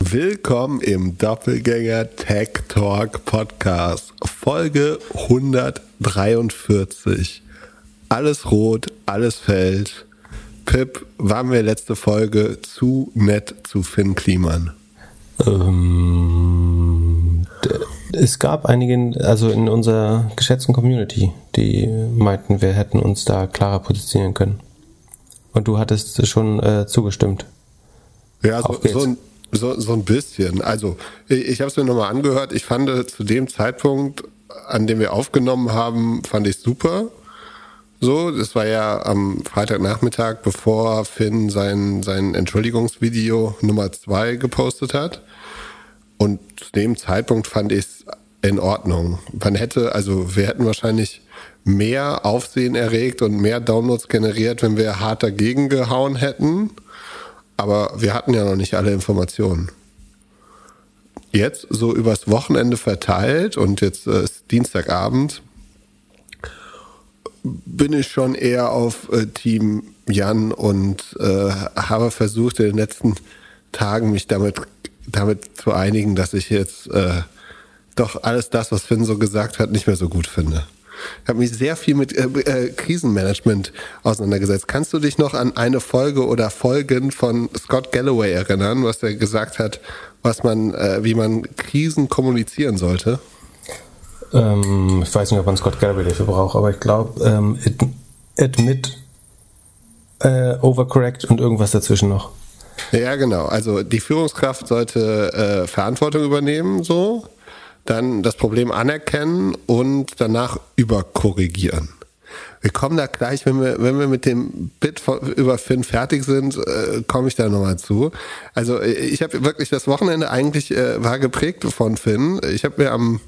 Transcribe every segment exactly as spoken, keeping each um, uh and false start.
Willkommen im Doppelgänger Tech Talk Podcast, Folge hundertdreiundvierzig. Alles rot, alles fällt. Pip, waren wir letzte Folge zu nett zu Finn Kliman? Ähm, es gab einige, also in unserer geschätzten Community, die meinten, wir hätten uns da klarer positionieren können. Und du hattest schon äh, zugestimmt. Ja, so, so, ein, so, so ein bisschen. Also ich, ich habe es mir nochmal angehört. Ich fand zu dem Zeitpunkt, an dem wir aufgenommen haben, fand ich super. So, das war ja am Freitagnachmittag, bevor Finn sein, sein Entschuldigungsvideo Nummer zwei gepostet hat. Und zu dem Zeitpunkt fand ich es in Ordnung. Man hätte, also wir hätten wahrscheinlich mehr Aufsehen erregt und mehr Downloads generiert, wenn wir hart dagegen gehauen hätten. Aber wir hatten ja noch nicht alle Informationen. Jetzt so übers Wochenende verteilt und jetzt äh, ist Dienstagabend, bin ich schon eher auf äh, Team Jan und äh, habe versucht in den letzten Tagen mich damit, damit zu einigen, dass ich jetzt äh, doch alles das, was Finn so gesagt hat, nicht mehr so gut finde. Ich habe mich sehr viel mit äh, äh, Krisenmanagement auseinandergesetzt. Kannst du dich noch an eine Folge oder Folgen von Scott Galloway erinnern, was er gesagt hat, was man, äh, wie man Krisen kommunizieren sollte? Ähm, ich weiß nicht, ob man Scott Galloway dafür braucht, aber ich glaube, ähm, admit, äh, overcorrect und irgendwas dazwischen noch. Ja, genau. Also die Führungskraft sollte äh, Verantwortung übernehmen, so. Dann das Problem anerkennen und danach überkorrigieren. Wir kommen da gleich, wenn wir, wenn wir mit dem Bit von, über Finn fertig sind, äh, komme ich da nochmal zu. Also ich habe wirklich das Wochenende eigentlich äh, war geprägt von Finn. Ich habe mir am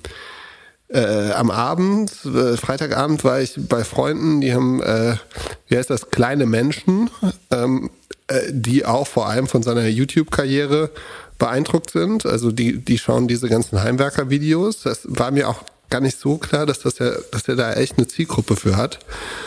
äh, am Abend, äh, Freitagabend war ich bei Freunden, die haben, äh, wie heißt das, kleine Menschen, ähm, äh, die auch vor allem von seiner YouTube-Karriere beeindruckt sind, also die die schauen diese ganzen Heimwerker-Videos. Das war mir auch gar nicht so klar, dass das ja, dass er da echt eine Zielgruppe für hat.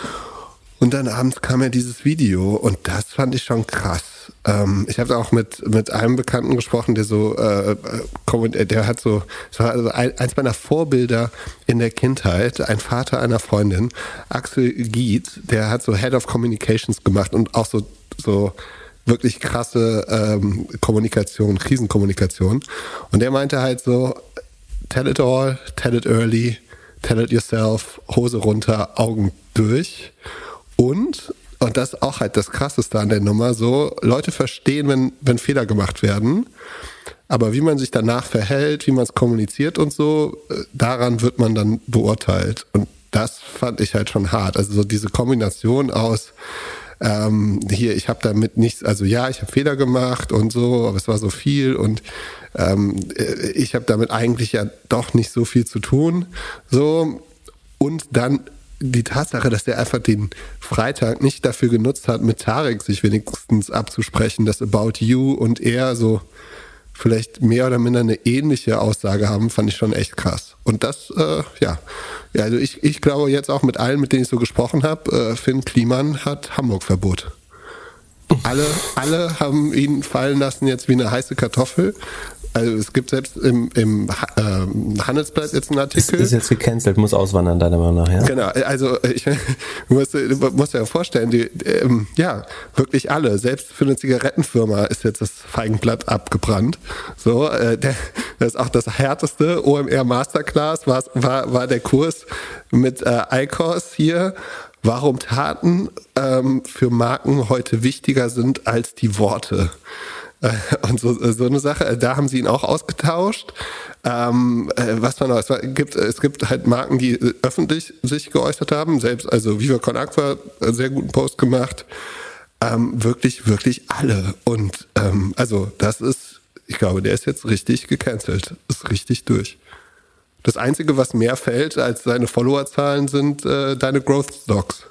Und dann abends kam ja dieses Video und das fand ich schon krass. Ähm, ich habe auch mit mit einem Bekannten gesprochen, der so, äh, der hat so, das war also eins meiner Vorbilder in der Kindheit, ein Vater einer Freundin, Axel Giet, der hat so Head of Communications gemacht und auch so so wirklich krasse ähm, Kommunikation, Krisenkommunikation. Und der meinte halt so, tell it all, tell it early, tell it yourself, Hose runter, Augen durch. Und, und das ist auch halt das Krasseste an der Nummer, so Leute verstehen, wenn, wenn Fehler gemacht werden, aber wie man sich danach verhält, wie man es kommuniziert und so, daran wird man dann beurteilt. Und das fand ich halt schon hart. Also so diese Kombination aus Ähm, hier, ich habe damit nichts, also ja, ich habe Fehler gemacht und so, aber es war so viel und ähm, ich habe damit eigentlich ja doch nicht so viel zu tun. So, und dann die Tatsache, dass der einfach den Freitag nicht dafür genutzt hat, mit Tarek sich wenigstens abzusprechen, dass About You und er so vielleicht mehr oder minder eine ähnliche Aussage haben, fand ich schon echt krass. Und das, äh, ja, ja, also ich, ich glaube jetzt auch mit allen, mit denen ich so gesprochen habe, äh, Finn Kliman hat Hamburg-Verbot. Alle, alle haben ihn fallen lassen jetzt wie eine heiße Kartoffel. Also es gibt selbst im, im äh, Handelsblatt jetzt einen Artikel. Ist, ist jetzt gecancelt, muss auswandern, deiner Meinung nach, ja? Genau, also ich du musst, du musst dir ja vorstellen, die, ähm, ja, wirklich alle, selbst für eine Zigarettenfirma ist jetzt das Feigenblatt abgebrannt. So, äh, der, das ist auch das härteste O M R Masterclass, war, war, war der Kurs mit äh, I C O S hier. Warum Taten ähm, für Marken heute wichtiger sind als die Worte. Und so, so eine Sache, da haben sie ihn auch ausgetauscht. Ähm, was war noch? Es, war, gibt, es gibt halt Marken, die öffentlich sich geäußert haben. Selbst, also Viva Con Aqua, einen sehr guten Post gemacht. Ähm, wirklich, wirklich alle. Und ähm, also das ist, ich glaube, der ist jetzt richtig gecancelt. Ist richtig durch. Das Einzige, was mehr fällt als seine Followerzahlen, sind äh, deine Growth Stocks.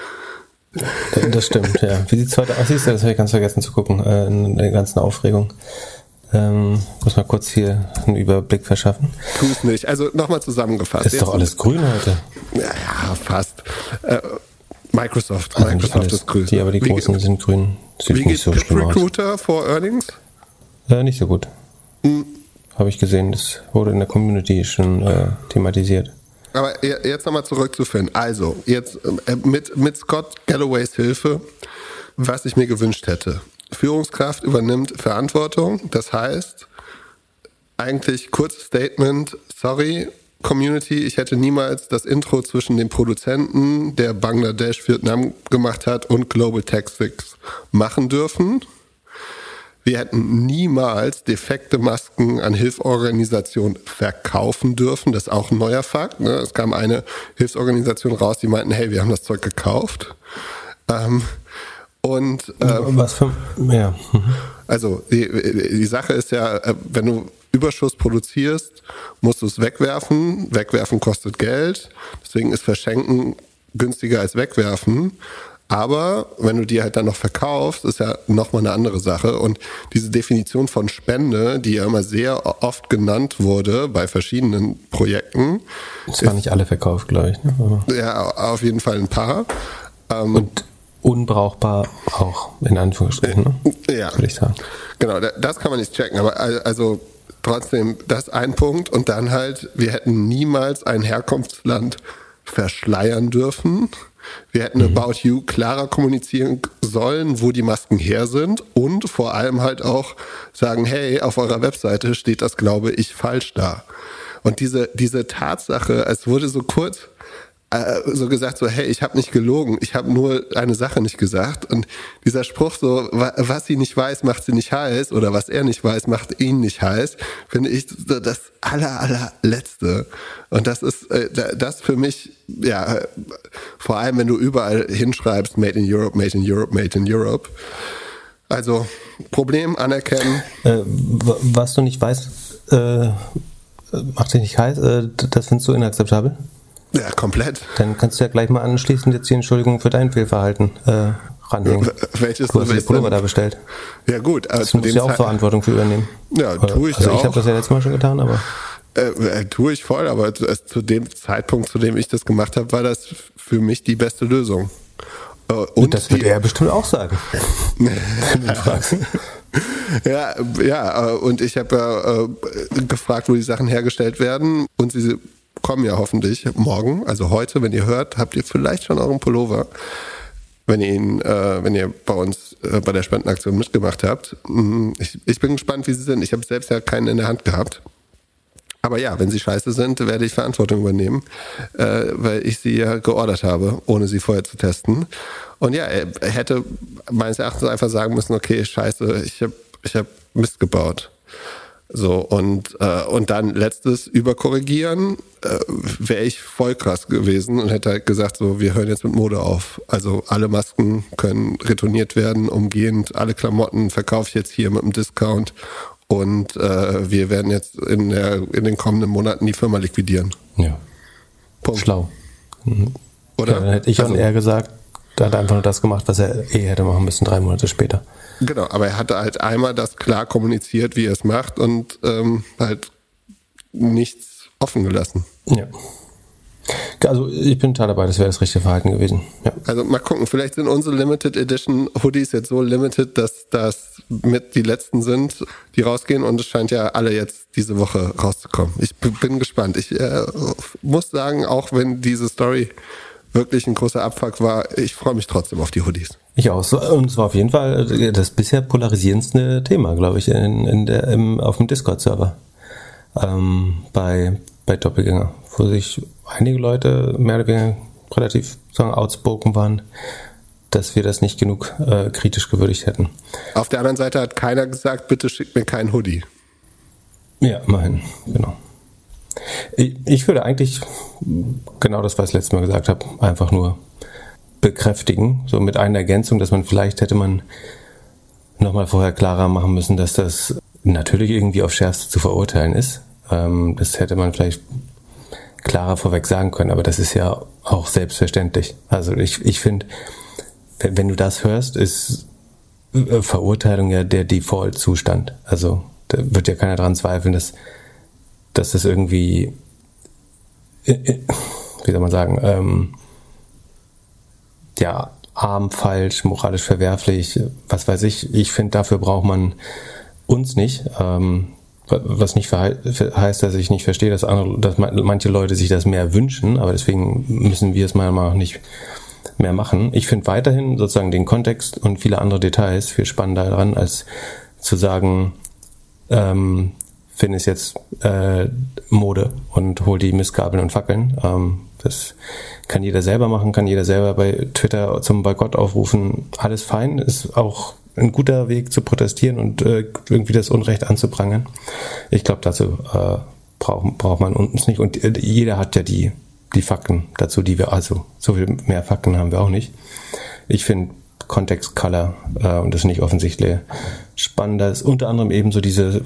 Das stimmt, ja. Wie sieht's heute aus? Siehst du, das habe ich ganz vergessen zu gucken, äh, in der ganzen Aufregung. Ähm, muss mal kurz hier einen Überblick verschaffen. Tu es nicht. Also nochmal zusammengefasst. Ist doch alles grün heute. Ja, ja fast. Äh, Microsoft. Also Microsoft ist grün. Die, aber die großen wie, sind grün. Sieht wie nicht so schlimm aus. Recruiter vor Earnings? Äh, nicht so gut. Hm. Habe ich gesehen, das wurde in der Community schon äh, thematisiert. Aber jetzt nochmal zurück zu Finn. Also, jetzt äh, mit, mit Scott Galloways Hilfe, was ich mir gewünscht hätte. Führungskraft übernimmt Verantwortung, das heißt, eigentlich kurzes Statement, sorry, Community, ich hätte niemals das Intro zwischen dem Produzenten, der Bangladesch, Vietnam gemacht hat, und Global Tactics machen dürfen. Wir hätten niemals defekte Masken an Hilfsorganisationen verkaufen dürfen. Das ist auch ein neuer Fakt. Ne? Es kam eine Hilfsorganisation raus, die meinten, hey, wir haben das Zeug gekauft. Ähm, und ähm, was für, ja. Also die, die Sache ist ja, wenn du Überschuss produzierst, musst du es wegwerfen. Wegwerfen kostet Geld. Deswegen ist Verschenken günstiger als wegwerfen. Aber wenn du die halt dann noch verkaufst, ist ja nochmal eine andere Sache. Und diese Definition von Spende, die ja immer sehr oft genannt wurde bei verschiedenen Projekten. Das waren nicht alle verkauft, glaube ich. Ne? Ja, auf jeden Fall ein paar. Ähm, Und unbrauchbar auch, in Anführungsstrichen. Ne? Ja, würde ich sagen. Genau, das kann man nicht checken. Aber also trotzdem, das ist ein Punkt. Und dann halt, wir hätten niemals ein Herkunftsland verschleiern dürfen. Wir hätten mhm. About You klarer kommunizieren sollen, wo die Masken her sind, und vor allem halt auch sagen, hey, auf eurer Webseite steht das, glaube ich, falsch da. Und diese, diese Tatsache, es wurde so kurz äh, so gesagt, so, hey, ich habe nicht gelogen, ich habe nur eine Sache nicht gesagt. Und dieser Spruch so, was sie nicht weiß, macht sie nicht heiß, oder was er nicht weiß, macht ihn nicht heiß, finde ich so das aller, allerletzte. Und das ist äh, das für mich, ja, vor allem wenn du überall hinschreibst, Made in Europe, Made in Europe, Made in Europe. Also Problem anerkennen. Äh, was du nicht weißt, äh, macht dich nicht heiß, äh, das findest du inakzeptabel? Ja, komplett. Dann kannst du ja gleich mal anschließend jetzt die Entschuldigung für dein Fehlverhalten äh, ranhängen. Welches du hast den Pullover da bestellt. Ja gut. Aber du musst ja auch Verantwortung für übernehmen. Ja, tue ich also auch. Ich habe das ja letztes Mal schon getan, aber... Äh, tue ich voll, aber zu dem Zeitpunkt, zu dem ich das gemacht habe, war das für mich die beste Lösung. Äh, und das wird er bestimmt auch sagen. Wenn du fragst. Ja, ja, und ich habe ja äh, gefragt, wo die Sachen hergestellt werden, und sie kommen ja hoffentlich morgen, also heute, wenn ihr hört, habt ihr vielleicht schon euren Pullover, wenn ihr ihn, äh, wenn ihr bei uns äh, bei der Spendenaktion mitgemacht habt. Ich, ich bin gespannt, wie sie sind. Ich habe selbst ja keinen in der Hand gehabt. Aber ja, wenn sie scheiße sind, werde ich Verantwortung übernehmen, äh, weil ich sie ja geordert habe, ohne sie vorher zu testen. Und ja, er hätte meines Erachtens einfach sagen müssen, okay, scheiße, ich habe ich hab Mist gebaut. So, und, äh, und dann letztes überkorrigieren, äh, wäre ich voll krass gewesen und hätte halt gesagt, so, wir hören jetzt mit Mode auf. Also alle Masken können retourniert werden, umgehend, alle Klamotten verkaufe ich jetzt hier mit einem Discount, und äh, wir werden jetzt in, der, in den kommenden Monaten die Firma liquidieren. Ja. Punkt. Schlau. Mhm. Oder? Ja, dann hätte ich also, und er gesagt, da hat er einfach nur das gemacht, was er eh hätte machen müssen, drei Monate später. Genau, aber er hatte halt einmal das klar kommuniziert, wie er es macht, und ähm, halt nichts offen gelassen. Ja. Also ich bin total dabei, das wäre das richtige Verhalten gewesen. Ja. Also mal gucken, vielleicht sind unsere Limited Edition Hoodies jetzt so limited, dass das mit die letzten sind, die rausgehen, und es scheint ja alle jetzt diese Woche rauszukommen. Ich b- bin gespannt. Ich äh, muss sagen, auch wenn diese Story wirklich ein großer Abfuck war, ich freue mich trotzdem auf die Hoodies. Ich auch. Und es war auf jeden Fall das bisher polarisierendste Thema, glaube ich, in, in der, im, auf dem Discord-Server ähm, bei, bei Doppelgänger, wo sich einige Leute mehr oder weniger relativ sagen, outspoken waren, dass wir das nicht genug äh, kritisch gewürdigt hätten. Auf der anderen Seite hat keiner gesagt, bitte schickt mir keinen Hoodie. Ja, immerhin, genau. Ich, ich würde eigentlich genau das, was ich letztes Mal gesagt habe, einfach nur bekräftigen, so mit einer Ergänzung, dass man vielleicht hätte man nochmal vorher klarer machen müssen, dass das natürlich irgendwie auf Schärfste zu verurteilen ist. Ähm, das hätte man vielleicht klarer vorweg sagen können, aber das ist ja auch selbstverständlich. Also ich, ich finde, wenn du das hörst, ist Verurteilung ja der Default-Zustand. Also da wird ja keiner dran zweifeln, dass, dass das irgendwie, wie soll man sagen, ähm, ja, arm, falsch, moralisch verwerflich, was weiß ich. Ich finde, dafür braucht man uns nicht. Ähm, Was nicht heißt, dass ich nicht verstehe, dass, andere, dass manche Leute sich das mehr wünschen, aber deswegen müssen wir es meiner Meinung nach nicht mehr machen. Ich finde weiterhin sozusagen den Kontext und viele andere Details viel spannender daran, als zu sagen, ähm, Finn ist jetzt äh, Mode und hol die Mistgabeln und Fackeln. Ähm, das kann jeder selber machen, kann jeder selber bei Twitter zum Boykott aufrufen. Alles fein, ist auch ein guter Weg zu protestieren und äh, irgendwie das Unrecht anzuprangern. Ich glaube, dazu äh, braucht, braucht man uns nicht. Und äh, jeder hat ja die, die Fakten dazu, die wir, also so viel mehr Fakten haben wir auch nicht. Ich finde Context Color äh, und das nicht offensichtlich spannender ist unter anderem eben so diese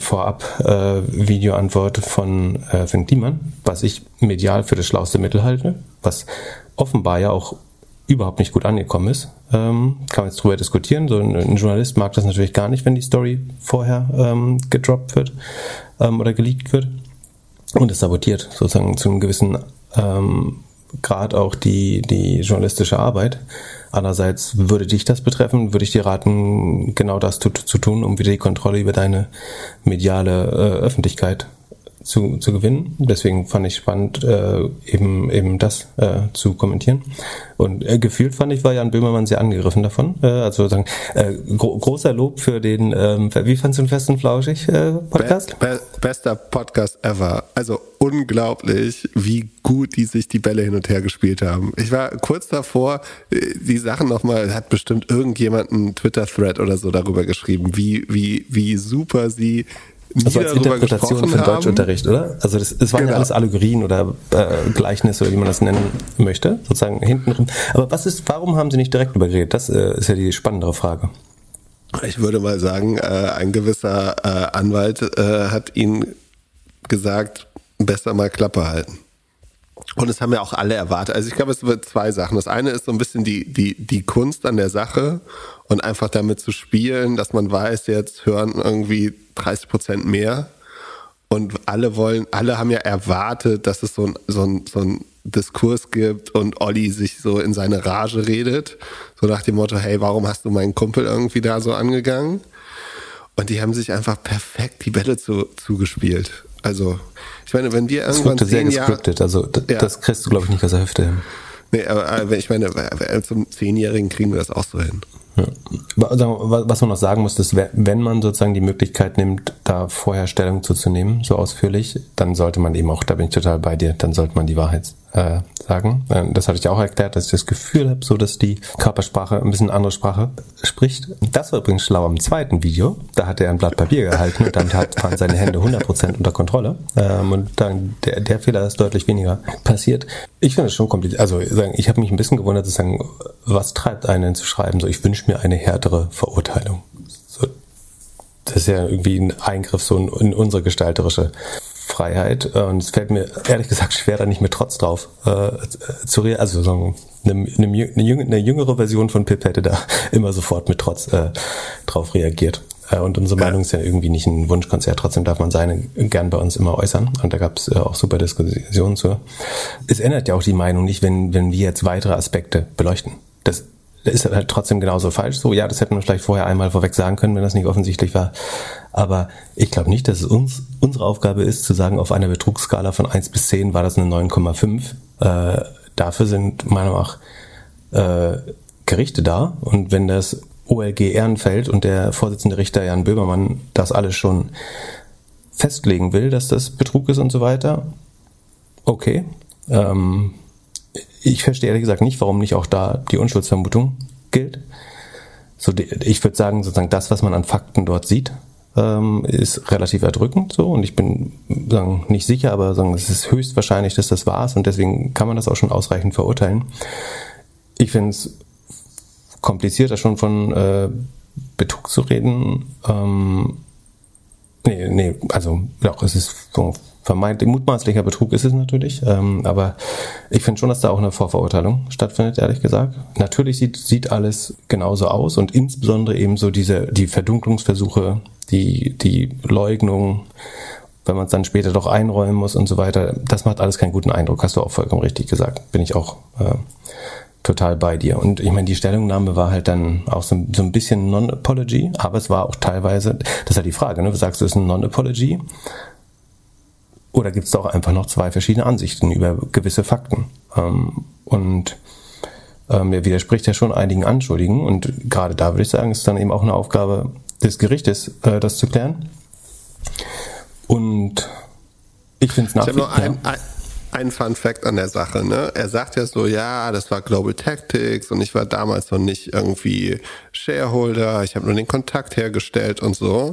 Vorab-Video-Antwort äh, von äh, Finn Kliman, was ich medial für das schlauste Mittel halte, was offenbar ja auch überhaupt nicht gut angekommen ist. Ähm, kann man jetzt drüber diskutieren. So ein, ein Journalist mag das natürlich gar nicht, wenn die Story vorher ähm, gedroppt wird ähm, oder geleakt wird. Und es sabotiert sozusagen zu einem gewissen ähm, Grad auch die, die journalistische Arbeit. Andererseits würde dich das betreffen, würde ich dir raten, genau das zu, zu tun, um wieder die Kontrolle über deine mediale äh, Öffentlichkeit zu, zu gewinnen. Deswegen fand ich spannend, äh, eben eben das äh, zu kommentieren. Und äh, gefühlt fand ich, war Jan Böhmermann sehr angegriffen davon. Äh, also sagen, äh, gro- großer Lob für den, ähm, wie fandst du den Fest und Flauschig äh, Podcast? Be- be- bester Podcast ever. Also unglaublich, wie gut die sich die Bälle hin und her gespielt haben. Ich war kurz davor, die Sachen nochmal, hat bestimmt irgendjemand einen Twitter-Thread oder so darüber geschrieben, wie, wie, wie super sie also als Interpretation von Deutschunterricht, oder? Also das, das waren genau. ja alles Allegorien oder äh, Gleichnisse oder wie man das nennen möchte, sozusagen hintenrum. Aber was ist, warum haben sie nicht direkt darüber geredet? Das äh, ist ja die spannendere Frage. Ich würde mal sagen, äh, ein gewisser äh, Anwalt äh, hat ihnen gesagt, besser mal Klappe halten. Und es haben ja auch alle erwartet. Also ich glaube, es wird zwei Sachen. Das eine ist so ein bisschen die, die, die Kunst an der Sache und einfach damit zu spielen, dass man weiß, jetzt hören irgendwie dreißig Prozent mehr. Und alle wollen, alle haben ja erwartet, dass es so ein, so ein, so ein Diskurs gibt und Olli sich so in seine Rage redet. So nach dem Motto, hey, warum hast du meinen Kumpel irgendwie da so angegangen? Und die haben sich einfach perfekt die Bälle zu, zugespielt. Also, ich meine, wenn wir irgendwann das zehn sehr gescriptet, also d- ja. das kriegst du, glaube ich, nicht aus der Hüfte hin. Nee, aber ich meine, zum Zehnjährigen kriegen wir das auch so hin. Ja. Was man noch sagen muss, ist, wenn man sozusagen die Möglichkeit nimmt, da vorher Stellung zuzunehmen, so ausführlich, dann sollte man eben auch, da bin ich total bei dir, dann sollte man die Wahrheit äh, sagen. Das hatte ich auch erklärt, dass ich das Gefühl habe, so dass die Körpersprache ein bisschen andere Sprache spricht. Das war übrigens schlau im zweiten Video, da hat er ein Blatt Papier gehalten und damit hat, waren seine Hände hundert Prozent unter Kontrolle ähm, und dann der, der Fehler ist deutlich weniger passiert. Ich finde es schon kompliziert, also sagen, ich habe mich ein bisschen gewundert, zu sagen, was treibt einen zu schreiben, so ich wünsche mir eine härtere Verurteilung. So, das ist ja irgendwie ein Eingriff so in, in unsere gestalterische Freiheit und es fällt mir ehrlich gesagt schwer, da nicht mit Trotz drauf äh, zu reagieren. Also so eine, eine, eine jüngere Version von Pip hätte da immer sofort mit Trotz äh, drauf reagiert. Äh, und unsere Meinung ist ja irgendwie nicht ein Wunschkonzert, trotzdem darf man seine gern bei uns immer äußern und da gab es äh, auch super Diskussionen zu. Es ändert ja auch die Meinung nicht, wenn, wenn wir jetzt weitere Aspekte beleuchten. Das ist halt trotzdem genauso falsch. So, ja, das hätten wir vielleicht vorher einmal vorweg sagen können, wenn das nicht offensichtlich war. Aber ich glaube nicht, dass es uns unsere Aufgabe ist, zu sagen, auf einer Betrugsskala von eins bis zehn war das eine neun Komma fünf. Äh, dafür sind meiner Meinung nach äh, Gerichte da. Und wenn das O L G Ehrenfeld und der Vorsitzende Richter Jan Böhmermann das alles schon festlegen will, dass das Betrug ist und so weiter, okay. Ähm, Ich verstehe ehrlich gesagt nicht, warum nicht auch da die Unschuldsvermutung gilt. So, ich würde sagen, sozusagen das, was man an Fakten dort sieht, ähm, ist relativ erdrückend so und ich bin sagen, nicht sicher, aber sagen, es ist höchstwahrscheinlich, dass das wahr ist und deswegen kann man das auch schon ausreichend verurteilen. Ich finde es komplizierter schon von äh, Betrug zu reden. Ähm, nee, nee, also doch, es ist so vermeintlich mutmaßlicher Betrug ist es natürlich, ähm, aber ich finde schon, dass da auch eine Vorverurteilung stattfindet, ehrlich gesagt. Natürlich sieht sieht alles genauso aus und insbesondere eben so diese die Verdunklungsversuche, die die Leugnung, wenn man es dann später doch einräumen muss und so weiter, das macht alles keinen guten Eindruck, hast du auch vollkommen richtig gesagt. Bin ich auch äh, total bei dir. Und ich meine, die Stellungnahme war halt dann auch so, so ein bisschen Non-Apology, aber es war auch teilweise, das ist halt die Frage, ne? Sagst du, es ist ein Non-Apology? Oder gibt es da auch einfach noch zwei verschiedene Ansichten über gewisse Fakten? Ähm, und ähm, er widerspricht ja schon einigen Anschuldigungen. Und gerade da würde ich sagen, ist dann eben auch eine Aufgabe des Gerichtes, äh, das zu klären. Und ich finde es nach wie vor. Ein, ein, ein Fun Fact an der Sache, ne? Er sagt ja so, ja, das war Global Tactics und ich war damals noch nicht irgendwie Shareholder, ich habe nur den Kontakt hergestellt und so.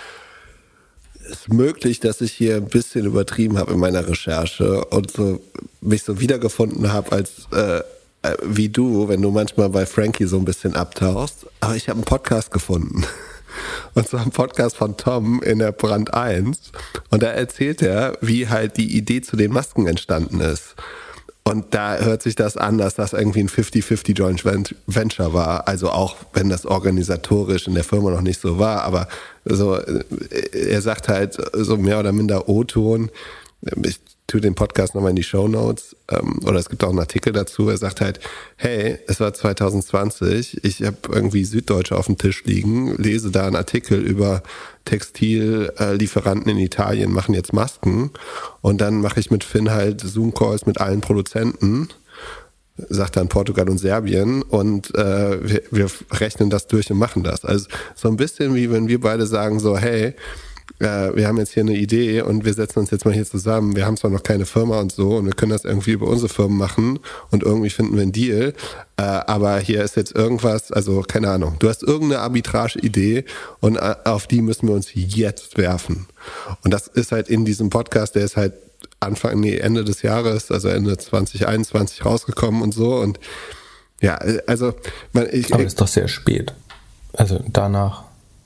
Ist möglich, dass ich hier ein bisschen übertrieben habe in meiner Recherche und so mich so wiedergefunden habe als äh, äh, wie du, wenn du manchmal bei Frankie so ein bisschen abtauchst. Aber ich habe einen Podcast gefunden. Und zwar einen Podcast von Tom in der Brand eins. Und da erzählt er, wie halt die Idee zu den Masken entstanden ist. Und da hört sich das an, dass das irgendwie ein fifty fifty Joint Venture war. Also auch wenn das organisatorisch in der Firma noch nicht so war. Aber so, er sagt halt so mehr oder minder O-Ton. Ich tue den Podcast nochmal in die Shownotes. Oder es gibt auch einen Artikel dazu. Er sagt halt, hey, es war zwanzig zwanzig. Ich habe irgendwie Süddeutsche auf dem Tisch liegen, lese da einen Artikel über Textillieferanten in Italien machen jetzt Masken und dann mache ich mit Finn halt Zoom-Calls mit allen Produzenten, sagt dann Portugal und Serbien und äh, wir, wir rechnen das durch und machen das. Also so ein bisschen wie wenn wir beide sagen so, hey, äh, wir haben jetzt hier eine Idee und wir setzen uns jetzt mal hier zusammen. Wir haben zwar noch keine Firma und so und wir können das irgendwie über unsere Firmen machen und irgendwie finden wir einen Deal, äh, aber hier ist jetzt irgendwas, also keine Ahnung, du hast irgendeine Arbitrage-Idee und äh, auf die müssen wir uns jetzt werfen. Und das ist halt in diesem Podcast, der ist halt Anfang, nee, Ende des Jahres, also Ende zwanzig einundzwanzig rausgekommen und so und ja, also man, ich, aber das ist doch sehr spät. Also danach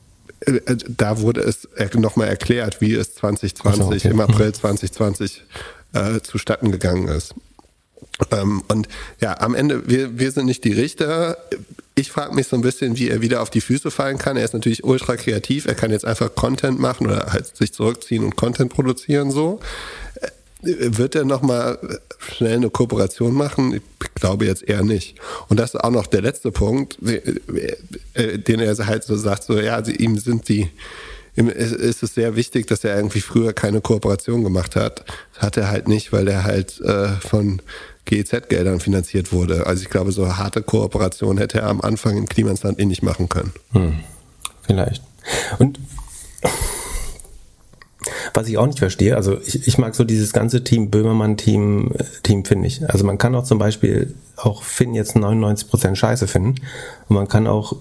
da wurde es nochmal erklärt, wie es zwanzig zwanzig, so, okay. im April zwanzig zwanzig äh, zustatten gegangen ist. Ähm, und ja, am Ende, wir, wir sind nicht die Richter. Ich frage mich so ein bisschen, wie er wieder auf die Füße fallen kann. Er ist natürlich ultra kreativ. Er kann jetzt einfach Content machen oder halt sich zurückziehen und Content produzieren so. Wird er nochmal schnell eine Kooperation machen? Ich glaube jetzt eher nicht. Und das ist auch noch der letzte Punkt, den er halt so sagt, so ja, ihm sind die, ihm ist es sehr wichtig, dass er irgendwie früher keine Kooperation gemacht hat. Das hat er halt nicht, weil er halt äh, von G E Z-Geldern finanziert wurde. Also ich glaube, so harte Kooperation hätte er am Anfang im Klimansland eh nicht machen können. Hm, vielleicht. Und was ich auch nicht verstehe, also ich, ich mag so dieses ganze Team Böhmermann-Team, Team finde ich. Also man kann auch zum Beispiel auch Finn jetzt neunundneunzig Prozent Scheiße finden und man kann auch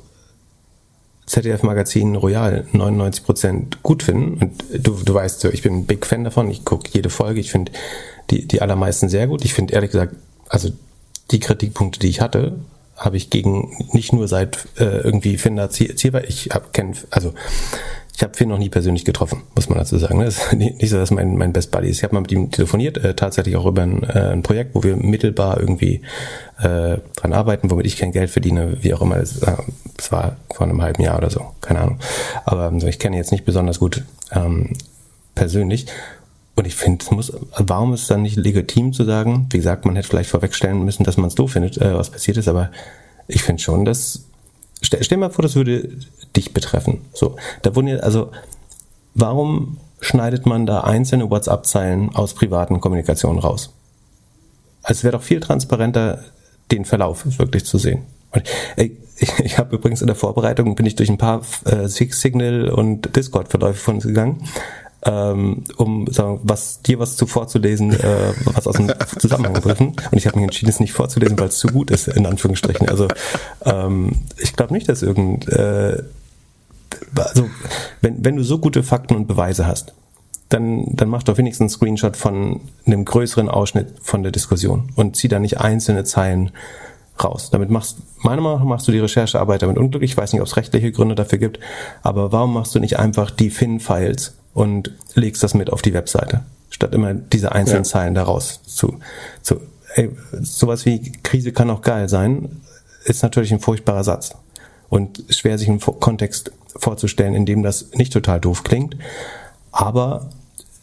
Z D F-Magazin Royal neunundneunzig Prozent gut finden. Und du, du weißt so, ich bin ein Big Fan davon, ich gucke jede Folge, ich finde die, die allermeisten sehr gut. Ich finde ehrlich gesagt, also die Kritikpunkte, die ich hatte, habe ich gegen, nicht nur seit äh, irgendwie Finn Zierweil, ich habe kenn, also ich habe Finn noch nie persönlich getroffen, muss man dazu sagen. Das ist nicht so, dass mein, mein Best Buddy ist. Ich habe mal mit ihm telefoniert, äh, tatsächlich auch über ein, äh, ein Projekt, wo wir mittelbar irgendwie äh, dran arbeiten, womit ich kein Geld verdiene, wie auch immer. Es äh, war vor einem halben Jahr oder so, keine Ahnung. Aber also, ich kenne ihn jetzt nicht besonders gut ähm, persönlich. Und ich finde, es muss, warum ist es dann nicht legitim zu sagen, wie gesagt, man hätte vielleicht vorwegstellen müssen, dass man es doof findet, äh, was passiert ist, aber ich finde schon, dass Stell, stell mal vor, das würde dich betreffen. So, da wurden ja, also, warum schneidet man da einzelne WhatsApp-Zeilen aus privaten Kommunikationen raus? Also, es wäre doch viel transparenter, den Verlauf wirklich zu sehen. Und, ey, ich, ich habe übrigens in der Vorbereitung, bin ich durch ein paar äh, Signal- und Discord-Verläufe von uns gegangen, ähm, um sagen, was dir was zu vorzulesen, äh, was aus dem Zusammenhang gegriffen. Und ich habe mich entschieden, es nicht vorzulesen, weil es zu gut ist, in Anführungsstrichen. Also ähm, ich glaube nicht, dass irgend äh, also wenn, wenn du so gute Fakten und Beweise hast, dann, dann mach doch wenigstens einen Screenshot von einem größeren Ausschnitt von der Diskussion und zieh da nicht einzelne Zeilen raus. Damit machst, meiner Meinung nach machst du die Recherchearbeit damit unglücklich. Ich weiß nicht, ob es rechtliche Gründe dafür gibt, aber warum machst du nicht einfach die Fin-Files und legst das mit auf die Webseite, statt immer diese einzelnen ja. Zeilen daraus zu, zu, ey, sowas wie Krise kann auch geil sein, ist natürlich ein furchtbarer Satz und schwer sich im Kontext vorzustellen, in dem das nicht total doof klingt, aber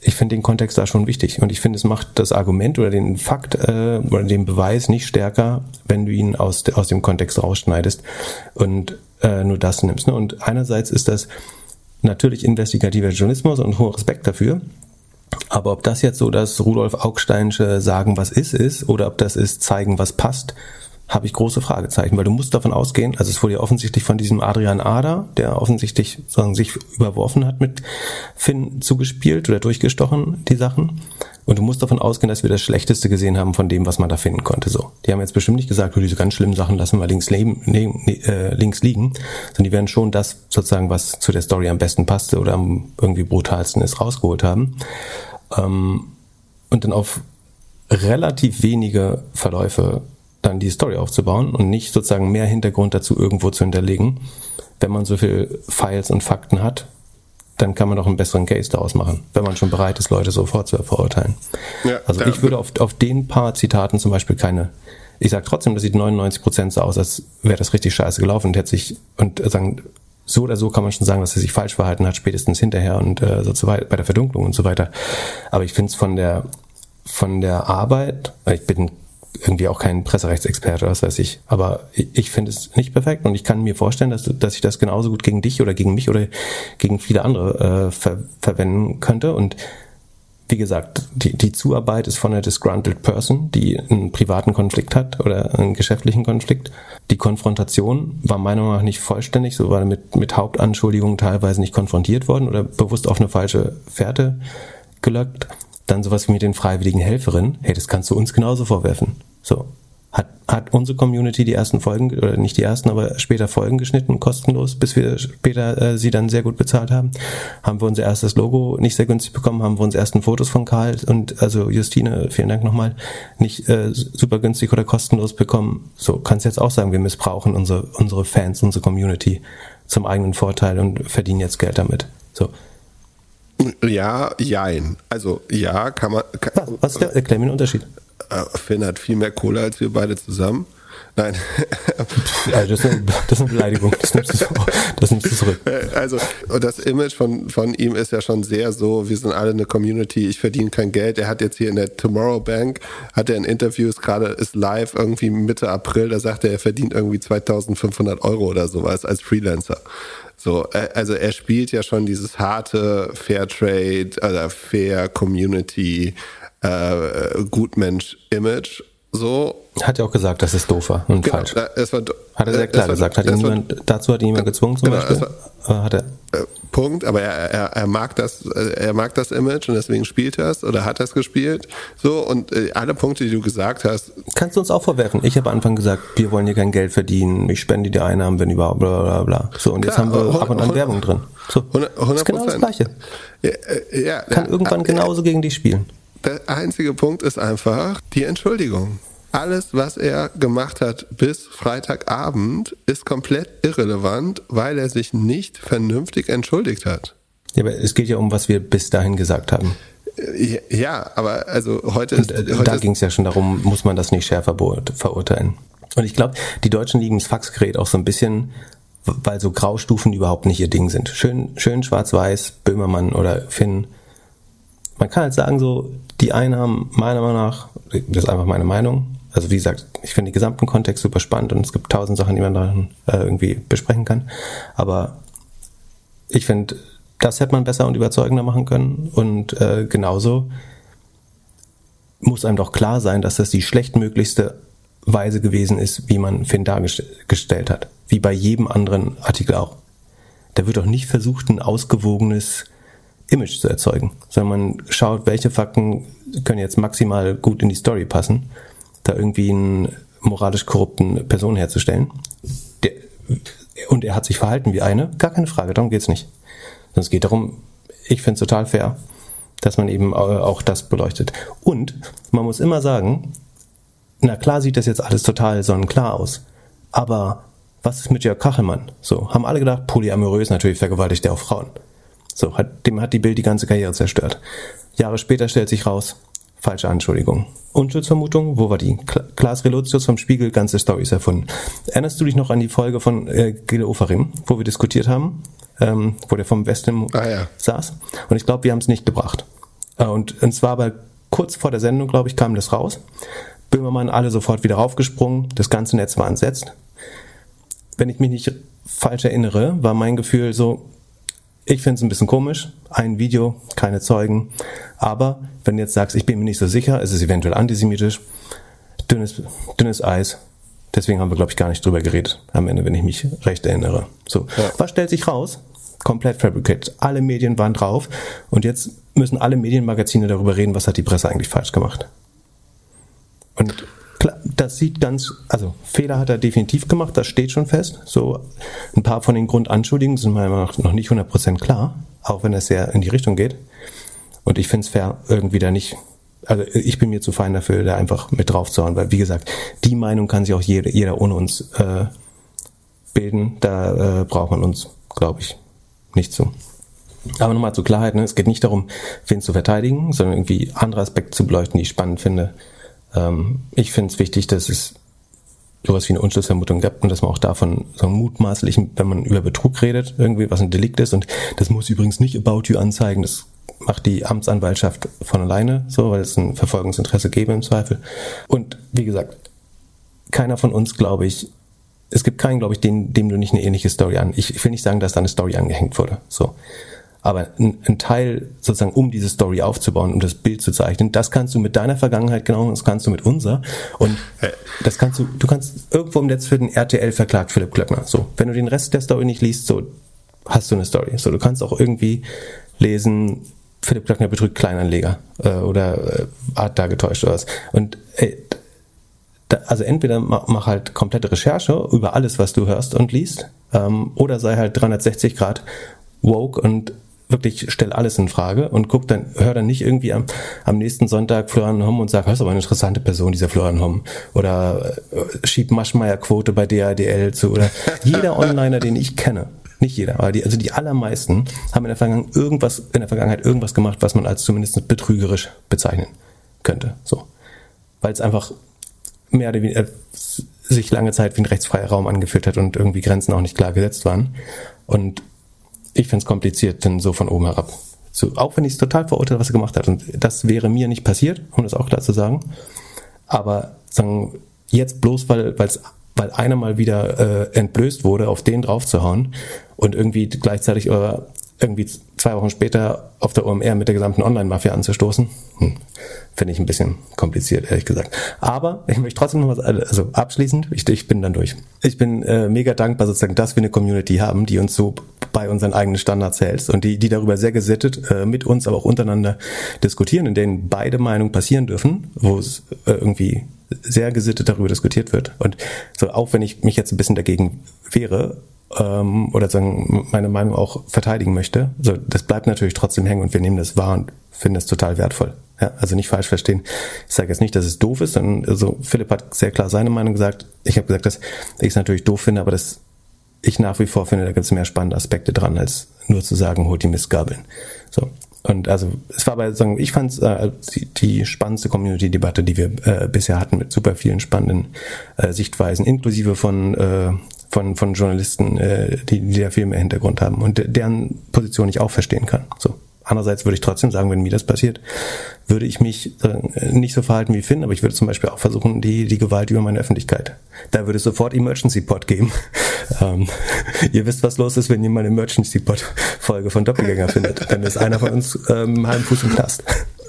ich finde den Kontext da schon wichtig und ich finde, es macht das Argument oder den Fakt äh, oder den Beweis nicht stärker, wenn du ihn aus, aus dem Kontext rausschneidest und äh, nur das nimmst. Ne? Und einerseits ist das natürlich investigativer Journalismus und hoher Respekt dafür, aber ob das jetzt so das Rudolf Augsteinsche Sagen, was ist, ist oder ob das ist Zeigen, was passt, habe ich große Fragezeichen, weil du musst davon ausgehen, also es wurde ja offensichtlich von diesem Adrian Ader, der offensichtlich sagen, sich überworfen hat mit Finn zugespielt oder durchgestochen, die Sachen. Und du musst davon ausgehen, dass wir das Schlechteste gesehen haben von dem, was man da finden konnte. So, die haben jetzt bestimmt nicht gesagt, oh, diese ganz schlimmen Sachen lassen wir links, leben, ne, äh, links liegen, sondern die werden schon das sozusagen, was zu der Story am besten passte oder am irgendwie brutalsten ist, rausgeholt haben. Ähm, und dann auf relativ wenige Verläufe dann die Story aufzubauen und nicht sozusagen mehr Hintergrund dazu irgendwo zu hinterlegen. Wenn man so viel Files und Fakten hat, dann kann man doch einen besseren Case daraus machen, wenn man schon bereit ist, Leute sofort zu verurteilen. Ja, also ich würde auf, auf den paar Zitaten zum Beispiel keine, ich sage trotzdem, das sieht neunundneunzig Prozent so aus, als wäre das richtig scheiße gelaufen und hätte sich, und sagen, so oder so kann man schon sagen, dass er sich falsch verhalten hat, spätestens hinterher und äh, so weiter, bei der Verdunklung und so weiter. Aber ich finde es von der, von der Arbeit, ich bin irgendwie auch kein Presserechtsexperte, was weiß ich. Aber ich, ich finde es nicht perfekt und ich kann mir vorstellen, dass, dass ich das genauso gut gegen dich oder gegen mich oder gegen viele andere äh, ver, verwenden könnte. Und wie gesagt, die, die Zuarbeit ist von einer disgruntled person, die einen privaten Konflikt hat oder einen geschäftlichen Konflikt. Die Konfrontation war meiner Meinung nach nicht vollständig, so war mit, mit Hauptanschuldigungen teilweise nicht konfrontiert worden oder bewusst auf eine falsche Fährte gelockt. Dann sowas wie mit den freiwilligen Helferinnen, hey, das kannst du uns genauso vorwerfen. So, hat hat unsere Community die ersten Folgen, oder nicht die ersten, aber später Folgen geschnitten, kostenlos, bis wir später äh, sie dann sehr gut bezahlt haben. Haben wir unser erstes Logo nicht sehr günstig bekommen, haben wir unsere ersten Fotos von Karl und also Justine, vielen Dank nochmal, nicht äh, super günstig oder kostenlos bekommen. So, kannst jetzt auch sagen, wir missbrauchen unsere unsere Fans, unsere Community zum eigenen Vorteil und verdienen jetzt Geld damit. So. Ja, jein. Also, ja, kann man... Kann, was, was ist der, erklär mir den Unterschied. Finn hat viel mehr Kohle als wir beide zusammen. Nein. Ja, das, ist eine, das ist eine Beleidigung. Das nimmst du, das nimmst du zurück. Also, das Image von, von ihm ist ja schon sehr so, wir sind alle eine Community, ich verdiene kein Geld. Er hat jetzt hier in der Tomorrow Bank, hat er ein Interview, ist gerade, ist live irgendwie Mitte April, da sagt er, er verdient irgendwie zweitausendfünfhundert Euro oder sowas als Freelancer. So, also er spielt ja schon dieses harte Fairtrade, also Fair Community, äh, Gutmensch-Image. So. Hat er auch gesagt, dass es doof war und genau, falsch. Es war, hat er sehr klar war, gesagt. Hat ihn niemand, war, dazu hat ihn niemand gezwungen zum genau, Beispiel. War, hat er. Äh, Punkt, aber er, er, er mag das, er mag das Image und deswegen spielt er es oder hat er es gespielt. So, und äh, alle Punkte, die du gesagt hast. Kannst du uns auch vorwerfen. Ich habe am Anfang gesagt, wir wollen hier kein Geld verdienen, ich spende die Einnahmen, wenn überhaupt, bla bla bla. So, und klar, jetzt haben wir ab und an Werbung drin. So, hundert Prozent. Das ist genau das Gleiche. Ja, äh, ja, Kann ja, irgendwann äh, genauso gegen dich spielen. Der einzige Punkt ist einfach die Entschuldigung. Alles, was er gemacht hat bis Freitagabend, ist komplett irrelevant, weil er sich nicht vernünftig entschuldigt hat. Ja, aber es geht ja um, was wir bis dahin gesagt haben. Ja, aber also heute ist... Und, heute da ging es ja schon darum, muss man das nicht schärfer verurteilen. Und ich glaube, die Deutschen lieben das Faxgerät auch so ein bisschen, weil so Graustufen überhaupt nicht ihr Ding sind. Schön, schön schwarz-weiß, Böhmermann oder Finn. Man kann halt sagen so, die einen haben meiner Meinung nach, das ist einfach meine Meinung, also wie gesagt, ich finde den gesamten Kontext super spannend und es gibt tausend Sachen, die man da äh, irgendwie besprechen kann, aber ich finde, das hätte man besser und überzeugender machen können und äh, genauso muss einem doch klar sein, dass das die schlechtmöglichste Weise gewesen ist, wie man Finn dargestellt hat, wie bei jedem anderen Artikel auch. Da wird doch nicht versucht, ein ausgewogenes Image zu erzeugen, sondern man schaut, welche Fakten können jetzt maximal gut in die Story passen, da irgendwie einen moralisch korrupten Person herzustellen. Der, und er hat sich verhalten wie eine, gar keine Frage, darum geht's nicht. Sondern es geht darum, ich finde es total fair, dass man eben auch das beleuchtet. Und man muss immer sagen, na klar sieht das jetzt alles total sonnenklar aus, aber was ist mit Jörg Kachelmann? So, haben alle gedacht, polyamorös, natürlich vergewaltigt er auch Frauen. So, hat, dem hat die Bild die ganze Karriere zerstört. Jahre später stellt sich raus, falsche Anschuldigung. Unschuldsvermutung, wo war die? Klaas Relotius vom Spiegel, ganze Storys erfunden. Erinnerst du dich noch an die Folge von äh, Gile Ofarim, wo wir diskutiert haben, ähm, wo der vom Westen ah, ja. saß? Und ich glaube, wir haben es nicht gebracht. Und, und zwar aber kurz vor der Sendung, glaube ich, kam das raus. Böhmermann, alle sofort wieder raufgesprungen, das ganze Netz war entsetzt. Wenn ich mich nicht falsch erinnere, war mein Gefühl so, ich finde es ein bisschen komisch, ein Video, keine Zeugen, aber wenn du jetzt sagst, ich bin mir nicht so sicher, es ist eventuell antisemitisch, dünnes, dünnes Eis, deswegen haben wir, glaube ich, gar nicht drüber geredet, am Ende, wenn ich mich recht erinnere. So, ja. Was stellt sich raus? Komplett fabricated. Alle Medien waren drauf und jetzt müssen alle Medienmagazine darüber reden, was hat die Presse eigentlich falsch gemacht. Und klar, das sieht ganz, also Fehler hat er definitiv gemacht, das steht schon fest. So ein paar von den Grundanschuldigungen sind meiner Meinung nach noch nicht hundert Prozent klar, auch wenn es sehr in die Richtung geht. Und ich finde es fair, irgendwie da nicht, also ich bin mir zu fein dafür, da einfach mit drauf zu hauen, weil wie gesagt, die Meinung kann sich auch jeder, jeder ohne uns äh, bilden, da äh, braucht man uns, glaube ich, nicht zu. Aber nochmal zur Klarheit, ne? Es geht nicht darum, wen zu verteidigen, sondern irgendwie andere Aspekte zu beleuchten, die ich spannend finde. Ähm, ich finde es wichtig, dass es sowas wie eine Unschuldsvermutung gibt und dass man auch davon so mutmaßlichen, wenn man über Betrug redet, irgendwie was ein Delikt ist und das muss übrigens nicht About You anzeigen, das macht die Amtsanwaltschaft von alleine, so, weil es ein Verfolgungsinteresse gäbe im Zweifel. Und wie gesagt, keiner von uns, glaube ich, es gibt keinen, glaube ich, dem, dem du nicht eine ähnliche Story an. Ich, ich will nicht sagen, dass da eine Story angehängt wurde. So. Aber ein, ein Teil sozusagen, um diese Story aufzubauen, um das Bild zu zeichnen, das kannst du mit deiner Vergangenheit genau, das kannst du mit unserer. Und das kannst du, du kannst irgendwo im Netz für den R T L verklagt Philipp Klöckner. So. Wenn du den Rest der Story nicht liest, so, hast du eine Story. So, du kannst auch irgendwie lesen, Philipp Klöckner betrügt Kleinanleger, äh, oder äh, hat da getäuscht oder was. Und, ey, also entweder mach halt komplette Recherche über alles, was du hörst und liest, ähm, oder sei halt dreihundertsechzig Grad woke und wirklich stell alles in Frage und guck dann, hör dann nicht irgendwie am, am nächsten Sonntag Florian Homm und sag, das ist aber eine interessante Person, dieser Florian Homm, oder äh, schieb Maschmeyer-Quote bei D H D L zu, oder jeder Onliner, den ich kenne, nicht jeder, aber die, also die allermeisten haben in der Vergangenheit irgendwas, in der Vergangenheit irgendwas gemacht, was man als zumindest betrügerisch bezeichnen könnte, so. Weil es einfach mehr oder weniger sich lange Zeit wie ein rechtsfreier Raum angefühlt hat und irgendwie Grenzen auch nicht klar gesetzt waren. Und ich finde es kompliziert, denn so von oben herab. So, auch wenn ich es total verurteile, was er gemacht hat. Und das wäre mir nicht passiert, um das auch klar zu sagen. Aber sagen, jetzt bloß, weil weil's, weil einer mal wieder äh, entblößt wurde, auf den draufzuhauen und irgendwie gleichzeitig oder irgendwie zwei Wochen später auf der O M R mit der gesamten Online-Mafia anzustoßen, hm, finde ich ein bisschen kompliziert, ehrlich gesagt. Aber ich möchte trotzdem noch was, also abschließend, ich, ich bin dann durch. Ich bin äh, mega dankbar sozusagen, dass wir eine Community haben, die uns so bei unseren eigenen Standards hält und die, die darüber sehr gesittet äh, mit uns, aber auch untereinander diskutieren, in denen beide Meinungen passieren dürfen, wo es äh, irgendwie sehr gesittet darüber diskutiert wird. Und so, auch wenn ich mich jetzt ein bisschen dagegen wehre, oder sagen, meine Meinung auch verteidigen möchte. So, das bleibt natürlich trotzdem hängen und wir nehmen das wahr und finden das total wertvoll. Ja, also nicht falsch verstehen. Ich sage jetzt nicht, dass es doof ist, sondern also Philipp hat sehr klar seine Meinung gesagt. Ich habe gesagt, dass ich es natürlich doof finde, aber dass ich nach wie vor finde, da gibt es mehr spannende Aspekte dran, als nur zu sagen, holt die Mistgabeln. So. Und also es war aber, sagen, ich fand es äh, die, die spannendste Community-Debatte, die wir äh, bisher hatten, mit super vielen spannenden äh, Sichtweisen, inklusive von äh, von von Journalisten, äh, die, die da viel mehr Hintergrund haben und deren Position ich auch verstehen kann. So. Andererseits würde ich trotzdem sagen, wenn mir das passiert, würde ich mich äh, nicht so verhalten wie Finn, aber ich würde zum Beispiel auch versuchen, die die Gewalt über meine Öffentlichkeit. Da würde es sofort Emergency Pod geben. ähm, ihr wisst, was los ist, wenn ihr mal eine Emergency Pod Folge von Doppelgänger findet. Dann ist einer von uns ähm, halben Fuß im Knast.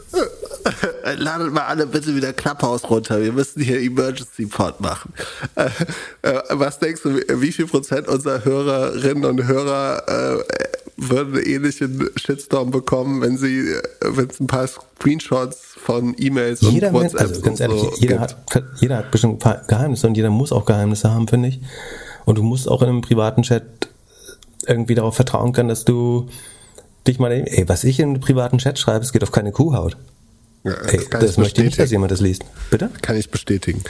Ladet mal alle bitte wieder Clubhouse runter. Wir müssen hier Emergency Pod machen. Äh, äh, was denkst du, wie viel Prozent unserer Hörerinnen und Hörer äh, würden einen ähnlichen Shitstorm bekommen, wenn sie, wenn es ein paar Screenshots von E-Mails und jeder WhatsApp also ganz ehrlich, so jeder hat, jeder hat bestimmt ein paar Geheimnisse und jeder muss auch Geheimnisse haben, finde ich. Und du musst auch in einem privaten Chat irgendwie darauf vertrauen können, dass du dich mal, ey, was ich in einem privaten Chat schreibe, es geht auf keine Kuhhaut. Ja, das ey, das möchte ich nicht, dass jemand das liest. Bitte? Kann ich bestätigen.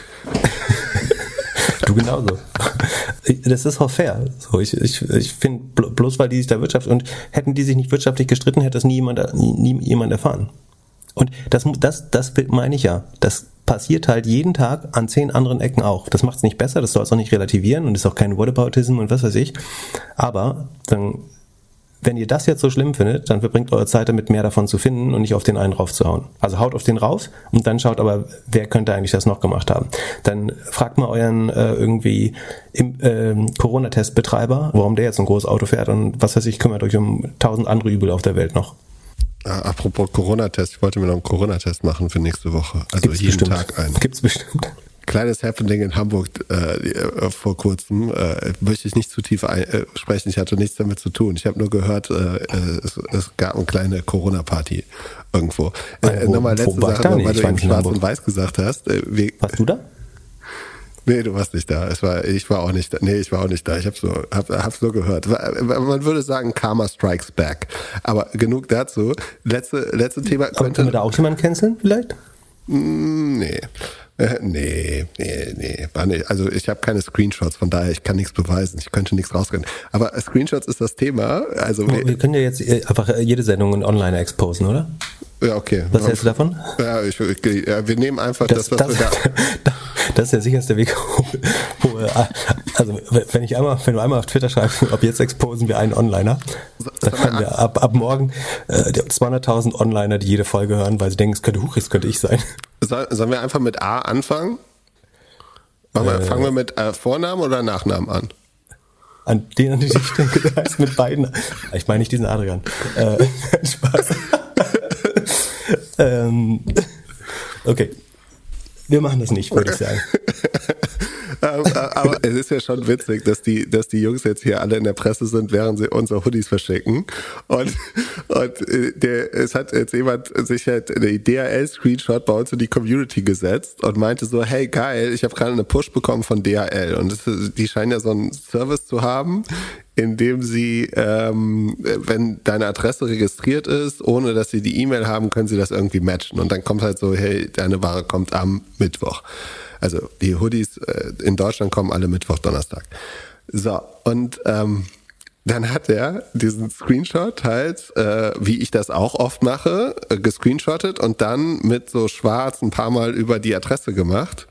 Du genauso. Das ist auch fair. So, ich ich, ich finde, bloß weil die sich da wirtschaftlich, und hätten die sich nicht wirtschaftlich gestritten, hätte das nie jemand, nie, nie jemand erfahren. Und das, das, das meine ich ja. Das passiert halt jeden Tag an zehn anderen Ecken auch. Das macht es nicht besser, das soll es auch nicht relativieren und ist auch kein Whataboutism und was weiß ich. Aber dann, wenn ihr das jetzt so schlimm findet, dann verbringt eure Zeit damit, mehr davon zu finden und nicht auf den einen raufzuhauen. Also haut auf den rauf und dann schaut aber, wer könnte eigentlich das noch gemacht haben. Dann fragt mal euren äh, irgendwie im, äh, Corona-Testbetreiber, warum der jetzt ein großes Auto fährt und was weiß ich, kümmert euch um tausend andere Übel auf der Welt noch. Ah, apropos Corona-Test, ich wollte mir noch einen Corona-Test machen für nächste Woche. Also Gibt's jeden bestimmt. Tag einen. Gibt's bestimmt. Kleines Happening in Hamburg äh, vor kurzem, äh, möchte ich nicht zu tief ein, äh, sprechen, ich hatte nichts damit zu tun. Ich habe nur gehört, äh, es, es gab eine kleine Corona-Party irgendwo. Äh, Nochmal letzte Sache, weil du eben Schwarz und Weiß gesagt hast. Äh, wie, Warst du da? Nee, du warst nicht da. Es war, ich war auch nicht da. Nee, ich war auch nicht da. Ich hab's nur, hab, hab's nur gehört. Man würde sagen, Karma strikes back. Aber genug dazu. Letzte, letzte Thema. Aber können wir da auch jemanden canceln vielleicht? Nee. Äh, nee, nee, nee, war nicht. Also ich habe keine Screenshots, von daher ich kann nichts beweisen, ich könnte nichts rausrennen. Aber Screenshots ist das Thema. Also wir, wir können ja jetzt einfach jede Sendung online exposen, oder? Ja, okay. Was hältst du davon? Ja, ich, ich, ja, wir nehmen einfach das, das, was das, wir da... Das ist der sicherste Weg, wo, wo, also wenn ich einmal, wenn du einmal auf Twitter schreibst, ab jetzt exposen wir einen Onliner, dann haben wir ab, ab morgen äh, zweihunderttausend Onliner, die jede Folge hören, weil sie denken, es könnte, huch, es könnte ich sein. Soll, sollen wir einfach mit A anfangen? Machen wir, äh, fangen wir mit äh, Vornamen oder Nachnamen an? An den, an den ich denke, der heißt mit beiden. Ich meine nicht diesen Adrian. Äh, Spaß. ähm, okay. Wir machen das nicht, würde ich sagen. Aber es ist ja schon witzig, dass die, dass die Jungs jetzt hier alle in der Presse sind, während sie unsere Hoodies verschicken. Und, und der, es hat jetzt jemand sich halt eine D H L-Screenshot bei uns in die Community gesetzt und meinte so, hey geil, ich habe gerade eine Push bekommen von D H L. Und das ist, die scheinen ja so einen Service zu haben, in dem sie, ähm, wenn deine Adresse registriert ist, ohne dass sie die E-Mail haben, können sie das irgendwie matchen. Und dann kommt halt so, hey, deine Ware kommt am Mittwoch. Also die Hoodies äh, in Deutschland kommen alle Mittwoch, Donnerstag. So, und ähm, dann hat er diesen Screenshot halt, äh, wie ich das auch oft mache, äh, gescreenshottet und dann mit so schwarz ein paar Mal über die Adresse gemacht.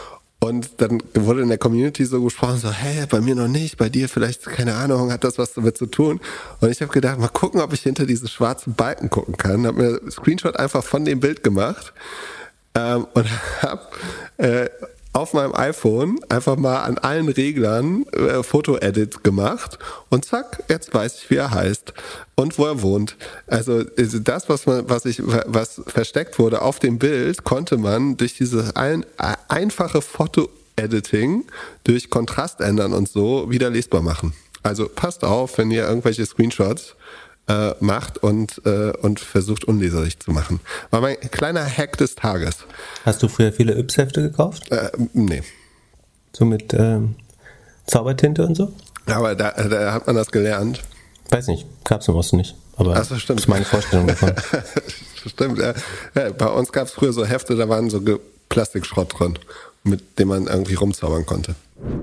Und dann wurde in der Community so gesprochen, so, hey, bei mir noch nicht, bei dir vielleicht, keine Ahnung, hat das was damit zu tun? Und ich habe gedacht, mal gucken, ob ich hinter diese schwarzen Balken gucken kann. Habe mir einen Screenshot einfach von dem Bild gemacht ähm, und habe äh, auf meinem iPhone einfach mal an allen Reglern äh, Foto-Edit gemacht und zack, jetzt weiß ich, wie er heißt und wo er wohnt. Also das, was man, was ich, was versteckt wurde auf dem Bild, konnte man durch dieses ein, einfache Foto-Editing, durch Kontrast ändern und so wieder lesbar machen. Also passt auf, wenn ihr irgendwelche Screenshots äh, macht und, äh, und versucht unleserlich zu machen. War mein kleiner Hack des Tages. Hast du früher viele Yps-Hefte gekauft? Äh, nee. So mit ähm, Zaubertinte und so? Aber da, da hat man das gelernt. Weiß nicht, gab's im Osten nicht. Aber Ach so, stimmt. Das ist meine Vorstellung davon. Stimmt, ja. Ja, bei uns gab's früher so Hefte, da waren so Plastikschrott drin, mit dem man irgendwie rumzaubern konnte.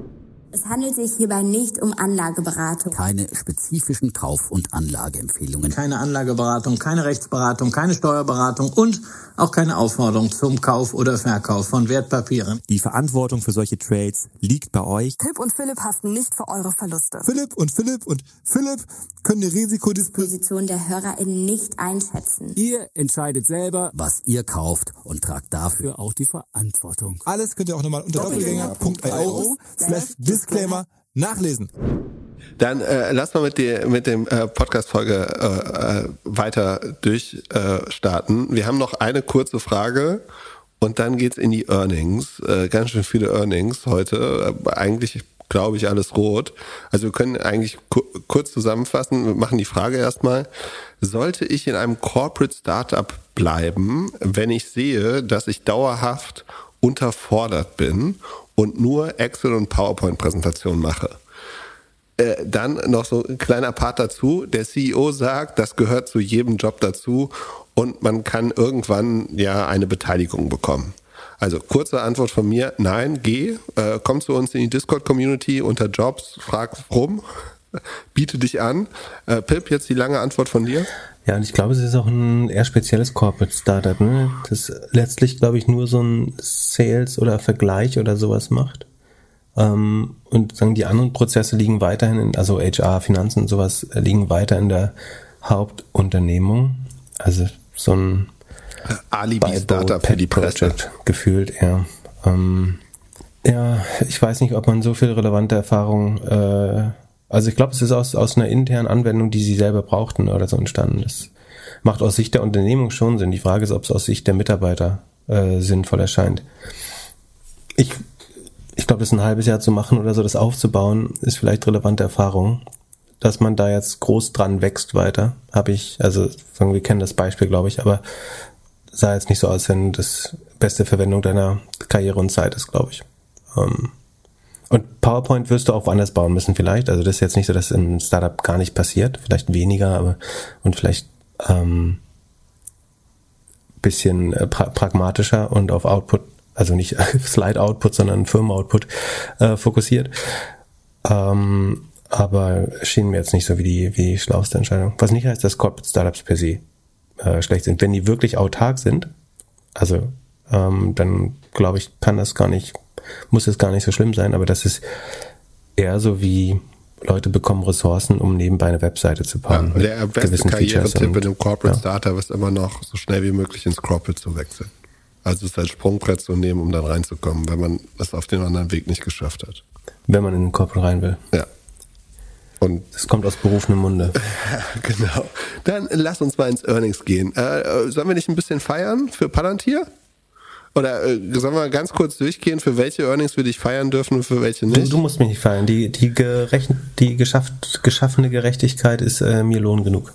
Es handelt sich hierbei nicht um Anlageberatung. Keine spezifischen Kauf- und Anlageempfehlungen. Keine Anlageberatung, keine Rechtsberatung, keine Steuerberatung und auch keine Aufforderung zum Kauf oder Verkauf von Wertpapieren. Die Verantwortung für solche Trades liegt bei euch. Philipp und Philipp haften nicht für eure Verluste. Philipp und Philipp und Philipp können die Risikodisposition der HörerInnen nicht einschätzen. Ihr entscheidet selber, was ihr kauft und tragt dafür auch die Verantwortung. Alles könnt ihr auch nochmal unter doppelgänger punkt io slash Disclaimer nachlesen. Dann äh, lass mal mit, die, mit dem äh, Podcast-Folge äh, weiter durchstarten. Äh, Wir haben noch eine kurze Frage und dann geht's in die Earnings. Äh, ganz schön viele Earnings heute. Äh, eigentlich glaube ich alles rot. Also wir können eigentlich ku- kurz zusammenfassen. Wir machen die Frage erstmal. Sollte ich in einem Corporate Startup bleiben, wenn ich sehe, dass ich dauerhaft unterfordert bin und nur Excel- und PowerPoint-Präsentationen mache? Äh, dann noch so ein kleiner Part dazu. Der C E O sagt, das gehört zu jedem Job dazu und man kann irgendwann ja eine Beteiligung bekommen. Also kurze Antwort von mir, nein, geh, äh, komm zu uns in die Discord-Community unter Jobs, frag rum, biete dich an. Äh, Pip, jetzt die lange Antwort von dir. Ja, und ich glaube, es ist auch ein eher spezielles Corporate Startup, ne? Das letztlich, glaube ich, nur so ein Sales oder Vergleich oder sowas macht. Ähm, und sagen, die anderen Prozesse liegen weiterhin, in, also H R, Finanzen und sowas, liegen weiter in der Hauptunternehmung. Also so ein Alibi-Startup für die Presse. Gefühlt, ja. Ähm, ja, ich weiß nicht, ob man so viel relevante Erfahrung, äh, also ich glaube, es ist aus, aus einer internen Anwendung, die sie selber brauchten oder so entstanden. Das macht aus Sicht der Unternehmung schon Sinn. Die Frage ist, ob es aus Sicht der Mitarbeiter äh, sinnvoll erscheint. Ich, ich glaube, das ein halbes Jahr zu machen oder so, das aufzubauen, ist vielleicht relevante Erfahrung. Dass man da jetzt groß dran wächst weiter, habe ich, also sagen wir kennen das Beispiel, glaube ich, aber sah jetzt nicht so aus, wenn das beste Verwendung deiner Karriere und Zeit ist, glaube ich. Ähm, und PowerPoint wirst du auch woanders bauen müssen vielleicht. Also das ist jetzt nicht so, dass im Startup gar nicht passiert. Vielleicht weniger, aber und vielleicht ähm, bisschen äh, pra- pragmatischer und auf Output, also nicht Slide-Output, sondern Firmen-Output äh, fokussiert. Ähm, aber schien mir jetzt nicht so wie die, wie die schlauste Entscheidung. Was nicht heißt, dass Corporate Startups per se äh, schlecht sind. Wenn die wirklich autark sind, also ähm, dann glaube ich, kann das gar nicht, muss es gar nicht so schlimm sein, aber das ist eher so wie Leute bekommen Ressourcen, um nebenbei eine Webseite zu bauen. Ja, der beste Karrieretipp mit dem Corporate ja. Startup ist immer noch, so schnell wie möglich ins Corporate zu wechseln. Also es als Sprungbrett zu nehmen, um dann reinzukommen, wenn man das auf dem anderen Weg nicht geschafft hat. Wenn man in den Corporate rein will. Ja. Und das kommt aus berufenem Munde. Genau. Dann lass uns mal ins Earnings gehen. Äh, sollen wir nicht ein bisschen feiern für Palantir? Oder äh, sollen wir ganz kurz durchgehen, für welche Earnings wir dich feiern dürfen und für welche nicht? Du, du musst mich nicht feiern. Die, die, gerecht, die geschafft, geschaffene Gerechtigkeit ist äh, mir Lohn genug.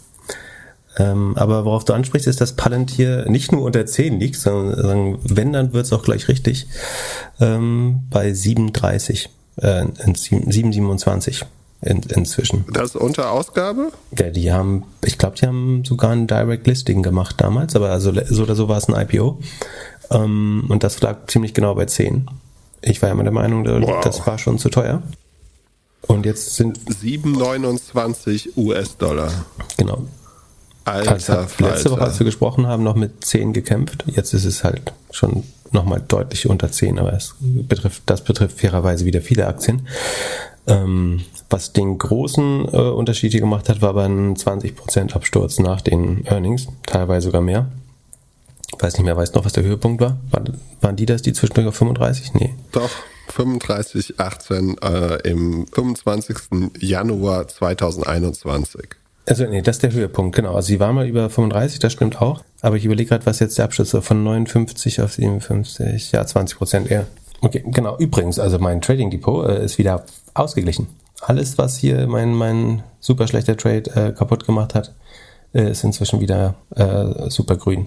Ähm, aber worauf du ansprichst, ist, dass Palantir nicht nur unter zehn liegt, sondern wenn, dann wird es auch gleich richtig. Ähm, bei sieben Komma dreißig, äh, sieben Komma siebenundzwanzig. In, inzwischen. Das ist unter Ausgabe? Ja, die haben, ich glaube, die haben sogar ein Direct Listing gemacht damals, aber also so oder so war es ein I P O. Ähm, und das lag ziemlich genau bei zehn. Ich war ja immer der Meinung, wow. Das war schon zu teuer. Und jetzt sind sieben Komma neunundzwanzig US-Dollar. Genau. Alter, also letzte Woche, als wir gesprochen haben, noch mit zehn gekämpft. Jetzt ist es halt schon nochmal deutlich unter zehn, aber es betrifft, das betrifft fairerweise wieder viele Aktien. Ähm, was den großen äh, Unterschied hier gemacht hat, war aber ein zwanzig Prozent Absturz nach den Earnings, teilweise sogar mehr. Weiß nicht mehr, weißt du noch, was der Höhepunkt war? war? Waren die das, die zwischendurch auf fünfunddreißig? Nee. Doch, fünfunddreißig Komma achtzehn äh, im fünfundzwanzigsten Januar zweitausendeinundzwanzig. Also nee, das ist der Höhepunkt, genau. Also sie waren mal über fünfunddreißig, das stimmt auch. Aber ich überlege gerade, was jetzt der Abschluss war, von neunundfünfzig auf siebenundfünfzig, ja, zwanzig Prozent eher. Okay, genau. Übrigens, also mein Trading Depot äh, ist wieder ausgeglichen. Alles, was hier mein mein super schlechter Trade äh, kaputt gemacht hat, äh, ist inzwischen wieder äh, super grün.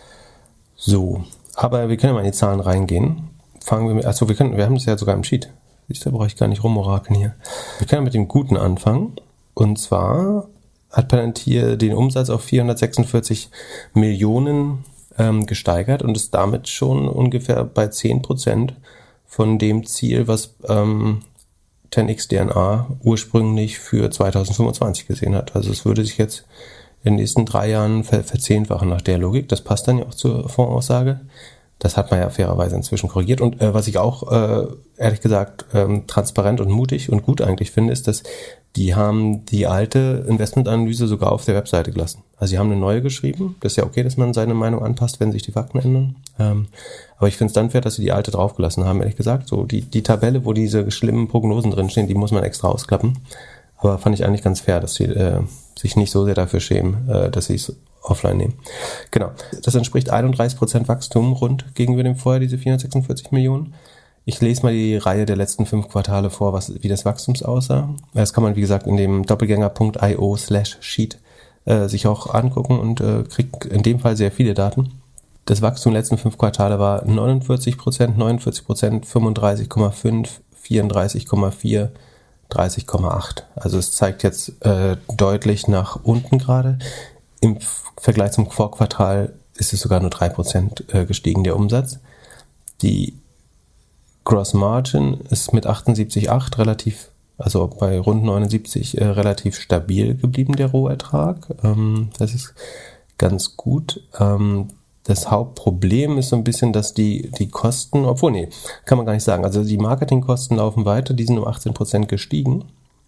So, aber wir können ja mal in die Zahlen reingehen. Fangen wir mit, achso, wir können, wir haben das ja sogar im Sheet. Siehst du, da brauche ich gar nicht rumorakeln hier. Wir können mit dem Guten anfangen. Und zwar hat Palantir den Umsatz auf vierhundertsechsundvierzig Millionen ähm, gesteigert und ist damit schon ungefähr bei zehn Prozent von dem Ziel, was ähm, zehn X D N A ursprünglich für zweitausendfünfundzwanzig gesehen hat. Also es würde sich jetzt in den nächsten drei Jahren ver- verzehnfachen nach der Logik. Das passt dann ja auch zur Fondsaussage. Das hat man ja fairerweise inzwischen korrigiert. Und äh, was ich auch, äh, ehrlich gesagt, ähm, transparent und mutig und gut eigentlich finde, ist, dass die haben die alte Investmentanalyse sogar auf der Webseite gelassen. Also sie haben eine neue geschrieben. Das ist ja okay, dass man seine Meinung anpasst, wenn sich die Fakten ändern. Ähm, aber ich finde es dann fair, dass sie die alte draufgelassen haben, ehrlich gesagt. So die, die Tabelle, wo diese schlimmen Prognosen drinstehen, die muss man extra ausklappen. Aber fand ich eigentlich ganz fair, dass sie äh, sich nicht so sehr dafür schämen, äh, dass sie es offline nehmen. Genau. Das entspricht einunddreißig Prozent Wachstum rund gegenüber dem vorher, diese vierhundertsechsundvierzig Millionen. Ich lese mal die Reihe der letzten fünf Quartale vor, was, wie das Wachstums aussah. Das kann man, wie gesagt, in dem doppelgänger punkt io slash sheet äh, sich auch angucken und äh, kriegt in dem Fall sehr viele Daten. Das Wachstum der letzten fünf Quartale war neunundvierzig Prozent, neunundvierzig Prozent, fünfunddreißig Komma fünf, vierunddreißig Komma vier, dreißig Komma acht. Also es zeigt jetzt äh, deutlich nach unten gerade. Im Vergleich zum Vorquartal ist es sogar nur drei Prozent äh, gestiegen, der Umsatz. Die Gross Margin ist mit achtundsiebzig Komma acht relativ, also bei rund neunundsiebzig äh, relativ stabil geblieben, der Rohertrag. Ähm, das ist ganz gut. Ähm, Das Hauptproblem ist so ein bisschen, dass die, die Kosten, obwohl, nee, kann man gar nicht sagen. Also die Marketingkosten laufen weiter, die sind um achtzehn Prozent gestiegen.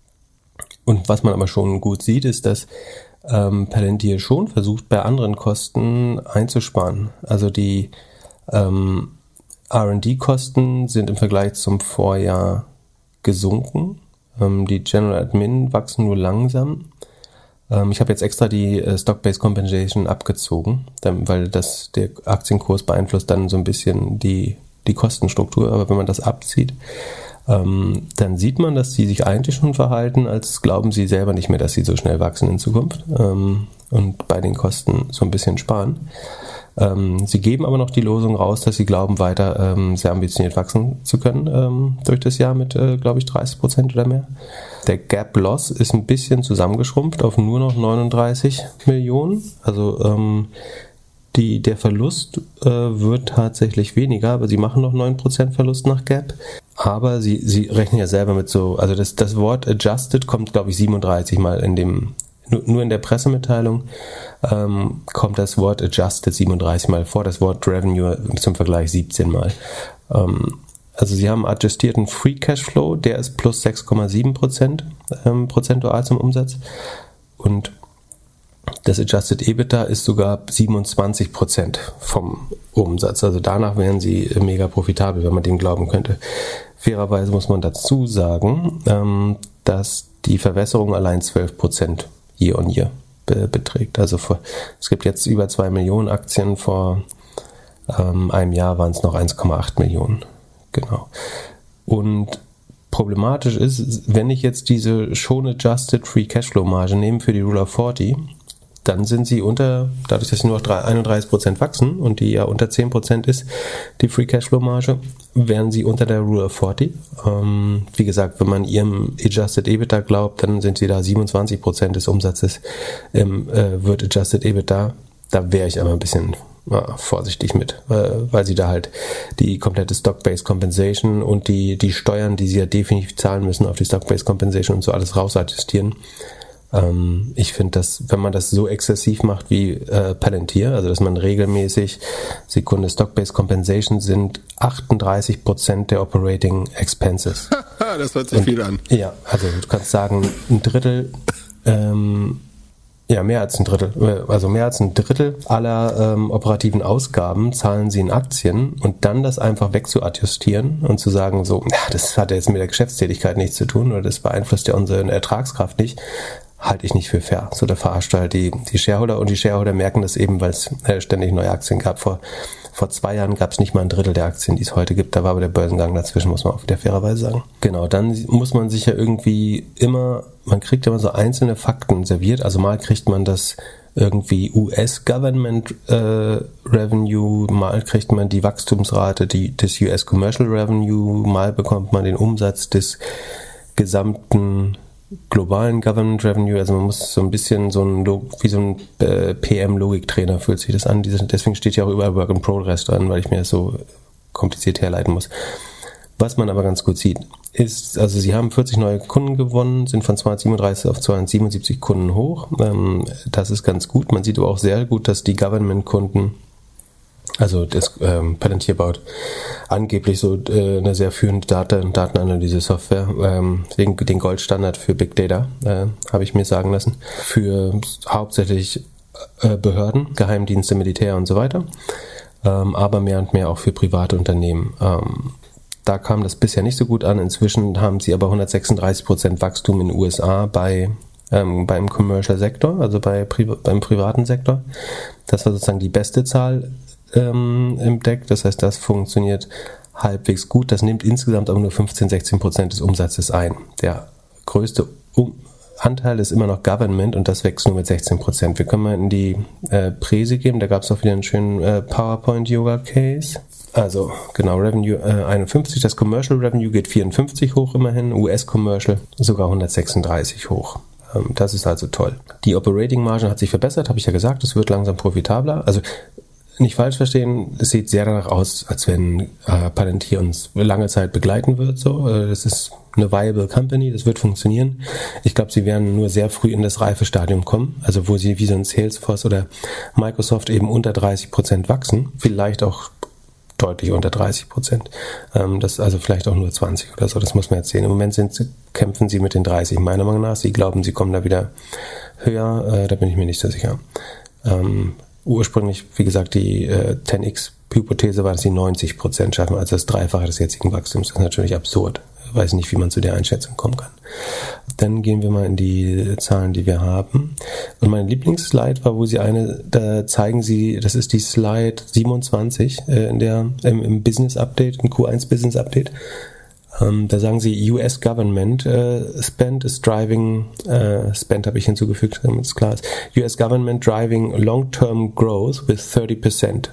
Und was man aber schon gut sieht, ist, dass ähm, Palantir schon versucht, bei anderen Kosten einzusparen. Also die ähm, R und D-Kosten sind im Vergleich zum Vorjahr gesunken. Ähm, die General Admin wachsen nur langsam. Ähm, ich habe jetzt extra die äh, Stock-Based Compensation abgezogen, dann, weil das der Aktienkurs beeinflusst dann so ein bisschen die, die Kostenstruktur. Aber wenn man das abzieht, ähm, dann sieht man, dass sie sich eigentlich schon verhalten, als glauben sie selber nicht mehr, dass sie so schnell wachsen in Zukunft ähm, und bei den Kosten so ein bisschen sparen. Ähm, sie geben aber noch die Losung raus, dass sie glauben, weiter ähm, sehr ambitioniert wachsen zu können ähm, durch das Jahr mit, äh, glaube ich, dreißig Prozent oder mehr. Der Gap Loss ist ein bisschen zusammengeschrumpft auf nur noch neununddreißig Millionen. Also ähm, die, der Verlust äh, wird tatsächlich weniger, aber sie machen noch neun Prozent Verlust nach Gap. Aber sie, sie rechnen ja selber mit so, also das, das Wort adjusted kommt, glaube ich, siebenunddreißig Mal in dem, nur, nur in der Pressemitteilung ähm, kommt das Wort adjusted siebenunddreißig Mal vor, das Wort revenue zum Vergleich siebzehn Mal. Ähm, also sie haben adjustierten Free Cashflow, der ist plus sechs Komma sieben Prozent ähm, prozentual zum Umsatz und das Adjusted EBITDA ist sogar siebenundzwanzig Prozent vom Umsatz. Also danach wären sie mega profitabel, wenn man dem glauben könnte. Fairerweise muss man dazu sagen, ähm, dass die Verwässerung allein zwölf Prozent year on year be- beträgt. Also vor, es gibt jetzt über zwei Millionen Aktien, vor ähm, einem Jahr waren es noch eins Komma acht Millionen. Genau. Und problematisch ist, wenn ich jetzt diese schon adjusted Free Cashflow Marge nehme für die Rule of vierzig, dann sind sie unter, dadurch, dass sie nur noch einunddreißig Prozent wachsen und die ja unter zehn Prozent ist, die Free Cashflow Marge, wären sie unter der Rule of vierzig. Ähm, wie gesagt, wenn man ihrem Adjusted EBITDA glaubt, dann sind sie da siebenundzwanzig Prozent des Umsatzes ähm, äh, wird Adjusted EBITDA. Da wäre ich aber ein bisschen ja, vorsichtig mit, äh, weil sie da halt die komplette Stock-Based Compensation und die, die Steuern, die sie ja definitiv zahlen müssen auf die Stock-Based Compensation und so alles rausadjustieren. Ähm, ich finde, dass wenn man das so exzessiv macht wie äh, Palantir, also dass man regelmäßig, Sekunde, Stock-Based Compensation sind achtunddreißig Prozent der Operating Expenses. Das hört sich und, viel an. Ja, also du kannst sagen, ein Drittel, ähm, ja, mehr als ein Drittel, also mehr als ein Drittel aller ähm, operativen Ausgaben zahlen sie in Aktien und dann das einfach wegzuadjustieren und zu sagen, so, ja, das hat jetzt mit der Geschäftstätigkeit nichts zu tun oder das beeinflusst ja unsere Ertragskraft nicht, halte ich nicht für fair. So, da verarscht halt die, die Shareholder und die Shareholder merken das eben, weil es äh, ständig neue Aktien gab. Vor, vor zwei Jahren gab es nicht mal ein Drittel der Aktien, die es heute gibt. Da war aber der Börsengang dazwischen, muss man auch wieder fairerweise sagen. Genau, dann muss man sich ja irgendwie immer, man kriegt ja immer so einzelne Fakten serviert. Also mal kriegt man das irgendwie U S-Government äh, Revenue, mal kriegt man die Wachstumsrate die, des U S Commercial Revenue, mal bekommt man den Umsatz des gesamten globalen Government Revenue, also man muss so ein bisschen so ein, wie so ein äh, P M-Logiktrainer fühlt sich das an, deswegen steht ja auch überall Work in Progress dran, weil ich mir das so kompliziert herleiten muss. Was man aber ganz gut sieht, ist, also sie haben vierzig neue Kunden gewonnen, sind von zweihundertsiebenunddreißig auf zweihundertsiebenundsiebzig Kunden hoch, ähm, das ist ganz gut, man sieht aber auch sehr gut, dass die Government-Kunden, also das ähm, Palantir baut angeblich so äh, eine sehr führende Daten- Datenanalyse-Software, ähm, wegen den Goldstandard für Big Data, äh, habe ich mir sagen lassen, für hauptsächlich äh, Behörden, Geheimdienste, Militär und so weiter, ähm, aber mehr und mehr auch für private Unternehmen. Ähm, da kam das bisher nicht so gut an, inzwischen haben sie aber hundertsechsunddreißig Prozent Wachstum in den U S A bei ähm, beim Commercial Sektor, also bei Pri- beim privaten Sektor. Das war sozusagen die beste Zahl im Deck, das heißt, das funktioniert halbwegs gut, das nimmt insgesamt aber nur fünfzehn, sechzehn Prozent des Umsatzes ein. Der größte um- Anteil ist immer noch Government und das wächst nur mit sechzehn Prozent. Wir können mal in die äh, Präse geben, da gab es auch wieder einen schönen äh, PowerPoint-Yoga-Case. Also genau, Revenue äh, einundfünfzig, das Commercial Revenue geht vierundfünfzig hoch immerhin, U S-Commercial sogar hundertsechsunddreißig hoch. Ähm, das ist also toll. Die Operating Margin hat sich verbessert, habe ich ja gesagt, es wird langsam profitabler. Also nicht falsch verstehen, es sieht sehr danach aus, als wenn äh, Palantir uns lange Zeit begleiten wird. So, äh, das ist eine viable Company, das wird funktionieren. Ich glaube, sie werden nur sehr früh in das reife Stadium kommen, also wo sie wie so ein Salesforce oder Microsoft eben unter dreißig Prozent wachsen, vielleicht auch deutlich unter dreißig Prozent. Ähm, das also vielleicht auch nur zwanzig oder so, das muss man jetzt sehen. Im Moment sind sie, kämpfen sie mit den dreißig, meiner Meinung nach. Sie glauben, sie kommen da wieder höher, äh, da bin ich mir nicht so sicher. Ähm, ursprünglich, wie gesagt, die äh, zehn x Hypothese war, dass sie neunzig Prozent schaffen, also das Dreifache des jetzigen Wachstums. Das ist natürlich absurd. Ich weiß nicht, wie man zu der Einschätzung kommen kann. Dann gehen wir mal in die Zahlen, die wir haben. Und mein Lieblingsslide war, wo sie eine, da zeigen sie, das ist die Slide siebenundzwanzig äh, in der, im, im Business Update, im Q eins Business Update. Ähm, da sagen sie, U S Government äh, Spend is driving, äh, Spend habe ich hinzugefügt, damit es klar ist. U S Government driving long-term growth with thirty percent.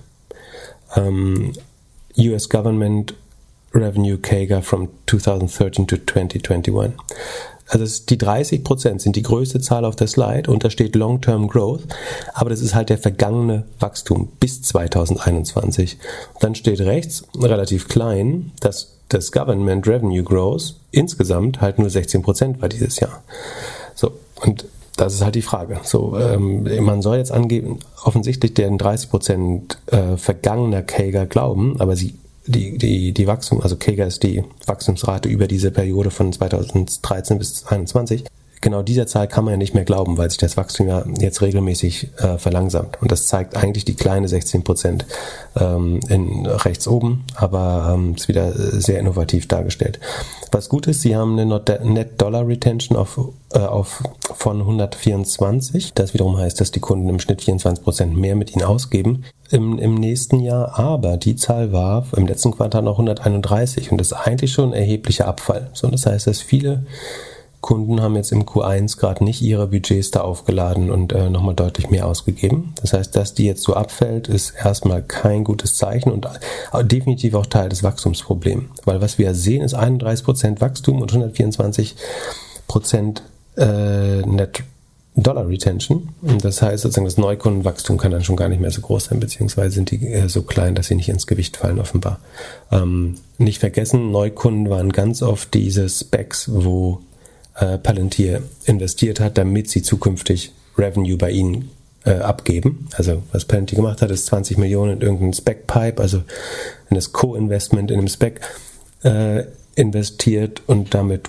Um, U S Government Revenue C A G R from twenty thirteen to twenty twenty-one. Also die dreißig Prozent sind die größte Zahl auf der Slide und da steht Long-Term Growth, aber das ist halt der vergangene Wachstum bis zwanzig einundzwanzig. Dann steht rechts, relativ klein, dass das Government Revenue Growth insgesamt halt nur sechzehn Prozent war dieses Jahr. So, und das ist halt die Frage. So, ähm, man soll jetzt angeben, offensichtlich den dreißig Prozent äh, vergangener C A G R glauben, aber sie die die die Wachstum, also C A G R ist die Wachstumsrate über diese Periode von zweitausenddreizehn bis einundzwanzig. Genau dieser Zahl kann man ja nicht mehr glauben, weil sich das Wachstum ja jetzt regelmäßig äh, verlangsamt. Und das zeigt eigentlich die kleine sechzehn Prozent ähm, in rechts oben, aber ähm, ist wieder sehr innovativ dargestellt. Was gut ist, sie haben eine Net Dollar Retention auf, äh, auf von hundertvierundzwanzig. Das wiederum heißt, dass die Kunden im Schnitt vierundzwanzig Prozent mehr mit ihnen ausgeben im, im nächsten Jahr. Aber die Zahl war im letzten Quartal noch hunderteinunddreißig und das ist eigentlich schon ein erheblicher Abfall. So, das heißt, dass viele Kunden haben jetzt im Q eins gerade nicht ihre Budgets da aufgeladen und äh, nochmal deutlich mehr ausgegeben. Das heißt, dass die jetzt so abfällt, ist erstmal kein gutes Zeichen und äh, definitiv auch Teil des Wachstumsproblems. Weil was wir sehen, ist einunddreißig Prozent Wachstum und hundertvierundzwanzig Prozent äh, Net Dollar Retention. Und das heißt sozusagen, das Neukundenwachstum kann dann schon gar nicht mehr so groß sein, beziehungsweise sind die äh, so klein, dass sie nicht ins Gewicht fallen, offenbar. Ähm, nicht vergessen, Neukunden waren ganz oft diese Specs, wo Palantir investiert hat, damit sie zukünftig Revenue bei ihnen äh, abgeben. Also was Palantir gemacht hat, ist zwanzig Millionen in irgendeinen Spec-Pipe, also in das Co-Investment in einem Spec äh, investiert und damit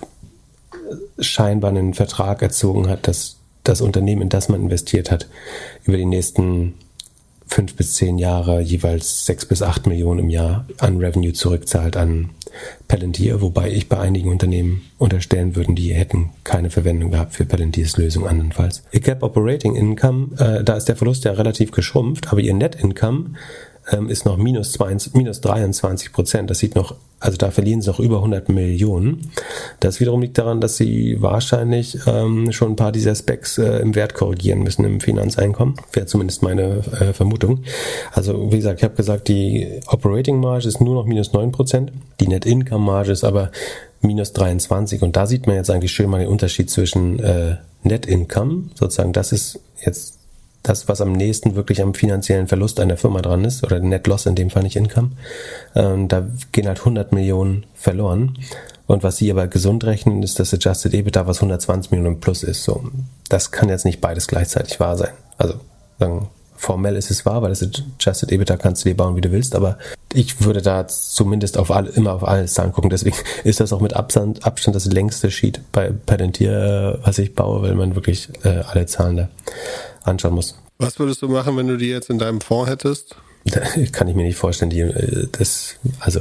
scheinbar einen Vertrag erzogen hat, dass das Unternehmen, in das man investiert hat, über die nächsten fünf bis zehn Jahre jeweils sechs bis acht Millionen im Jahr an Revenue zurückzahlt an Palantir, wobei ich bei einigen Unternehmen unterstellen würde, die hätten keine Verwendung gehabt für Palantirs Lösung andernfalls. Ihr Cap Operating Income, äh, da ist der Verlust ja relativ geschrumpft, aber ihr Net Income ähm, ist noch minus, zweiundzwanzig, minus dreiundzwanzig Prozent. Das sieht noch, also da verlieren sie noch über hundert Millionen. Das wiederum liegt daran, dass sie wahrscheinlich ähm, schon ein paar dieser Specs äh, im Wert korrigieren müssen im Finanzeinkommen. Wäre zumindest meine äh, Vermutung. Also wie gesagt, ich habe gesagt, die Operating Marge ist nur noch minus neun Prozent. Die Net Income Marge ist aber minus dreiundzwanzig. Und da sieht man jetzt eigentlich schön mal den Unterschied zwischen äh, Net Income, sozusagen, das ist jetzt das, was am nächsten wirklich am finanziellen Verlust einer Firma dran ist, oder Net Loss in dem Fall, nicht Income. Ähm, da gehen halt hundert Millionen verloren. Und was sie aber gesund rechnen, ist das Adjusted EBITDA, was hundertzwanzig Millionen plus ist. So, das kann jetzt nicht beides gleichzeitig wahr sein. Also sagen, formell ist es wahr, weil das Adjusted EBITDA kannst du dir bauen, wie du willst, aber ich würde da zumindest auf alle, immer auf alle Zahlen gucken. Deswegen ist das auch mit Abstand, Abstand das längste Sheet bei Palantir, was ich baue, weil man wirklich äh, alle Zahlen da anschauen muss. Was würdest du machen, wenn du die jetzt in deinem Fonds hättest? Kann ich mir nicht vorstellen, die, das, also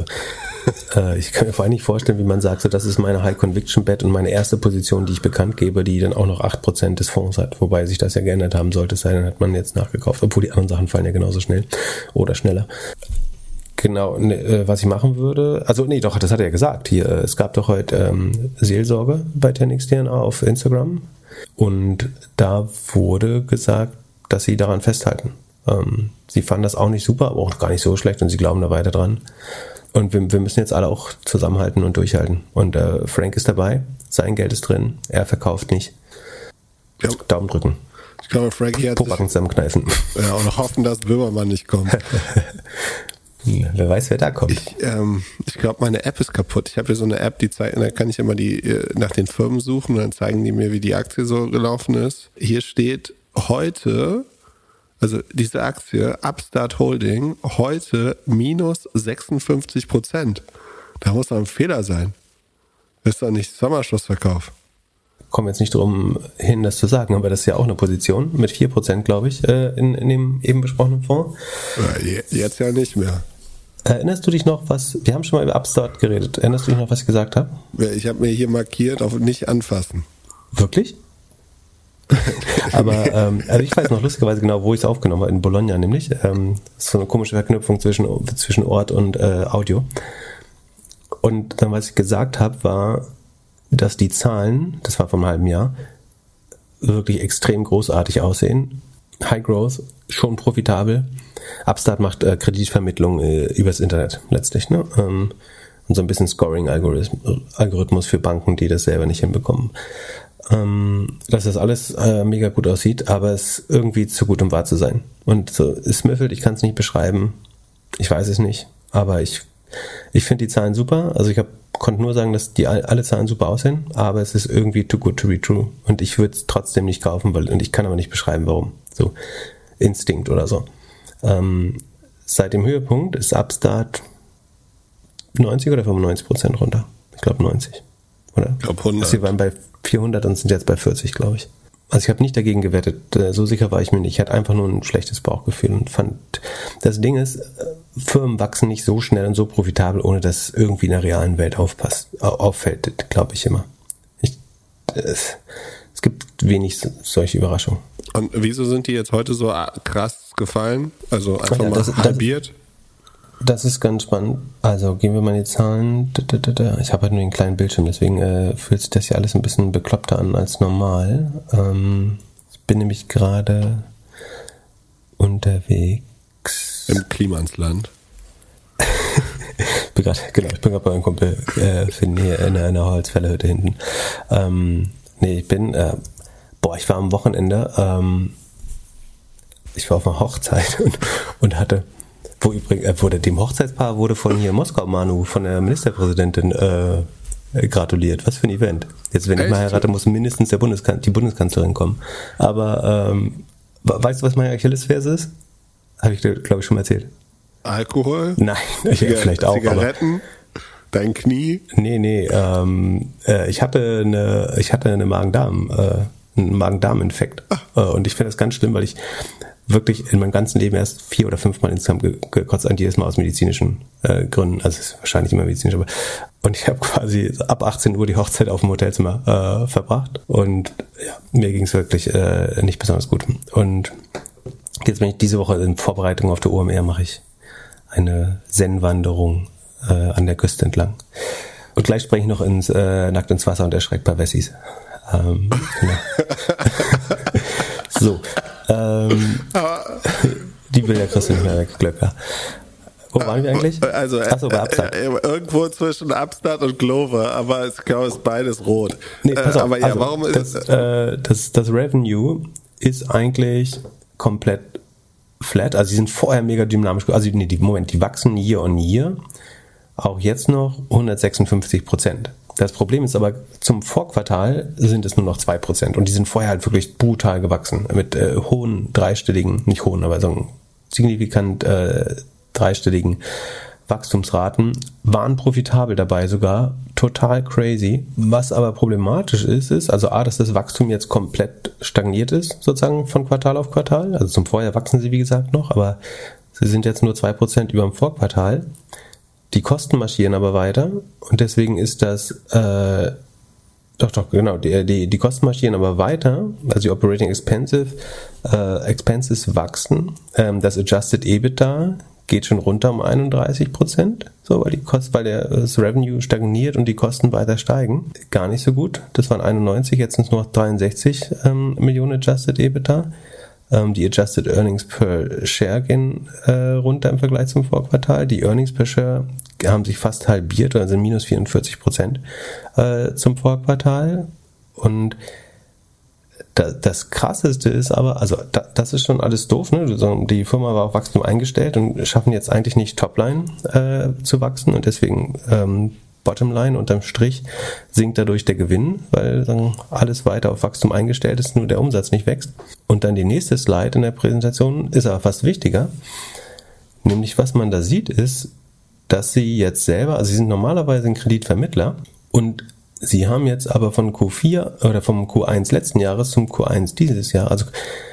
äh, ich kann mir vor allem nicht vorstellen, wie man sagt, so, das ist meine High-Conviction-Bet und meine erste Position, die ich bekannt gebe, die dann auch noch acht Prozent des Fonds hat, wobei sich das ja geändert haben sollte, es sei denn, hat man jetzt nachgekauft, obwohl die anderen Sachen fallen ja genauso schnell oder schneller. Genau, ne, was ich machen würde, also nee, doch, das hat er ja gesagt, hier, es gab doch heute ähm, Seelsorge bei zehn x D N A auf Instagram und da wurde gesagt, dass sie daran festhalten. Ähm, sie fanden das auch nicht super, aber auch gar nicht so schlecht und sie glauben da weiter dran. Und wir, wir müssen jetzt alle auch zusammenhalten und durchhalten. Und äh, Frank ist dabei, sein Geld ist drin, er verkauft nicht. Ja. Daumen drücken. Ich glaube, Frankie hat Pobacken zusammenkneifen. Ja, und hoffen, dass Böhmermann nicht kommt. Ja, wer weiß, wer da kommt. Ich, ähm, ich glaube, meine App ist kaputt. Ich habe hier so eine App, die zeigt, da kann ich immer die nach den Firmen suchen und dann zeigen die mir, wie die Aktie so gelaufen ist. Hier steht heute, also diese Aktie, Upstart Holding, heute minus sechsundfünfzig Prozent. Da muss doch ein Fehler sein. Das ist doch nicht Sommerschlussverkauf. Kommen jetzt nicht drum hin, das zu sagen, aber das ist ja auch eine Position mit vier Prozent, glaube ich, in, in dem eben besprochenen Fonds. Ja, jetzt ja nicht mehr. Erinnerst du dich noch, was, wir haben schon mal über Upstart geredet, erinnerst du dich noch, was ich gesagt habe? Ich habe mir hier markiert, auf nicht anfassen. Wirklich? Aber ähm, also ich weiß noch lustigerweise genau, wo ich es aufgenommen habe, in Bologna nämlich. Ähm, das ist so eine komische Verknüpfung zwischen, zwischen Ort und äh, Audio. Und dann, was ich gesagt habe, war, dass die Zahlen, das war vor einem halben Jahr, wirklich extrem großartig aussehen. High Growth, schon profitabel. Upstart macht äh, Kreditvermittlung äh, übers Internet letztlich, ne? Ähm, und so ein bisschen Scoring-Algorithmus für Banken, die das selber nicht hinbekommen. Ähm, dass das alles äh, mega gut aussieht, aber es ist irgendwie zu gut, um wahr zu sein. Und so, es müffelt, ich kann es nicht beschreiben. Ich weiß es nicht, aber ich ich finde die Zahlen super. Also ich hab, konnte nur sagen, dass die alle Zahlen super aussehen, aber es ist irgendwie too good to be true. Und ich würde es trotzdem nicht kaufen, weil, und ich kann aber nicht beschreiben, warum. So Instinkt oder so. Ähm, seit dem Höhepunkt ist Upstart neunzig oder fünfundneunzig Prozent runter. Ich glaube neunzig. Oder? Ich glaube hundert. Sie waren bei vierhundert und sind jetzt bei vierzig, glaube ich. Also ich habe nicht dagegen gewettet. So sicher war ich mir nicht. Ich hatte einfach nur ein schlechtes Bauchgefühl und fand, das Ding ist, Firmen wachsen nicht so schnell und so profitabel, ohne dass irgendwie in der realen Welt aufpasst, auffällt, glaube ich immer. Ich, es, es gibt wenig solche Überraschungen. Und wieso sind die jetzt heute so krass gefallen? Also einfach ja, mal das, halbiert? Das, das ist ganz spannend. Also gehen wir mal in die Zahlen. Ich habe halt nur einen kleinen Bildschirm, deswegen äh, fühlt sich das hier alles ein bisschen bekloppter an als normal. Ähm, ich bin nämlich gerade unterwegs. Im Klimansland. ich bin grad, genau, ich bin gerade bei meinem Kumpel äh, Finn hier in einer Holzfällerhütte hinten. Ähm, nee, ich bin, äh, boah, ich war am Wochenende, ähm, ich war auf einer Hochzeit und, und hatte, wo übrigens, äh, wurde dem Hochzeitspaar wurde von hier Moskau Manu, von der Ministerpräsidentin äh, gratuliert. Was für ein Event. Jetzt, wenn Echt? ich mal heirate, muss mindestens der Bundeskan- die Bundeskanzlerin kommen. Aber ähm, weißt du, was meine Achillesferse ist? Habe ich dir, glaube ich, schon mal erzählt. Alkohol? Nein, ich, Ziga- vielleicht auch. Zigaretten? Aber, dein Knie? Nee, nee. Ähm, äh, ich hatte eine, ich hatte eine Magen-Darm, äh, einen Magen-Darm-Infekt. Äh, und ich finde das ganz schlimm, weil ich wirklich in meinem ganzen Leben erst vier oder fünfmal insgesamt ge- gekotzt habe, jedes Mal aus medizinischen äh, Gründen. Also es ist wahrscheinlich immer medizinisch, aber und ich habe quasi ab achtzehn Uhr die Hochzeit auf dem Hotelzimmer äh, verbracht und ja, mir ging es wirklich äh, nicht besonders gut. Und jetzt bin ich diese Woche in Vorbereitung auf der O M R, mache ich eine Zen-Wanderung äh, an der Küste entlang. Und gleich springe ich noch ins äh, nackt ins Wasser und erschreckt bei Wessis. Ähm, genau. So. Ähm, die Bilder kriegst du nicht mehr weg, Glöcker. Wo waren wir eigentlich? Also Achso, bei Upstart. Äh, irgendwo zwischen Upstart und Clover, aber ich glaube, es ist beides rot. Nee, pass auf, äh, aber ja, also, warum ist das, äh, das, das Revenue ist eigentlich komplett flat. Also sie sind vorher mega dynamisch. Also nee, die, Moment, die wachsen year on year. Auch jetzt noch hundertsechsundfünfzig Prozent. Das Problem ist aber, zum Vorquartal sind es nur noch zwei Prozent. Und die sind vorher halt wirklich brutal gewachsen. Mit äh, hohen dreistelligen, nicht hohen, aber so signifikant äh, dreistelligen Wachstumsraten, waren profitabel dabei sogar. Total crazy. Was aber problematisch ist, ist, also A, dass das Wachstum jetzt komplett stagniert ist, sozusagen von Quartal auf Quartal. Also zum Vorjahr wachsen sie, wie gesagt, noch, aber sie sind jetzt nur zwei Prozent über dem Vorquartal. Die Kosten marschieren aber weiter und deswegen ist das, äh, doch, doch, genau, die, die, die Kosten marschieren aber weiter, also die Operating Expensive, äh, Expenses wachsen, ähm, das Adjusted EBITDA geht schon runter um einunddreißig Prozent, so, weil die Kosten, weil der, das Revenue stagniert und die Kosten weiter steigen. Gar nicht so gut, das waren einundneunzig, jetzt sind es nur noch dreiundsechzig ähm, Millionen Adjusted EBITDA. Die Adjusted Earnings per Share gehen äh, runter im Vergleich zum Vorquartal. Die Earnings per Share haben sich fast halbiert, also minus vierundvierzig Prozent äh, zum Vorquartal. Und Das Krasseste ist aber, also das ist schon alles doof, ne? Die Firma war auf Wachstum eingestellt und schaffen jetzt eigentlich nicht Topline äh, zu wachsen und deswegen ähm, Bottomline unterm Strich sinkt dadurch der Gewinn, weil sagen, alles weiter auf Wachstum eingestellt ist, nur der Umsatz nicht wächst. Und dann die nächste Slide in der Präsentation ist aber fast wichtiger, nämlich was man da sieht ist, dass sie jetzt selber, also sie sind normalerweise ein Kreditvermittler und sie haben jetzt aber von Q vier oder vom Q eins letzten Jahres zum Q eins dieses Jahr, also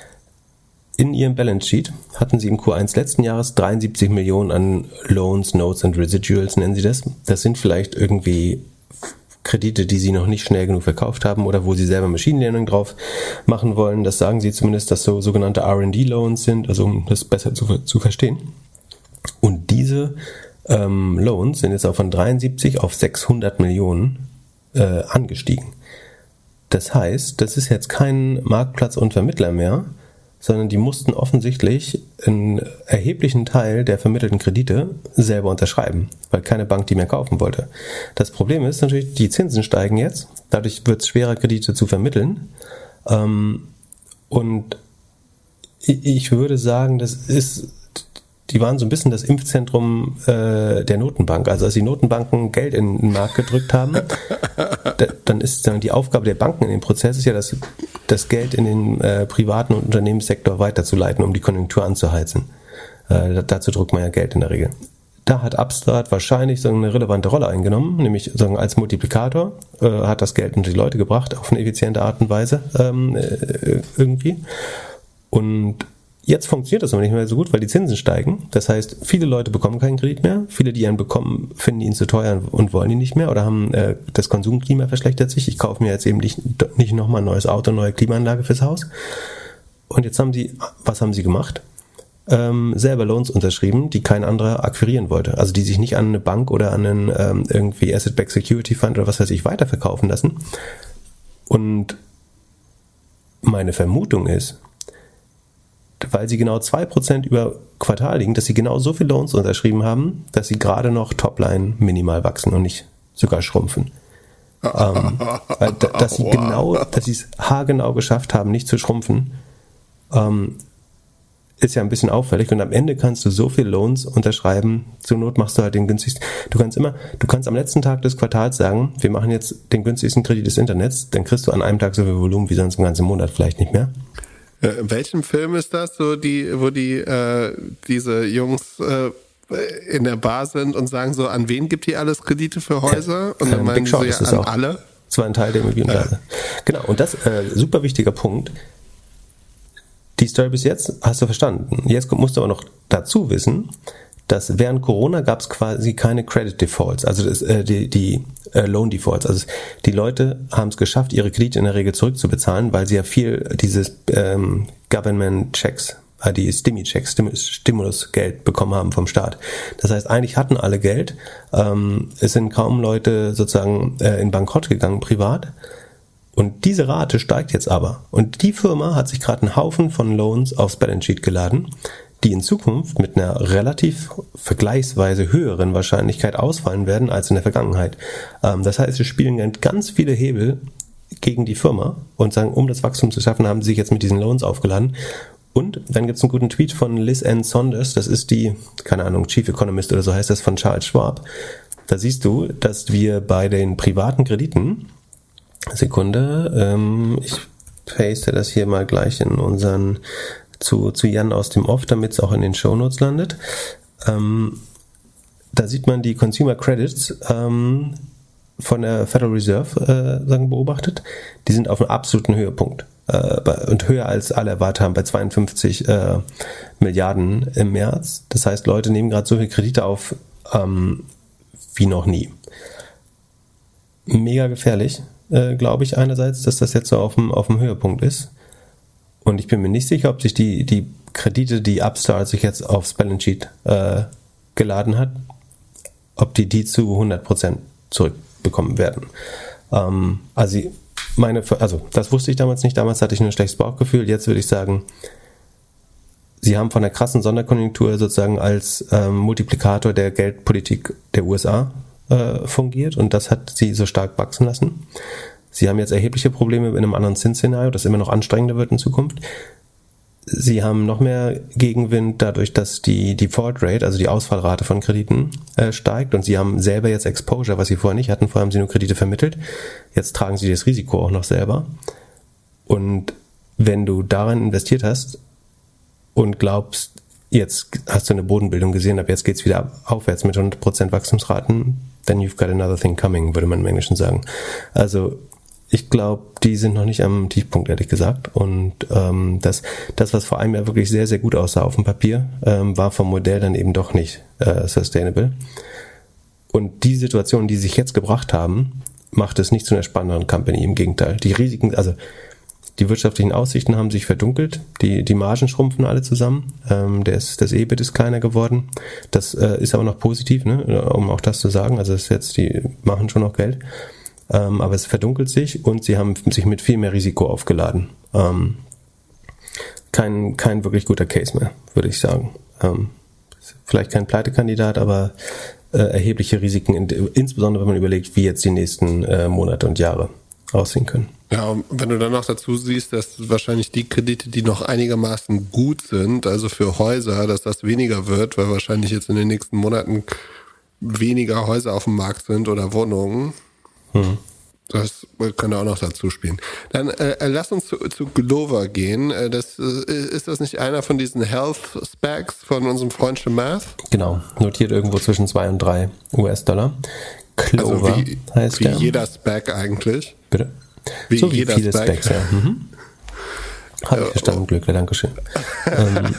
in ihrem Balance Sheet hatten sie im Q eins letzten Jahres dreiundsiebzig Millionen an Loans, Notes und Residuals, nennen sie das. Das sind vielleicht irgendwie Kredite, die sie noch nicht schnell genug verkauft haben oder wo sie selber Machine Learning drauf machen wollen. Das sagen sie zumindest, dass so sogenannte R and D-Loans sind, also um das besser zu, zu verstehen. Und diese ähm, Loans sind jetzt auch von dreiundsiebzig auf sechshundert Millionen Äh, angestiegen. Das heißt, das ist jetzt kein Marktplatz und Vermittler mehr, sondern die mussten offensichtlich einen erheblichen Teil der vermittelten Kredite selber unterschreiben, weil keine Bank die mehr kaufen wollte. Das Problem ist natürlich, die Zinsen steigen jetzt, dadurch wird es schwerer, Kredite zu vermitteln. Ähm, und ich würde sagen, das ist die waren so ein bisschen das Impfzentrum äh, der Notenbank. Also als die Notenbanken Geld in den Markt gedrückt haben, da, dann ist dann die Aufgabe der Banken in dem Prozess ist ja, das, das Geld in den äh, privaten und Unternehmenssektor weiterzuleiten, um die Konjunktur anzuheizen. Äh, dazu drückt man ja Geld in der Regel. Da hat Upstart wahrscheinlich so eine relevante Rolle eingenommen, nämlich so als Multiplikator äh, hat das Geld unter die Leute gebracht, auf eine effiziente Art und Weise ähm, äh, irgendwie. Und jetzt funktioniert das aber nicht mehr so gut, weil die Zinsen steigen. Das heißt, viele Leute bekommen keinen Kredit mehr. Viele, die ihn bekommen, finden ihn zu teuer und wollen ihn nicht mehr oder haben äh, das Konsumklima verschlechtert sich. Ich kaufe mir jetzt eben nicht, nicht nochmal ein neues Auto, neue Klimaanlage fürs Haus. Und jetzt haben sie, was haben sie gemacht? Ähm, selber Loans unterschrieben, die kein anderer akquirieren wollte. Also die sich nicht an eine Bank oder an einen ähm, irgendwie Asset-Backed Security Fund oder was weiß ich weiterverkaufen lassen. Und meine Vermutung ist, weil sie genau zwei Prozent über Quartal liegen, dass sie genau so viele Loans unterschrieben haben, dass sie gerade noch Topline minimal wachsen und nicht sogar schrumpfen. ähm, weil, dass sie wow. genau, dass sie es haargenau geschafft haben, nicht zu schrumpfen, ähm, ist ja ein bisschen auffällig und am Ende kannst du so viele Loans unterschreiben, zur Not machst du halt den günstigsten. Du kannst immer, du kannst am letzten Tag des Quartals sagen, wir machen jetzt den günstigsten Kredit des Internets, dann kriegst du an einem Tag so viel Volumen wie sonst im ganzen Monat vielleicht nicht mehr. In welchem Film ist das, so die, wo die äh, diese Jungs äh, in der Bar sind und sagen so, an wen gibt ihr alles Kredite für Häuser? Und dann meinen sie so, ja, an auch. alle. Das war ein Teil der Immobilienblase. Ja. Genau, und das äh, super wichtiger Punkt. Die Story bis jetzt hast du verstanden. Jetzt musst du aber noch dazu wissen, dass während Corona gab es quasi keine Credit Defaults, also das, äh, die, die äh, Loan Defaults. Also die Leute haben es geschafft, ihre Kredite in der Regel zurückzubezahlen, weil sie ja viel dieses ähm, Government Checks, äh, die Stimi-Checks, Stimulusgeld bekommen haben vom Staat. Das heißt, eigentlich hatten alle Geld. Ähm, es sind kaum Leute sozusagen äh, in Bankrott gegangen, privat. Und diese Rate steigt jetzt aber. Und die Firma hat sich gerade einen Haufen von Loans aufs Balance Sheet geladen, die in Zukunft mit einer relativ vergleichsweise höheren Wahrscheinlichkeit ausfallen werden als in der Vergangenheit. Ähm, das heißt, wir spielen ganz viele Hebel gegen die Firma und sagen, um das Wachstum zu schaffen, haben sie sich jetzt mit diesen Loans aufgeladen. Und dann gibt es einen guten Tweet von Liz Ann Saunders, das ist die, keine Ahnung, Chief Economist oder so heißt das, von Charles Schwab. Da siehst du, dass wir bei den privaten Krediten, Sekunde, ähm, ich paste das hier mal gleich in unseren Zu, zu Jan aus dem Off, damit es auch in den Shownotes landet. Ähm, da sieht man die Consumer Credits ähm, von der Federal Reserve äh, sagen, beobachtet. Die sind auf einem absoluten Höhepunkt äh, bei, und höher als alle erwartet haben, bei zweiundfünfzig äh, Milliarden im März. Das heißt, Leute nehmen gerade so viele Kredite auf ähm, wie noch nie. Mega gefährlich, äh, glaube ich einerseits, dass das jetzt so auf dem, auf dem Höhepunkt ist. Und ich bin mir nicht sicher, ob sich die, die Kredite, die Upstart sich jetzt aufs Balance Sheet äh, geladen hat, ob die die zu hundert Prozent zurückbekommen werden. Ähm, also, meine, also das wusste ich damals nicht. Damals hatte ich nur ein schlechtes Bauchgefühl. Jetzt würde ich sagen, sie haben von der krassen Sonderkonjunktur sozusagen als ähm, Multiplikator der Geldpolitik der U S A äh, fungiert und das hat sie so stark wachsen lassen. Sie haben jetzt erhebliche Probleme in einem anderen Zinsszenario, das immer noch anstrengender wird in Zukunft. Sie haben noch mehr Gegenwind dadurch, dass die Default Rate, also die Ausfallrate von Krediten, äh, steigt, und Sie haben selber jetzt Exposure, was Sie vorher nicht hatten. Vorher haben Sie nur Kredite vermittelt. Jetzt tragen Sie das Risiko auch noch selber. Und wenn du daran investiert hast und glaubst, jetzt hast du eine Bodenbildung gesehen, ab jetzt geht's wieder aufwärts mit hundert Prozent Wachstumsraten, then you've got another thing coming, würde man im Englischen sagen. Also ich glaube, die sind noch nicht am Tiefpunkt, ehrlich gesagt. Und ähm, das, das, was vor allem ja wirklich sehr, sehr gut aussah auf dem Papier, ähm, war vom Modell dann eben doch nicht äh, sustainable. Und die Situation, die sich jetzt gebracht haben, macht es nicht zu einer spannenderen Company. Im Gegenteil. Die Risiken, also die wirtschaftlichen Aussichten haben sich verdunkelt. Die, die Margen schrumpfen alle zusammen. Ähm, das, das E B I T ist kleiner geworden. Das äh, ist aber noch positiv, ne? Um auch das zu sagen. Also das ist jetzt, die machen schon noch Geld. Ähm, aber es verdunkelt sich und sie haben sich mit viel mehr Risiko aufgeladen. Ähm, kein, kein wirklich guter Case mehr, würde ich sagen. Ähm, vielleicht kein Pleitekandidat, aber äh, erhebliche Risiken, in, insbesondere wenn man überlegt, wie jetzt die nächsten äh, Monate und Jahre aussehen können. Ja, und wenn du dann noch dazu siehst, dass wahrscheinlich die Kredite, die noch einigermaßen gut sind, also für Häuser, dass das weniger wird, weil wahrscheinlich jetzt in den nächsten Monaten weniger Häuser auf dem Markt sind oder Wohnungen. Hm. Das kann auch noch dazu spielen. Dann äh, lass uns zu, zu Clover gehen. Äh, das, äh, ist das nicht einer von diesen Health Specs von unserem Freund Chamath? Genau, notiert irgendwo zwischen zwei und drei US-Dollar. Clover also wie, heißt wie der. Wie jeder Spec eigentlich. Bitte? Wie so wie jeder viele Spec. Specs, ja. Mhm. Habe ich verstanden, Glückler, Dankeschön. ähm,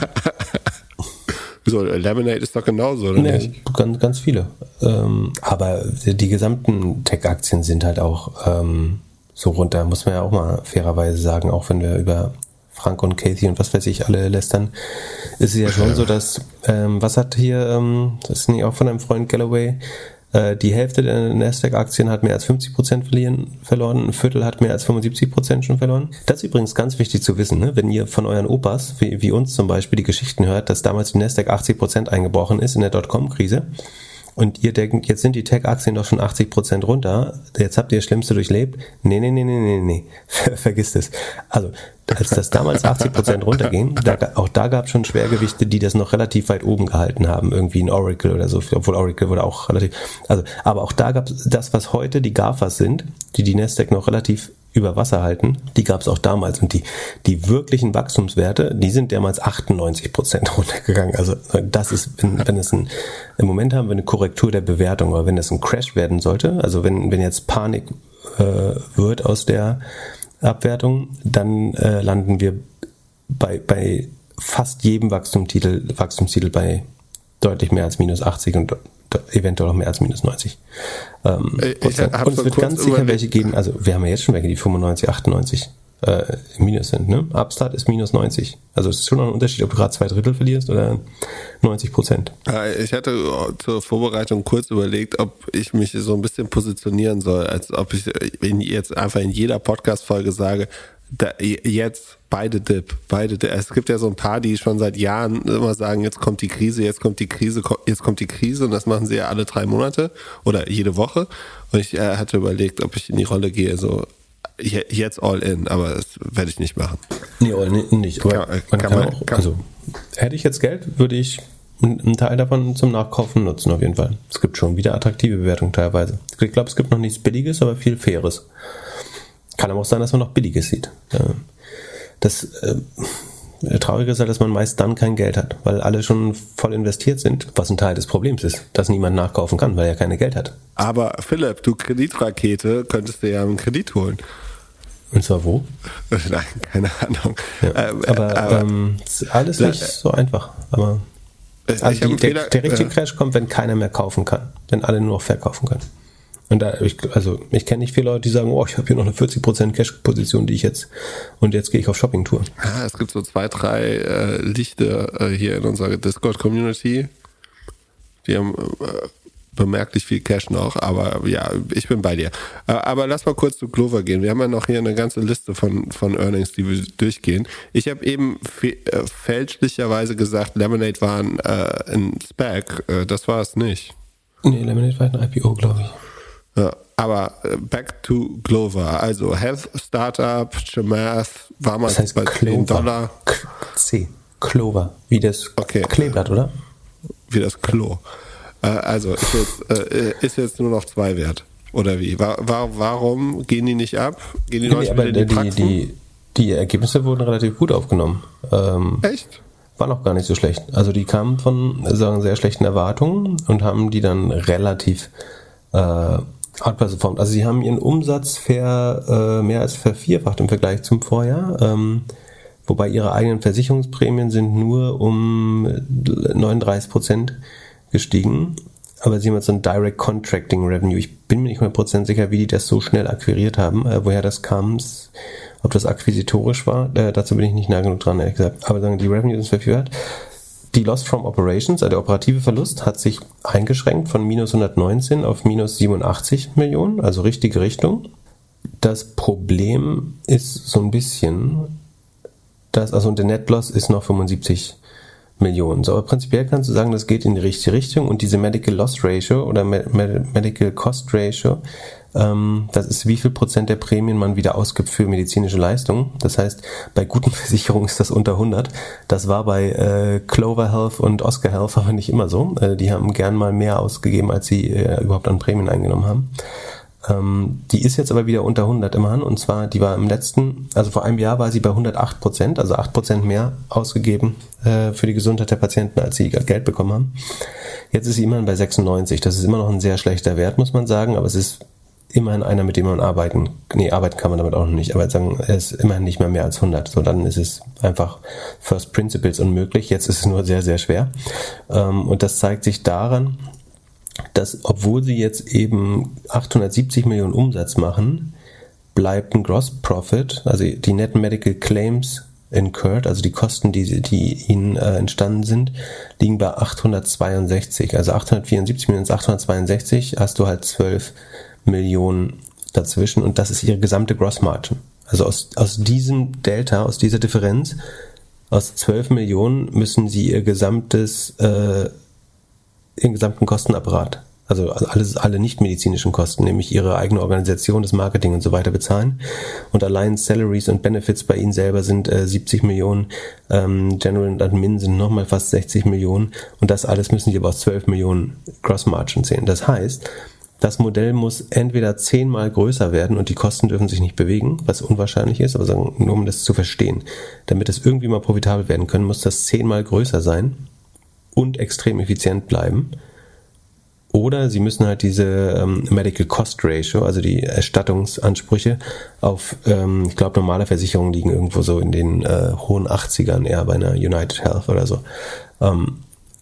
So, Lemonade ist doch genauso, oder nee, nicht? Ganz, ganz viele. Ähm, aber die gesamten Tech-Aktien sind halt auch ähm, so runter, muss man ja auch mal fairerweise sagen, auch wenn wir über Frank und Kathy und was weiß ich alle lästern, ist es ja schon so, dass, ähm, was hat hier, ähm, das ist nicht auch von einem Freund Galloway, äh, die Hälfte der Nasdaq-Aktien hat mehr als fünfzig Prozent verlieren, verloren, ein Viertel hat mehr als fünfundsiebzig Prozent schon verloren. Das ist übrigens ganz wichtig zu wissen, ne? Wenn ihr von euren Opas, wie, wie uns zum Beispiel, die Geschichten hört, dass damals die Nasdaq achtzig Prozent eingebrochen ist in der Dotcom-Krise, und ihr denkt, jetzt sind die Tech-Aktien doch schon achtzig Prozent runter, jetzt habt ihr das Schlimmste durchlebt. Nee, nee, nee, nee, nee, nee, vergisst es. Also, als das damals achtzig Prozent runterging, da, auch da gab es schon Schwergewichte, die das noch relativ weit oben gehalten haben, irgendwie ein Oracle oder so, obwohl Oracle wurde auch relativ, also, aber auch da gab es das, was heute die GAFAs sind, die die Nasdaq noch relativ über Wasser halten, die gab es auch damals, und die die wirklichen Wachstumswerte, die sind damals achtundneunzig Prozent runtergegangen. Also das ist, wenn, wenn es ein, im Moment haben wir eine Korrektur der Bewertung, aber wenn es ein Crash werden sollte, also wenn wenn jetzt Panik äh, wird aus der Abwertung, dann äh, landen wir bei bei fast jedem Wachstumstitel Wachstumstitel bei deutlich mehr als minus achtzig und eventuell auch mehr als minus neunzig. Ähm, ich hab und es so wird ganz sicher welche geben, also wir haben ja jetzt schon welche, die fünfundneunzig, achtundneunzig äh, im Minus sind. Ne? Upstart ist minus neunzig. Also es ist schon noch ein Unterschied, ob du gerade zwei Drittel verlierst oder neunzig Prozent. Ich hatte zur Vorbereitung kurz überlegt, ob ich mich so ein bisschen positionieren soll, als ob ich jetzt einfach in jeder Podcast-Folge sage, da, jetzt beide Dip, beide Dip. Es gibt ja so ein paar, die schon seit Jahren immer sagen, jetzt kommt die Krise, jetzt kommt die Krise, jetzt kommt die Krise, und das machen sie ja alle drei Monate oder jede Woche. Und ich äh, hatte überlegt, ob ich in die Rolle gehe, so jetzt all in, aber das werde ich nicht machen. Nee, all in nicht. Aber kann, man kann kann man, auch, kann also hätte ich jetzt Geld, würde ich einen Teil davon zum Nachkaufen nutzen, auf jeden Fall. Es gibt schon wieder attraktive Bewertungen teilweise. Ich glaube, es gibt noch nichts Billiges, aber viel Faires. Kann aber auch sein, dass man noch Billiges sieht. Das äh, Traurige ist halt, dass man meist dann kein Geld hat, weil alle schon voll investiert sind, was ein Teil des Problems ist, dass niemand nachkaufen kann, weil er keine Geld hat. Aber Philipp, du Kreditrakete, könntest dir ja einen Kredit holen. Und zwar wo? Nein, keine Ahnung. Ja, ähm, aber aber ähm, alles nicht äh, so einfach. Aber also die, der, der richtige Crash kommt, wenn keiner mehr kaufen kann, wenn alle nur noch verkaufen können. Und da, ich, also ich kenne nicht viele Leute, die sagen, oh, ich habe hier noch eine vierzig Prozent Cash-Position, die ich jetzt, und jetzt gehe ich auf Shoppingtour. Ja, es gibt so zwei, drei äh, Lichter äh, hier in unserer Discord-Community. Die haben äh, bemerklich viel Cash noch, aber ja, ich bin bei dir. Äh, aber lass mal kurz zu Clover gehen. Wir haben ja noch hier eine ganze Liste von, von Earnings, die wir durchgehen. Ich habe eben fe- äh, fälschlicherweise gesagt, Lemonade war ein, äh, ein Spec. Äh, das war es nicht. Nee, Lemonade war ein I P O, glaube ich. Ja, aber back to Clover. Also Health Startup, Chamath, war mal das heißt bei zehn Dollar. C. Clover. Wie das okay. Kleeblatt, oder? Wie das Klo. Äh, also ist jetzt, äh, ist jetzt nur noch zwei wert. Oder wie? War, war, warum gehen die nicht ab? Gehen die nee, Leute aber wieder in die die, die, die Ergebnisse wurden relativ gut aufgenommen. Ähm, Echt? War noch gar nicht so schlecht. Also die kamen von sagen, sehr schlechten Erwartungen und haben die dann relativ äh, outperformed. Also sie haben ihren Umsatz ver, äh, mehr als vervierfacht im Vergleich zum Vorjahr, ähm, wobei ihre eigenen Versicherungsprämien sind nur um neununddreißig Prozent gestiegen. Aber sie haben jetzt so ein Direct Contracting Revenue. Ich bin mir nicht hundert Prozent sicher, wie die das so schnell akquiriert haben, äh, woher das kam, ob das akquisitorisch war. Äh, dazu bin ich nicht nah genug dran, ehrlich gesagt. Aber sagen die Revenue sind vervierfacht. Die Loss from Operations, also der operative Verlust, hat sich eingeschränkt von minus hundertneunzehn auf minus siebenundachtzig Millionen, also richtige Richtung. Das Problem ist so ein bisschen, dass, also der Net Loss ist noch fünfundsiebzig Millionen. So, aber prinzipiell kannst du sagen, das geht in die richtige Richtung und diese Medical Loss Ratio oder Medical Cost Ratio, ähm, das ist, wie viel Prozent der Prämien man wieder ausgibt für medizinische Leistungen. Das heißt, bei guten Versicherungen ist das unter hundert. Das war bei äh, Clover Health und Oscar Health aber nicht immer so. Äh, die haben gern mal mehr ausgegeben, als sie äh, überhaupt an Prämien eingenommen haben. Ähm, die ist jetzt aber wieder unter hundert immerhin, und zwar, die war im letzten, also vor einem Jahr war sie bei hundertacht Prozent, also acht Prozent mehr ausgegeben äh, für die Gesundheit der Patienten, als sie Geld bekommen haben. Jetzt ist sie immerhin bei sechsundneunzig, das ist immer noch ein sehr schlechter Wert, muss man sagen, aber es ist immerhin einer, mit dem man arbeiten, nee, arbeiten kann man damit auch noch nicht, aber sagen, es ist immerhin nicht mehr mehr als hundert, so dann ist es einfach First Principles unmöglich, jetzt ist es nur sehr, sehr schwer, ähm, und das zeigt sich daran, dass, obwohl sie jetzt eben achthundertsiebzig Millionen Umsatz machen, bleibt ein Gross Profit, also die Net Medical Claims incurred, also die Kosten, die, die ihnen äh, entstanden sind, liegen bei achthundertzweiundsechzig. Also achthundertvierundsiebzig minus achthundertzweiundsechzig hast du halt zwölf Millionen dazwischen, und das ist ihre gesamte Gross Margin. Also aus, aus diesem Delta, aus dieser Differenz, aus zwölf Millionen müssen sie ihr gesamtes äh, ihren gesamten Kostenapparat, also alles, alle nicht-medizinischen Kosten, nämlich ihre eigene Organisation, das Marketing und so weiter bezahlen. Und allein Salaries und Benefits bei ihnen selber sind äh, siebzig Millionen, ähm, General und Admin sind nochmal fast sechzig Millionen, und das alles müssen sie aber aus zwölf Millionen Gross Margin sehen. Das heißt, das Modell muss entweder zehnmal größer werden und die Kosten dürfen sich nicht bewegen, was unwahrscheinlich ist, aber sagen, nur um das zu verstehen. Damit es irgendwie mal profitabel werden können, muss das zehnmal größer sein und extrem effizient bleiben. Oder sie müssen halt diese ähm, Medical Cost Ratio, also die Erstattungsansprüche auf, ähm, ich glaube, normale Versicherungen liegen irgendwo so in den äh, hohen achtzigern, eher bei einer United Health oder so. Ähm,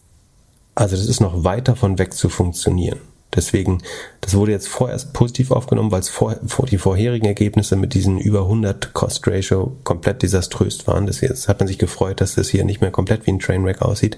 also das ist noch weit davon weg zu funktionieren. Deswegen, das wurde jetzt vorerst positiv aufgenommen, weil es vor, vor die vorherigen Ergebnisse mit diesen über hundert Cost Ratio komplett desaströs waren. Das jetzt hat man sich gefreut, dass das hier nicht mehr komplett wie ein Trainwreck aussieht.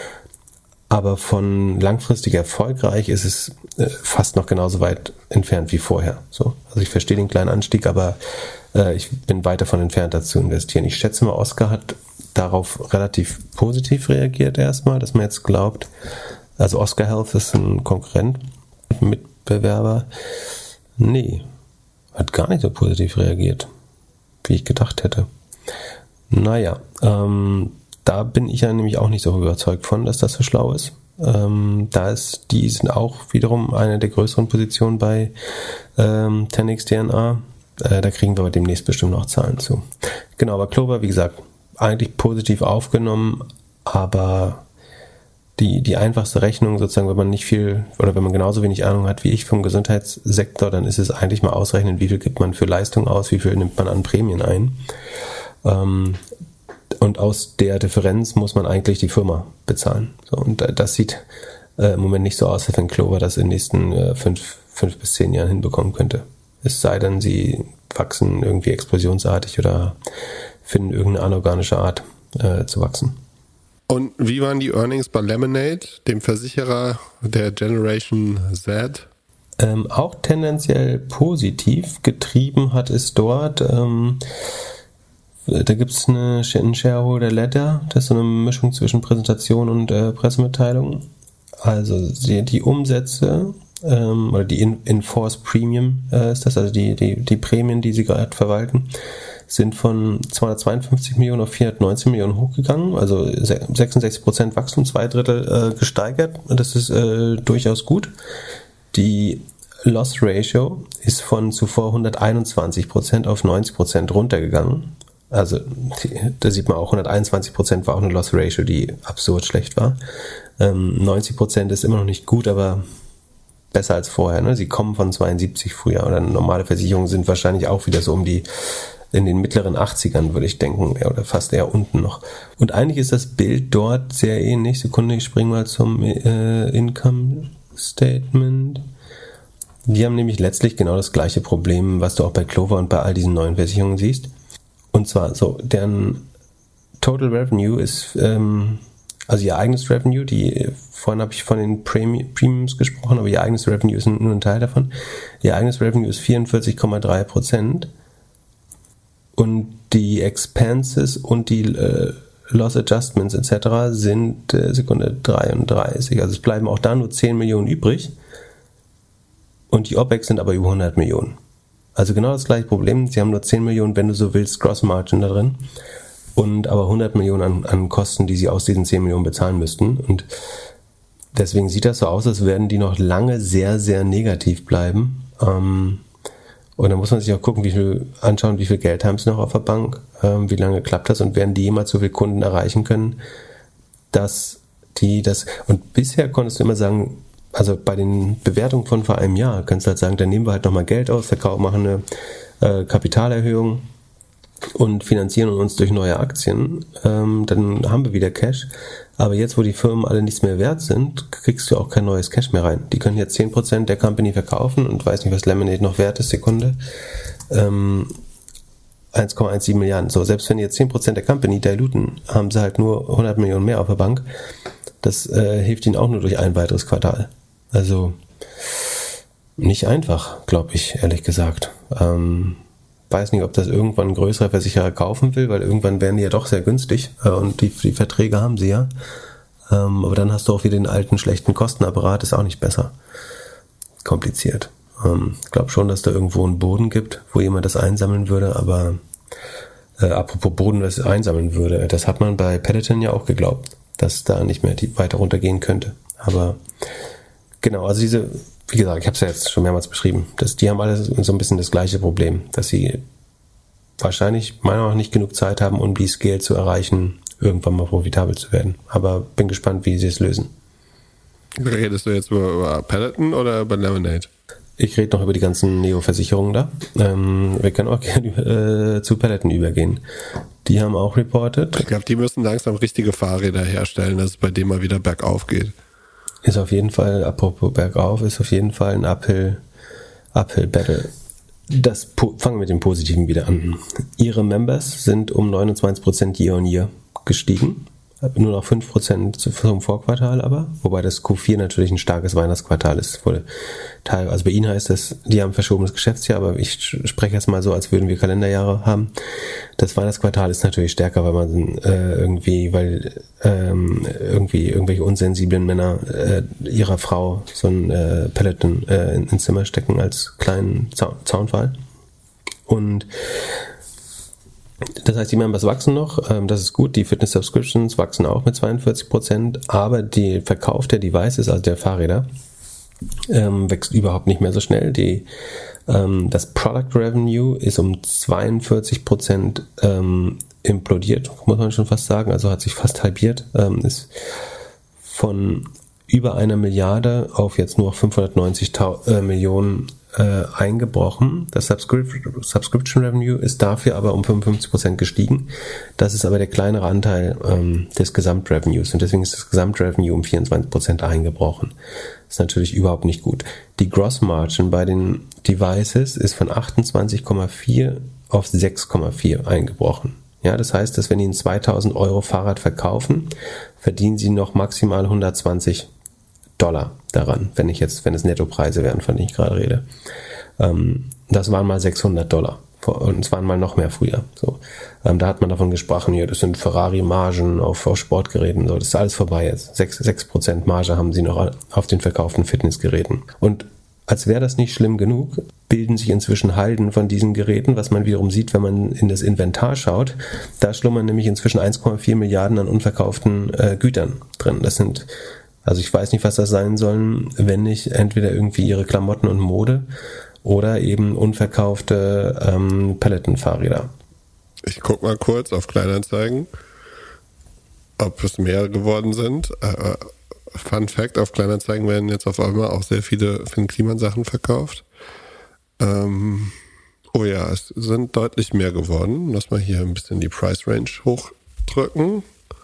Aber von langfristig erfolgreich ist es äh, fast noch genauso weit entfernt wie vorher. So, also ich verstehe den kleinen Anstieg, aber äh, ich bin weit davon entfernt, dazu investieren. Ich schätze mal, Oscar hat darauf relativ positiv reagiert erstmal, dass man jetzt glaubt, also Oscar Health ist ein Konkurrent, Mitbewerber. Nee, hat gar nicht so positiv reagiert, wie ich gedacht hätte. Naja, ähm, da bin ich ja nämlich auch nicht so überzeugt von, dass das so schlau ist. Ähm, da ist, die sind auch wiederum eine der größeren Positionen bei ähm, zehn X D N A. Äh, da kriegen wir aber demnächst bestimmt noch Zahlen zu. Genau, aber Clover, wie gesagt, eigentlich positiv aufgenommen, aber die, die einfachste Rechnung sozusagen, wenn man nicht viel oder wenn man genauso wenig Ahnung hat wie ich vom Gesundheitssektor, dann ist es eigentlich mal ausrechnen, wie viel gibt man für Leistung aus, wie viel nimmt man an Prämien ein. Ähm, Und aus der Differenz muss man eigentlich die Firma bezahlen. So, und das sieht äh, im Moment nicht so aus, als wenn Clover das in den nächsten äh, fünf, fünf bis zehn Jahren hinbekommen könnte. Es sei denn, sie wachsen irgendwie explosionsartig oder finden irgendeine anorganische Art äh, zu wachsen. Und wie waren die Earnings bei Lemonade, dem Versicherer der Generation Z? Ähm, auch tendenziell positiv. Getrieben hat es dort... Ähm, Da gibt es eine, ein Shareholder Letter, das ist so eine Mischung zwischen Präsentation und äh, Pressemitteilung. Also die, die Umsätze ähm, oder die In-Force Premium äh, ist das, also die, die, die Prämien, die sie gerade verwalten, sind von zweihundertzweiundfünfzig Millionen auf vierhundertneunzehn Millionen hochgegangen, also sechsundsechzig Prozent Wachstum, zwei Drittel äh, gesteigert. Das ist äh, durchaus gut. Die Loss Ratio ist von zuvor hunderteinundzwanzig Prozent auf neunzig Prozent runtergegangen. Also da sieht man auch, hunderteinundzwanzig Prozent war auch eine Loss Ratio, die absurd schlecht war. Ähm, neunzig Prozent ist immer noch nicht gut, aber besser als vorher. Ne? Sie kommen von zweiundsiebzig früher, oder normale Versicherungen sind wahrscheinlich auch wieder so um die in den mittleren achtzigern, würde ich denken, oder fast eher unten noch. Und eigentlich ist das Bild dort sehr ähnlich. Sekunde, ich springe mal zum äh, Income Statement. Die haben nämlich letztlich genau das gleiche Problem, was du auch bei Clover und bei all diesen neuen Versicherungen siehst. Und zwar so, deren Total Revenue ist, ähm, also ihr eigenes Revenue, die, vorhin habe ich von den Premi- Premiums gesprochen, aber ihr eigenes Revenue ist nur ein Teil davon. Ihr eigenes Revenue ist vierundvierzig Komma drei Prozent. Und die Expenses und die äh, Loss Adjustments et cetera sind äh, Sekunde dreiunddreißig. Also es bleiben auch da nur zehn Millionen übrig. Und die OPEX sind aber über hundert Millionen. Also genau das gleiche Problem. Sie haben nur zehn Millionen, wenn du so willst, Gross Margin da drin. Und aber hundert Millionen an, an Kosten, die sie aus diesen zehn Millionen bezahlen müssten. Und deswegen sieht das so aus, als werden die noch lange sehr, sehr negativ bleiben. Ähm, Und dann muss man sich auch gucken, wie viel, anschauen, wie viel Geld haben sie noch auf der Bank, ähm, wie lange klappt das und werden die jemals so viele Kunden erreichen können, dass die das, und bisher konntest du immer sagen, also bei den Bewertungen von vor einem Jahr, kannst du halt sagen, dann nehmen wir halt nochmal Geld aus, verkaufen, machen eine äh, Kapitalerhöhung und finanzieren uns durch neue Aktien, ähm, dann haben wir wieder Cash. Aber jetzt, wo die Firmen alle nichts mehr wert sind, kriegst du auch kein neues Cash mehr rein. Die können jetzt zehn Prozent der Company verkaufen und weiß nicht, was Lemonade noch wert ist, Sekunde. Ähm, eins Komma siebzehn Milliarden. So, selbst wenn die jetzt zehn Prozent der Company diluten, haben sie halt nur hundert Millionen mehr auf der Bank. Das äh, hilft ihnen auch nur durch ein weiteres Quartal. Also nicht einfach, glaube ich, ehrlich gesagt. Ähm, weiß nicht, ob das irgendwann ein größerer Versicherer kaufen will, weil irgendwann werden die ja doch sehr günstig äh, und die, die Verträge haben sie ja. Ähm, aber dann hast du auch wieder den alten, schlechten Kostenapparat, ist auch nicht besser. Kompliziert. Ähm, ich glaube schon, dass da irgendwo einen Boden gibt, wo jemand das einsammeln würde, aber äh, apropos Boden, das einsammeln würde, das hat man bei Peloton ja auch geglaubt, dass da nicht mehr die weiter runtergehen könnte. Aber genau, also diese, wie gesagt, ich habe es ja jetzt schon mehrmals beschrieben, dass die haben alle so ein bisschen das gleiche Problem, dass sie wahrscheinlich meiner Meinung nach nicht genug Zeit haben, um die Scale zu erreichen, irgendwann mal profitabel zu werden. Aber bin gespannt, wie sie es lösen. Redest du jetzt über, über Peloton oder über Lemonade? Ich rede noch über die ganzen Neo-Versicherungen da. Ähm, wir können auch gerne äh, zu Peloton übergehen. Die haben auch reported. Ich glaube, die müssen langsam richtige Fahrräder herstellen, dass es bei dem mal wieder bergauf geht. Ist auf jeden Fall, apropos bergauf, ist auf jeden Fall ein Uphill, Uphill Battle. Das, fangen wir mit dem Positiven wieder an. Ihre Members sind um neunundzwanzig Prozent year on year gestiegen. Nur noch fünf Prozent zum Vorquartal aber, wobei das Q vier natürlich ein starkes Weihnachtsquartal ist. Wurde Teil, also bei ihnen heißt das, die haben verschobenes Geschäftsjahr, aber ich spreche jetzt mal so, als würden wir Kalenderjahre haben. Das Weihnachtsquartal ist natürlich stärker, weil man äh, irgendwie, weil ähm, irgendwie irgendwelche unsensiblen Männer äh, ihrer Frau so ein äh, Peloton äh, ins Zimmer stecken als kleinen Zaun- Zaunpfahl. Und das heißt, die Members wachsen noch, ähm, das ist gut, die Fitness-Subscriptions wachsen auch mit zweiundvierzig Prozent, aber der Verkauf der Devices, also der Fahrräder, ähm, wächst überhaupt nicht mehr so schnell. Die, ähm, das Product Revenue ist um zweiundvierzig Prozent ähm, implodiert, muss man schon fast sagen, also hat sich fast halbiert, ähm, ist von über einer Milliarde auf jetzt nur fünfhundertneunzig äh, Millionen äh, eingebrochen. Das Subscription, Subscription Revenue ist dafür aber um fünfundfünfzig Prozent gestiegen. Das ist aber der kleinere Anteil ähm, des Gesamtrevenues und deswegen ist das Gesamtrevenue um vierundzwanzig Prozent eingebrochen. Das ist natürlich überhaupt nicht gut. Die Gross Margin bei den Devices ist von achtundzwanzig Komma vier auf sechs Komma vier eingebrochen. Ja, das heißt, dass wenn die ein zweitausend Euro Fahrrad verkaufen, verdienen sie noch maximal hundertzwanzig Dollar daran, wenn ich jetzt, wenn es Nettopreise wären, von denen ich gerade rede. Ähm, das waren mal sechshundert Dollar. Und es waren mal noch mehr früher. So, ähm, da hat man davon gesprochen, ja, das sind Ferrari-Margen auf, auf Sportgeräten. So, das ist alles vorbei jetzt. sechs Prozent Marge haben sie noch auf den verkauften Fitnessgeräten. Und als wäre das nicht schlimm genug, bilden sich inzwischen Halden von diesen Geräten, was man wiederum sieht, wenn man in das Inventar schaut. Da schlummern nämlich inzwischen eins Komma vier Milliarden an unverkauften äh, Gütern drin. Das sind, also ich weiß nicht, was das sein sollen, wenn nicht entweder irgendwie ihre Klamotten und Mode oder eben unverkaufte ähm, Peloton-Fahrräder. Ich guck mal kurz auf Kleinanzeigen, ob es mehr geworden sind. Äh, Fun Fact, auf Kleinanzeigen werden jetzt auf einmal auch sehr viele Finn Kliman Sachen verkauft. Ähm, oh ja, es sind deutlich mehr geworden. Lass mal hier ein bisschen die Price Range hochdrücken.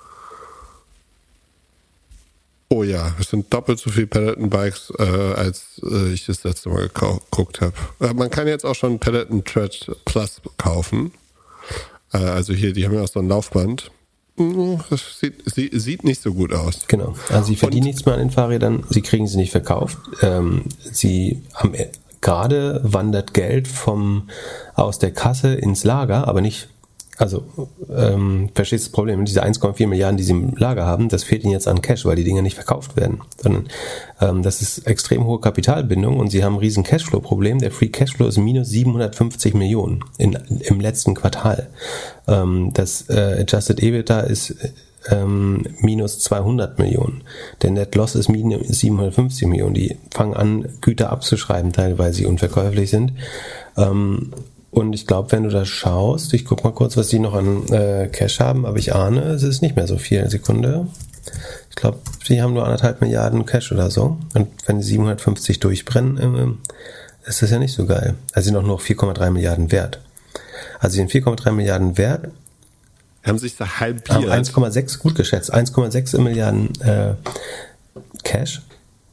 Oh ja, es sind doppelt so viele Peloton Bikes, äh, als äh, ich das letzte Mal gekau- geguckt habe. Äh, man kann jetzt auch schon Peloton Tread Plus kaufen. Äh, also hier, die haben ja auch so ein Laufband. Das sieht, sie, sieht nicht so gut aus. Genau. Also sie verdienen Und, nichts mehr an den Fahrrädern, sie kriegen sie nicht verkauft. Ähm, sie haben gerade wandert Geld vom aus der Kasse ins Lager, aber nicht. Also, ähm, verstehst du das Problem? Diese eins Komma vier Milliarden, die sie im Lager haben, das fehlt ihnen jetzt an Cash, weil die Dinge nicht verkauft werden. Sondern ähm, das ist extrem hohe Kapitalbindung und sie haben ein riesen Cashflow-Problem. Der Free Cashflow ist minus siebenhundertfünfzig Millionen in, im letzten Quartal. Ähm, das äh, Adjusted EBITDA ist ähm, minus zweihundert Millionen. Der Net Loss ist minus siebenhundertfünfzig Millionen. Die fangen an, Güter abzuschreiben, teilweise sie unverkäuflich sind. Ähm, Und ich glaube, wenn du da schaust, ich guck mal kurz, was die noch an äh, Cash haben, aber ich ahne, es ist nicht mehr so viel. Sekunde. Ich glaube, die haben nur anderthalb Milliarden Cash oder so. Und wenn die siebenhundertfünfzig durchbrennen, äh, ist das ja nicht so geil. Also sie sind auch nur vier Komma drei Milliarden wert. Also sie sind vier Komma drei Milliarden wert. haben sich da halbiert. Haben eins Komma sechs, gut geschätzt, eins Komma sechs Milliarden äh, Cash.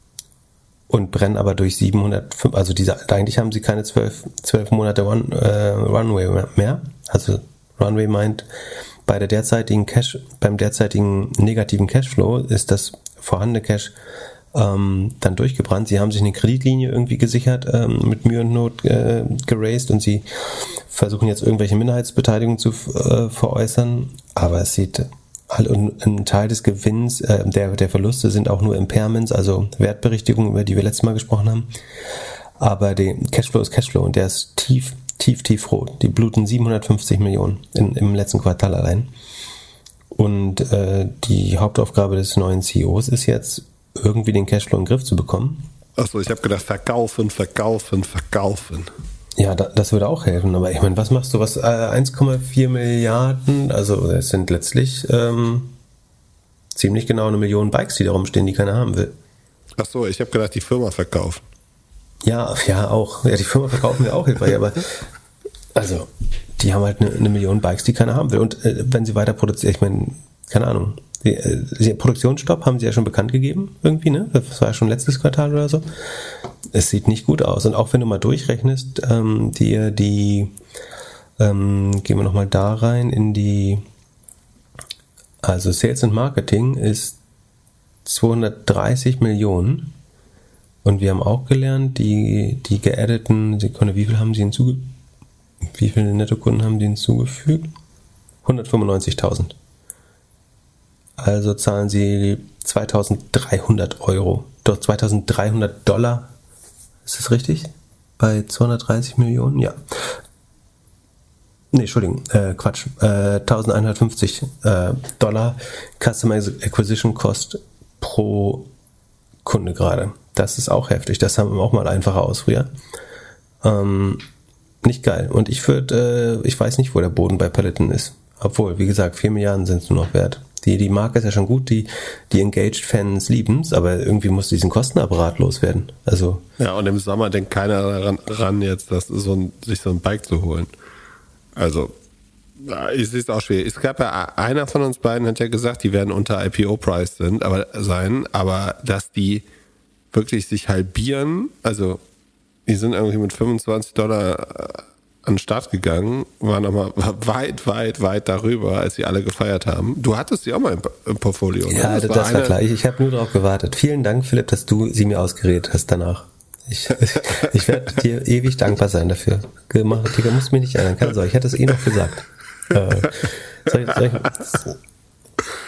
Und brennen aber durch siebenhundertfünf, also diese, eigentlich haben sie keine zwölf, zwölf Monate Run, äh, Runway mehr. Also Runway meint, bei der derzeitigen Cash, beim derzeitigen negativen Cashflow ist das vorhandene Cash ähm, dann durchgebrannt. Sie haben sich eine Kreditlinie irgendwie gesichert, ähm, mit Mühe und Not äh, geraced und sie versuchen jetzt irgendwelche Minderheitsbeteiligungen zu äh, veräußern, aber es sieht und ein Teil des Gewinns, äh, der, der Verluste sind auch nur Impairments, also Wertberichtigungen, über die wir letztes Mal gesprochen haben. Aber der Cashflow ist Cashflow und der ist tief, tief, tief rot. Die bluten siebenhundertfünfzig Millionen in, im letzten Quartal allein. Und äh, die Hauptaufgabe des neuen C E Os ist jetzt, irgendwie den Cashflow in den Griff zu bekommen. Achso, ich habe gedacht, verkaufen, verkaufen, verkaufen. Ja, da, das würde auch helfen, aber ich meine, was machst du, was äh, eins Komma vier Milliarden, also es sind letztlich ähm, ziemlich genau eine Million Bikes, die da rumstehen, die keiner haben will. Achso, ich habe gedacht, die Firma verkaufen. Ja, ja, auch. Ja, die Firma verkaufen wir auch hilfreich, aber also, die haben halt eine, eine Million Bikes, die keiner haben will. Und äh, wenn sie weiter produzieren, ich meine, keine Ahnung, die, äh, Produktionsstopp haben sie ja schon bekannt gegeben, irgendwie, ne? Das war ja schon letztes Quartal oder so. Es sieht nicht gut aus. Und auch wenn du mal durchrechnest, ähm, die, die, ähm, gehen wir nochmal da rein in die, also Sales and Marketing ist zweihundertdreißig Millionen. Und wir haben auch gelernt, die, die geaddeten Sekunde, wie viel haben sie hinzugefügt? Wie viele Nettokunden haben die hinzugefügt? hundertfünfundneunzigtausend. Also zahlen sie zweitausenddreihundert Euro. Doch zweitausenddreihundert Dollar. Ist das richtig? Bei zweihundertdreißig Millionen? Ja. Nee, Entschuldigung, äh, Quatsch. Äh, elfhundertfünfzig äh, Dollar Customer Acquisition Cost pro Kunde gerade. Das ist auch heftig. Das haben wir auch mal einfacher aus früher. Ähm, nicht geil. Und ich würde, äh, ich weiß nicht, wo der Boden bei Peloton ist. Obwohl, wie gesagt, vier Milliarden sind es nur noch wert. Die, die Marke ist ja schon gut, die, die Engaged-Fans lieben es, aber irgendwie muss diesen Kostenapparat loswerden. Also. Ja, und im Sommer denkt keiner daran ran, jetzt das so ein, sich so ein Bike zu holen. Also, ich sehe es auch schwer. Es gab ja, einer von uns beiden hat ja gesagt, die werden unter I P O-Preis sind, aber sein, aber dass die wirklich sich halbieren, also die sind irgendwie mit fünfundzwanzig Dollar an den Start gegangen, waren nochmal weit, weit, weit darüber, als sie alle gefeiert haben. Du hattest sie auch mal im, im Portfolio, ja, ne? Das, das war, war klar. Ich, ich habe nur darauf gewartet. Vielen Dank, Philipp, dass du sie mir ausgeredet hast danach. Ich, ich werde dir ewig dankbar sein dafür. Gemacht, Digga, musst mich nicht erinnern. Keine Sorge, ich hätte es eh noch gesagt. Äh, soll ich, soll ich,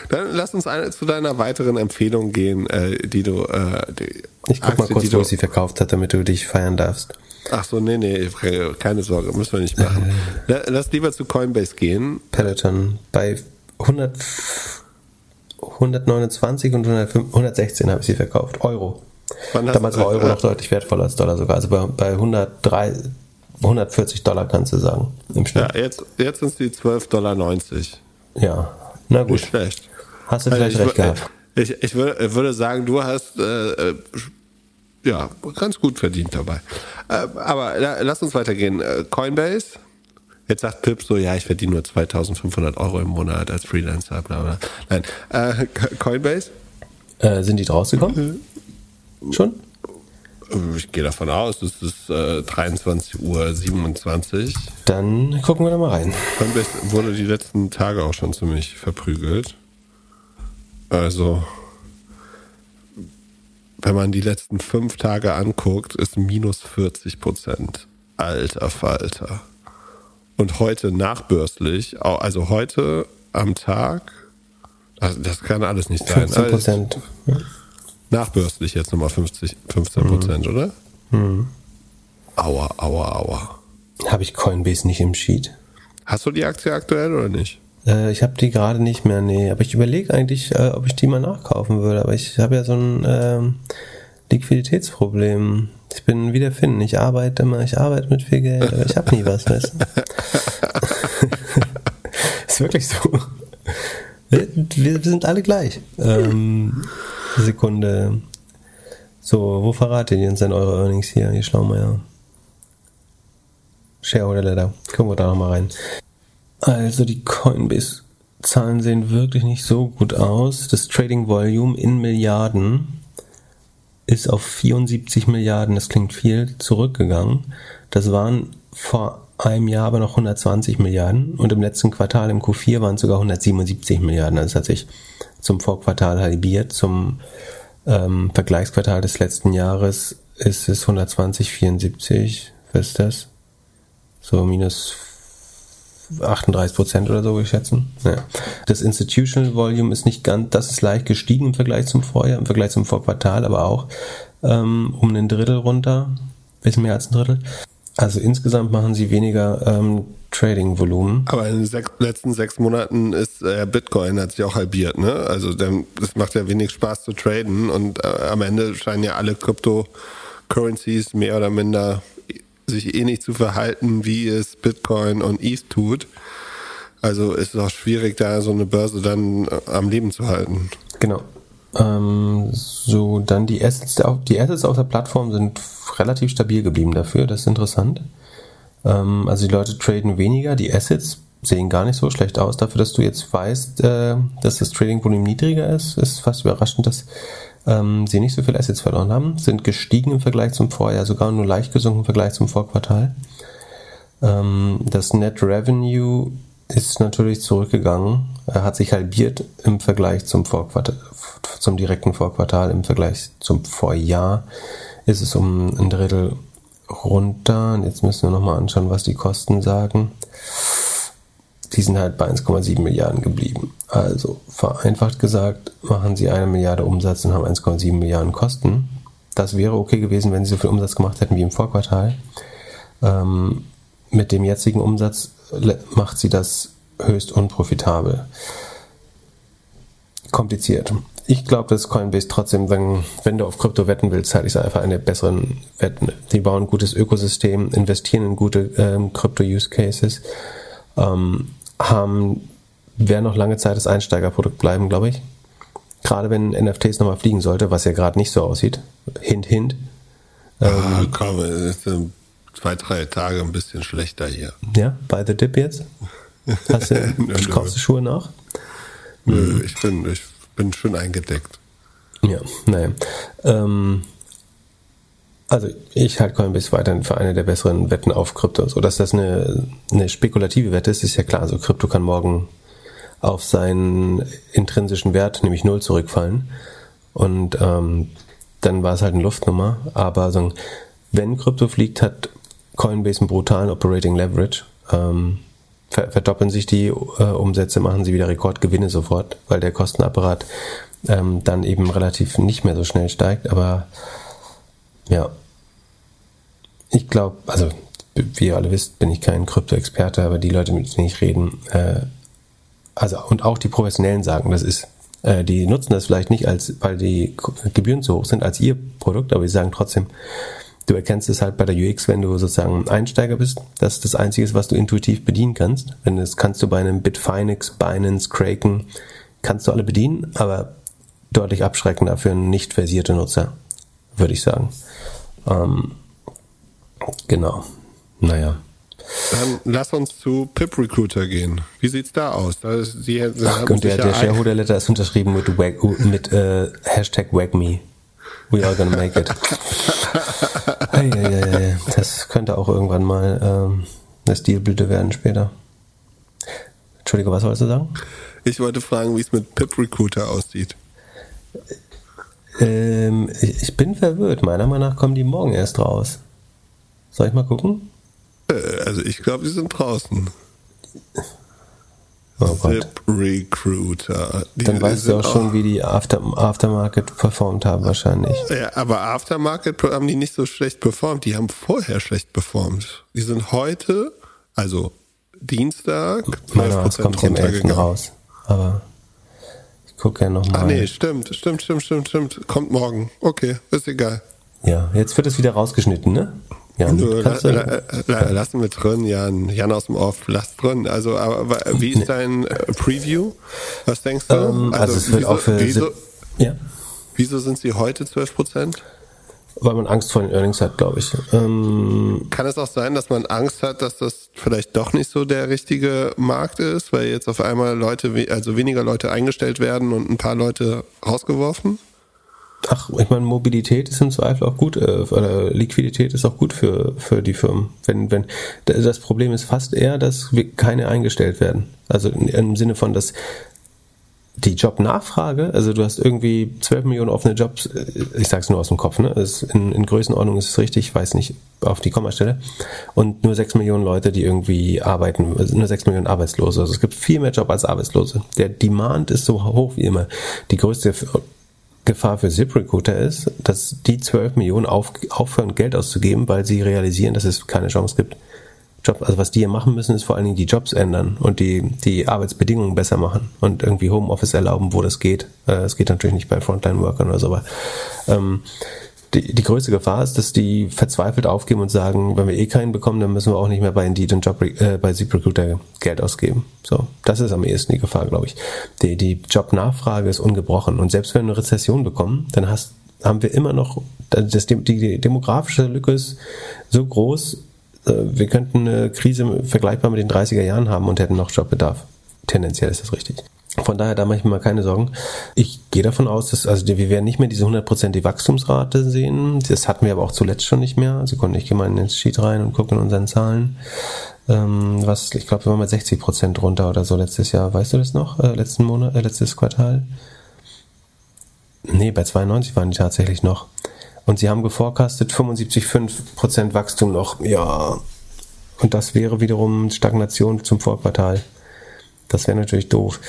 Dann lass uns eine, zu deiner weiteren Empfehlung gehen, äh, die du... Äh, die ich guck mal Aktie, kurz, wo ich sie verkauft hat, damit du dich feiern darfst. Ach so, nee, nee, keine Sorge, müssen wir nicht machen. Äh. Lass lieber zu Coinbase gehen. Peloton bei hundert, hundertneunundzwanzig und hundertsechzehn habe ich sie verkauft. Euro. Damals war Euro äh, noch deutlich wertvoller als Dollar sogar. Also bei, bei hundertdrei, hundertvierzig Dollar kannst du sagen im Schnitt. Ja, jetzt, jetzt sind es die zwölf Komma neunzig Dollar. Ja, na gut. Nicht schlecht. Hast du vielleicht also ich, recht gehabt. Ich, ich würde, würde sagen, du hast äh, ja ganz gut verdient dabei. Äh, aber la, lass uns weitergehen. Äh, Coinbase. Jetzt sagt Pip so, ja, ich verdiene nur zweitausendfünfhundert Euro im Monat als Freelancer, bla bla. Nein, äh, Coinbase? Äh, sind die draus gekommen? Mhm. Schon? Ich gehe davon aus, es ist äh, dreiundzwanzig Uhr siebenundzwanzig. Dann gucken wir da mal rein. Coinbase wurde die letzten Tage auch schon ziemlich verprügelt. Also, wenn man die letzten fünf Tage anguckt, ist minus vierzig Prozent. Alter Falter. Und heute nachbörslich, also heute am Tag, also das kann alles nicht sein. fünfzehn Prozent. Also nachbörslich jetzt nochmal fünfzig, fünfzehn Prozent, mhm. oder? Mhm. Aua, aua, aua. Habe ich Coinbase nicht im Sheet. Hast du die Aktie aktuell oder nicht? Äh, ich habe die gerade nicht mehr, nee. Aber ich überlege eigentlich, äh, ob ich die mal nachkaufen würde. Aber ich habe ja so ein ähm, Liquiditätsproblem. Ich bin wie der Finn. Ich arbeite immer, ich arbeite mit viel Geld, aber ich habe nie was, weißt du? Ist wirklich so. Wir, wir sind alle gleich. Ähm, Sekunde. So, wo verratet ihr uns denn eure Earnings hier? Hier schauen wir ja. Shareholder Letter. Gucken wir da nochmal rein. Also die Coinbase-Zahlen sehen wirklich nicht so gut aus. Das Trading Volume in Milliarden ist auf vierundsiebzig Milliarden, das klingt viel, zurückgegangen. Das waren vor einem Jahr aber noch hundertzwanzig Milliarden und im letzten Quartal, im Q vier, waren es sogar hundertsiebenundsiebzig Milliarden. Also es hat sich zum Vorquartal halbiert. Zum ähm, Vergleichsquartal des letzten Jahres ist es hundertzwanzig, vierundsiebzig. Was ist das? So minus achtunddreißig Prozent oder so, würde ich schätzen. Ja. Das Institutional Volume ist nicht ganz, das ist leicht gestiegen im Vergleich zum Vorjahr, im Vergleich zum Vorquartal, aber auch ähm, um ein Drittel runter, bisschen mehr als ein Drittel. Also insgesamt machen sie weniger ähm, Trading-Volumen. Aber in den sechs, letzten sechs Monaten ist äh, Bitcoin hat sich auch halbiert, ne? Also es macht ja wenig Spaß zu traden und äh, am Ende scheinen ja alle Cryptocurrencies mehr oder minder sich ähnlich zu verhalten, wie es Bitcoin und E T H tut. Also ist es auch schwierig, da so eine Börse dann am Leben zu halten. Genau. Ähm, so, dann die Assets, die Assets auf der Plattform sind relativ stabil geblieben dafür, das ist interessant. Ähm, also die Leute traden weniger, die Assets sehen gar nicht so schlecht aus. Dafür, dass du jetzt weißt, äh, dass das Trading-Volumen niedriger ist, ist fast überraschend, dass ähm, sie nicht so viel Assets verloren haben, sind gestiegen im Vergleich zum Vorjahr, sogar nur leicht gesunken im Vergleich zum Vorquartal. Ähm, das Net Revenue ist natürlich zurückgegangen, er hat sich halbiert im Vergleich zum Vorquartal, zum direkten Vorquartal, im Vergleich zum Vorjahr ist es um ein Drittel runter. Und jetzt müssen wir nochmal anschauen, was die Kosten sagen. Die sind halt bei eins Komma sieben Milliarden geblieben. Also vereinfacht gesagt, machen sie eine Milliarde Umsatz und haben eins Komma sieben Milliarden Kosten. Das wäre okay gewesen, wenn sie so viel Umsatz gemacht hätten wie im Vorquartal. Ähm, mit dem jetzigen Umsatz macht sie das höchst unprofitabel. Kompliziert. Ich glaube, dass Coinbase trotzdem, wenn, wenn du auf Krypto wetten willst, halte ich es einfach eine der besseren Wetten. Die bauen ein gutes Ökosystem, investieren in gute ähm, Krypto-Use-Cases, ähm, haben, werden noch lange Zeit das Einsteigerprodukt bleiben, glaube ich. Gerade wenn N F Ts nochmal fliegen sollte, was ja gerade nicht so aussieht. Hint, hint. Ähm, ah, komm, ist in zwei, drei Tage ein bisschen schlechter hier. Ja, by the dip jetzt? Hast du, kaufst du Schuhe nach? Nö, ich bin, ich bin schön eingedeckt. Ja, naja. Ähm, also ich halte Coinbase weiterhin für eine der besseren Wetten auf Krypto. So, dass das eine, eine spekulative Wette ist, ist ja klar. Also Krypto kann morgen auf seinen intrinsischen Wert, nämlich null, zurückfallen. Und ähm, dann war es halt eine Luftnummer. Aber so, wenn Krypto fliegt, hat Coinbase einen brutalen Operating Leverage. Ähm, ver- verdoppeln sich die äh, Umsätze, machen sie wieder Rekordgewinne sofort, weil der Kostenapparat ähm, dann eben relativ nicht mehr so schnell steigt. Aber ja, ich glaube, also wie ihr alle wisst, bin ich kein Krypto-Experte, aber die Leute, mit denen ich rede, äh, also und auch die Professionellen sagen, das ist, äh, die nutzen das vielleicht nicht, als weil die Gebühren zu hoch sind, als ihr Produkt, aber die sagen trotzdem, du erkennst es halt bei der U X, wenn du sozusagen Einsteiger bist. Das ist das Einzige, was du intuitiv bedienen kannst. Wenn das kannst du bei einem Bitfinex, Binance, Kraken, kannst du alle bedienen, aber deutlich abschreckender für einen nicht versierte Nutzer, würde ich sagen. Ähm, genau. Naja. Dann lass uns zu PipRecruiter gehen. Wie sieht's da aus? Da ist, die, die Ach, und der, der Shareholder-Letter ist unterschrieben mit, wag, mit äh, Hashtag WagMe. We are gonna make it. Hey, hey, hey, hey. Das könnte auch irgendwann mal ähm, eine Stilblüte werden später. Entschuldige, was wolltest du sagen? Ich wollte fragen, wie es mit PipRecruiter aussieht. Ähm, ich, ich bin verwirrt. Meiner Meinung nach kommen die morgen erst raus. Soll ich mal gucken? Äh, also ich glaube, die sind draußen. Oh Gott. ZipRecruiter. Die, Dann weißt du auch schon, wie die After, Aftermarket performt haben wahrscheinlich. Ja, aber Aftermarket haben die nicht so schlecht performt. Die haben vorher schlecht performt. Die sind heute, also Dienstag, zwölf Prozent kommt am elften raus. Aber ich gucke ja nochmal. Ah nee, stimmt, stimmt, stimmt, stimmt, stimmt. Kommt morgen. Okay, ist egal. Ja, jetzt wird es wieder rausgeschnitten, ne? Ja, Nur, la, la, la, lassen wir drin, Jan, Jan aus dem Off, lass drin. Also, aber wie ist dein äh, Preview? Was denkst du? Ähm, also, also es wird wieso, auch für wieso, ja. wieso sind sie heute zwölf Prozent? Weil man Angst vor den Earnings hat, glaube ich. Ähm, Kann es auch sein, dass man Angst hat, dass das vielleicht doch nicht so der richtige Markt ist, weil jetzt auf einmal Leute, also weniger Leute eingestellt werden und ein paar Leute rausgeworfen? Ach, ich meine, Mobilität ist im Zweifel auch gut, äh, oder Liquidität ist auch gut für, für die Firmen. Wenn, wenn, das Problem ist fast eher, dass wir keine eingestellt werden. Also im Sinne von, dass die Jobnachfrage, also du hast irgendwie zwölf Millionen offene Jobs, ich sag's nur aus dem Kopf, ne? Das ist in, in Größenordnung ist es richtig, ich weiß nicht auf die Kommastelle, und nur sechs Millionen Leute, die irgendwie arbeiten, also nur sechs Millionen Arbeitslose. Also es gibt viel mehr Job als Arbeitslose. Der Demand ist so hoch wie immer. Die größte Gefahr für ZipRecruiter ist, dass die zwölf Millionen auf, aufhören, Geld auszugeben, weil sie realisieren, dass es keine Chance gibt. Job, also was die hier machen müssen, ist vor allen Dingen die Jobs ändern und die, die Arbeitsbedingungen besser machen und irgendwie Homeoffice erlauben, wo das geht. Es geht natürlich nicht bei Frontline-Workern oder so, aber ähm, die, die größte Gefahr ist, dass die verzweifelt aufgeben und sagen, wenn wir eh keinen bekommen, dann müssen wir auch nicht mehr bei Indeed und Job, äh, bei ZipRecruiter Geld ausgeben. So, das ist am ehesten die Gefahr, glaube ich. Die, die Jobnachfrage ist ungebrochen, und selbst wenn wir eine Rezession bekommen, dann hast, haben wir immer noch, das, die, die demografische Lücke ist so groß, äh, wir könnten eine Krise vergleichbar mit den dreißiger Jahren haben und hätten noch Jobbedarf. Tendenziell ist das richtig. Von daher, da mache ich mir mal keine Sorgen. Ich gehe davon aus, dass also wir werden nicht mehr diese hundertprozentige Wachstumsrate sehen. Das hatten wir aber auch zuletzt schon nicht mehr. Also konnte ich gehe mal in den Sheet rein und gucke in unseren Zahlen. Ähm, was, ich glaube, wir waren mit sechzig Prozent runter oder so letztes Jahr. Weißt du das noch? Äh, letzten Monat, äh, letztes Quartal? Nee, bei zweiundneunzig waren die tatsächlich noch. Und sie haben geforecastet fünfundsiebzig Komma fünf Prozent Wachstum noch. Ja. Und das wäre wiederum Stagnation zum Vorquartal. Das wäre natürlich doof.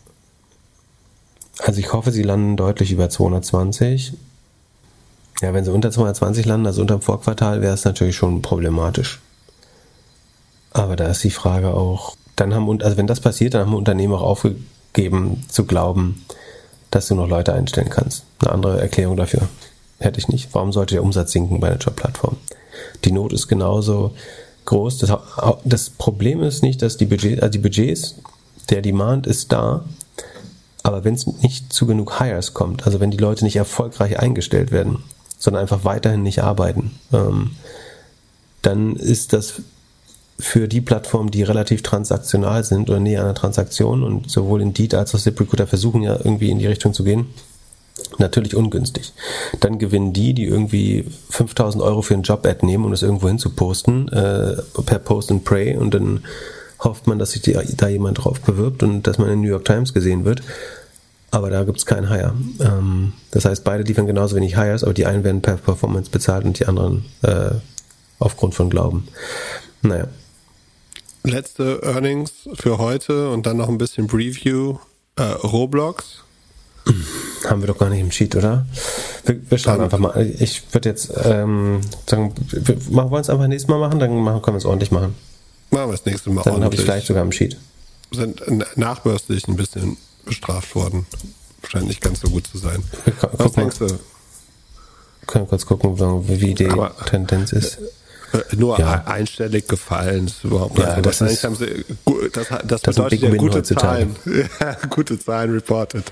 Also ich hoffe, sie landen deutlich über zweihundertzwanzig. Ja, wenn sie unter zweihundertzwanzig landen, also unter dem Vorquartal, wäre es natürlich schon problematisch. Aber da ist die Frage auch, dann haben, also wenn das passiert, dann haben Unternehmen auch aufgegeben zu glauben, dass du noch Leute einstellen kannst. Eine andere Erklärung dafür hätte ich nicht. Warum sollte der Umsatz sinken bei einer Jobplattform? Die Not ist genauso groß. Das, das Problem ist nicht, dass die Budgets, also die Budgets, der Demand ist da, aber wenn es nicht zu genug Hires kommt, also wenn die Leute nicht erfolgreich eingestellt werden, sondern einfach weiterhin nicht arbeiten, ähm, dann ist das für die Plattformen, die relativ transaktional sind oder näher an einer Transaktion, und sowohl Indeed als auch ZipRecruiter versuchen ja irgendwie in die Richtung zu gehen, natürlich ungünstig. Dann gewinnen die, die irgendwie fünftausend Euro für einen Job-Ad nehmen, um das irgendwo hin zu posten, äh, per Post and Pray, und dann hofft man, dass sich die, da jemand drauf bewirbt und dass man in New York Times gesehen wird. Aber da gibt es keinen Hire. Ähm, das heißt, beide liefern genauso wenig Hires, aber die einen werden per Performance bezahlt und die anderen äh, aufgrund von Glauben. Naja. letzte Earnings für heute und dann noch ein bisschen Preview. Äh, Roblox. Haben wir doch gar nicht im Sheet, oder? Wir, wir schauen dann einfach mal. Ich würde jetzt ähm, sagen, wir wollen es einfach nächstes Mal machen, dann machen, können wir es ordentlich machen. Machen wir das nächste Mal dann ordentlich. Dann habe ich vielleicht sogar im Sheet. Sind nachbörslich ein bisschen bestraft worden. Scheint nicht ganz so gut zu sein. Wir Was denkst du? Können wir kurz gucken, wie die Aber, Tendenz ist. Äh, nur ja. einstellig gefallen ist überhaupt nicht. Ja, das, ist, haben sie, das, das, das das bedeutet ja gute Zahlen. Ja, gute Zahlen reported.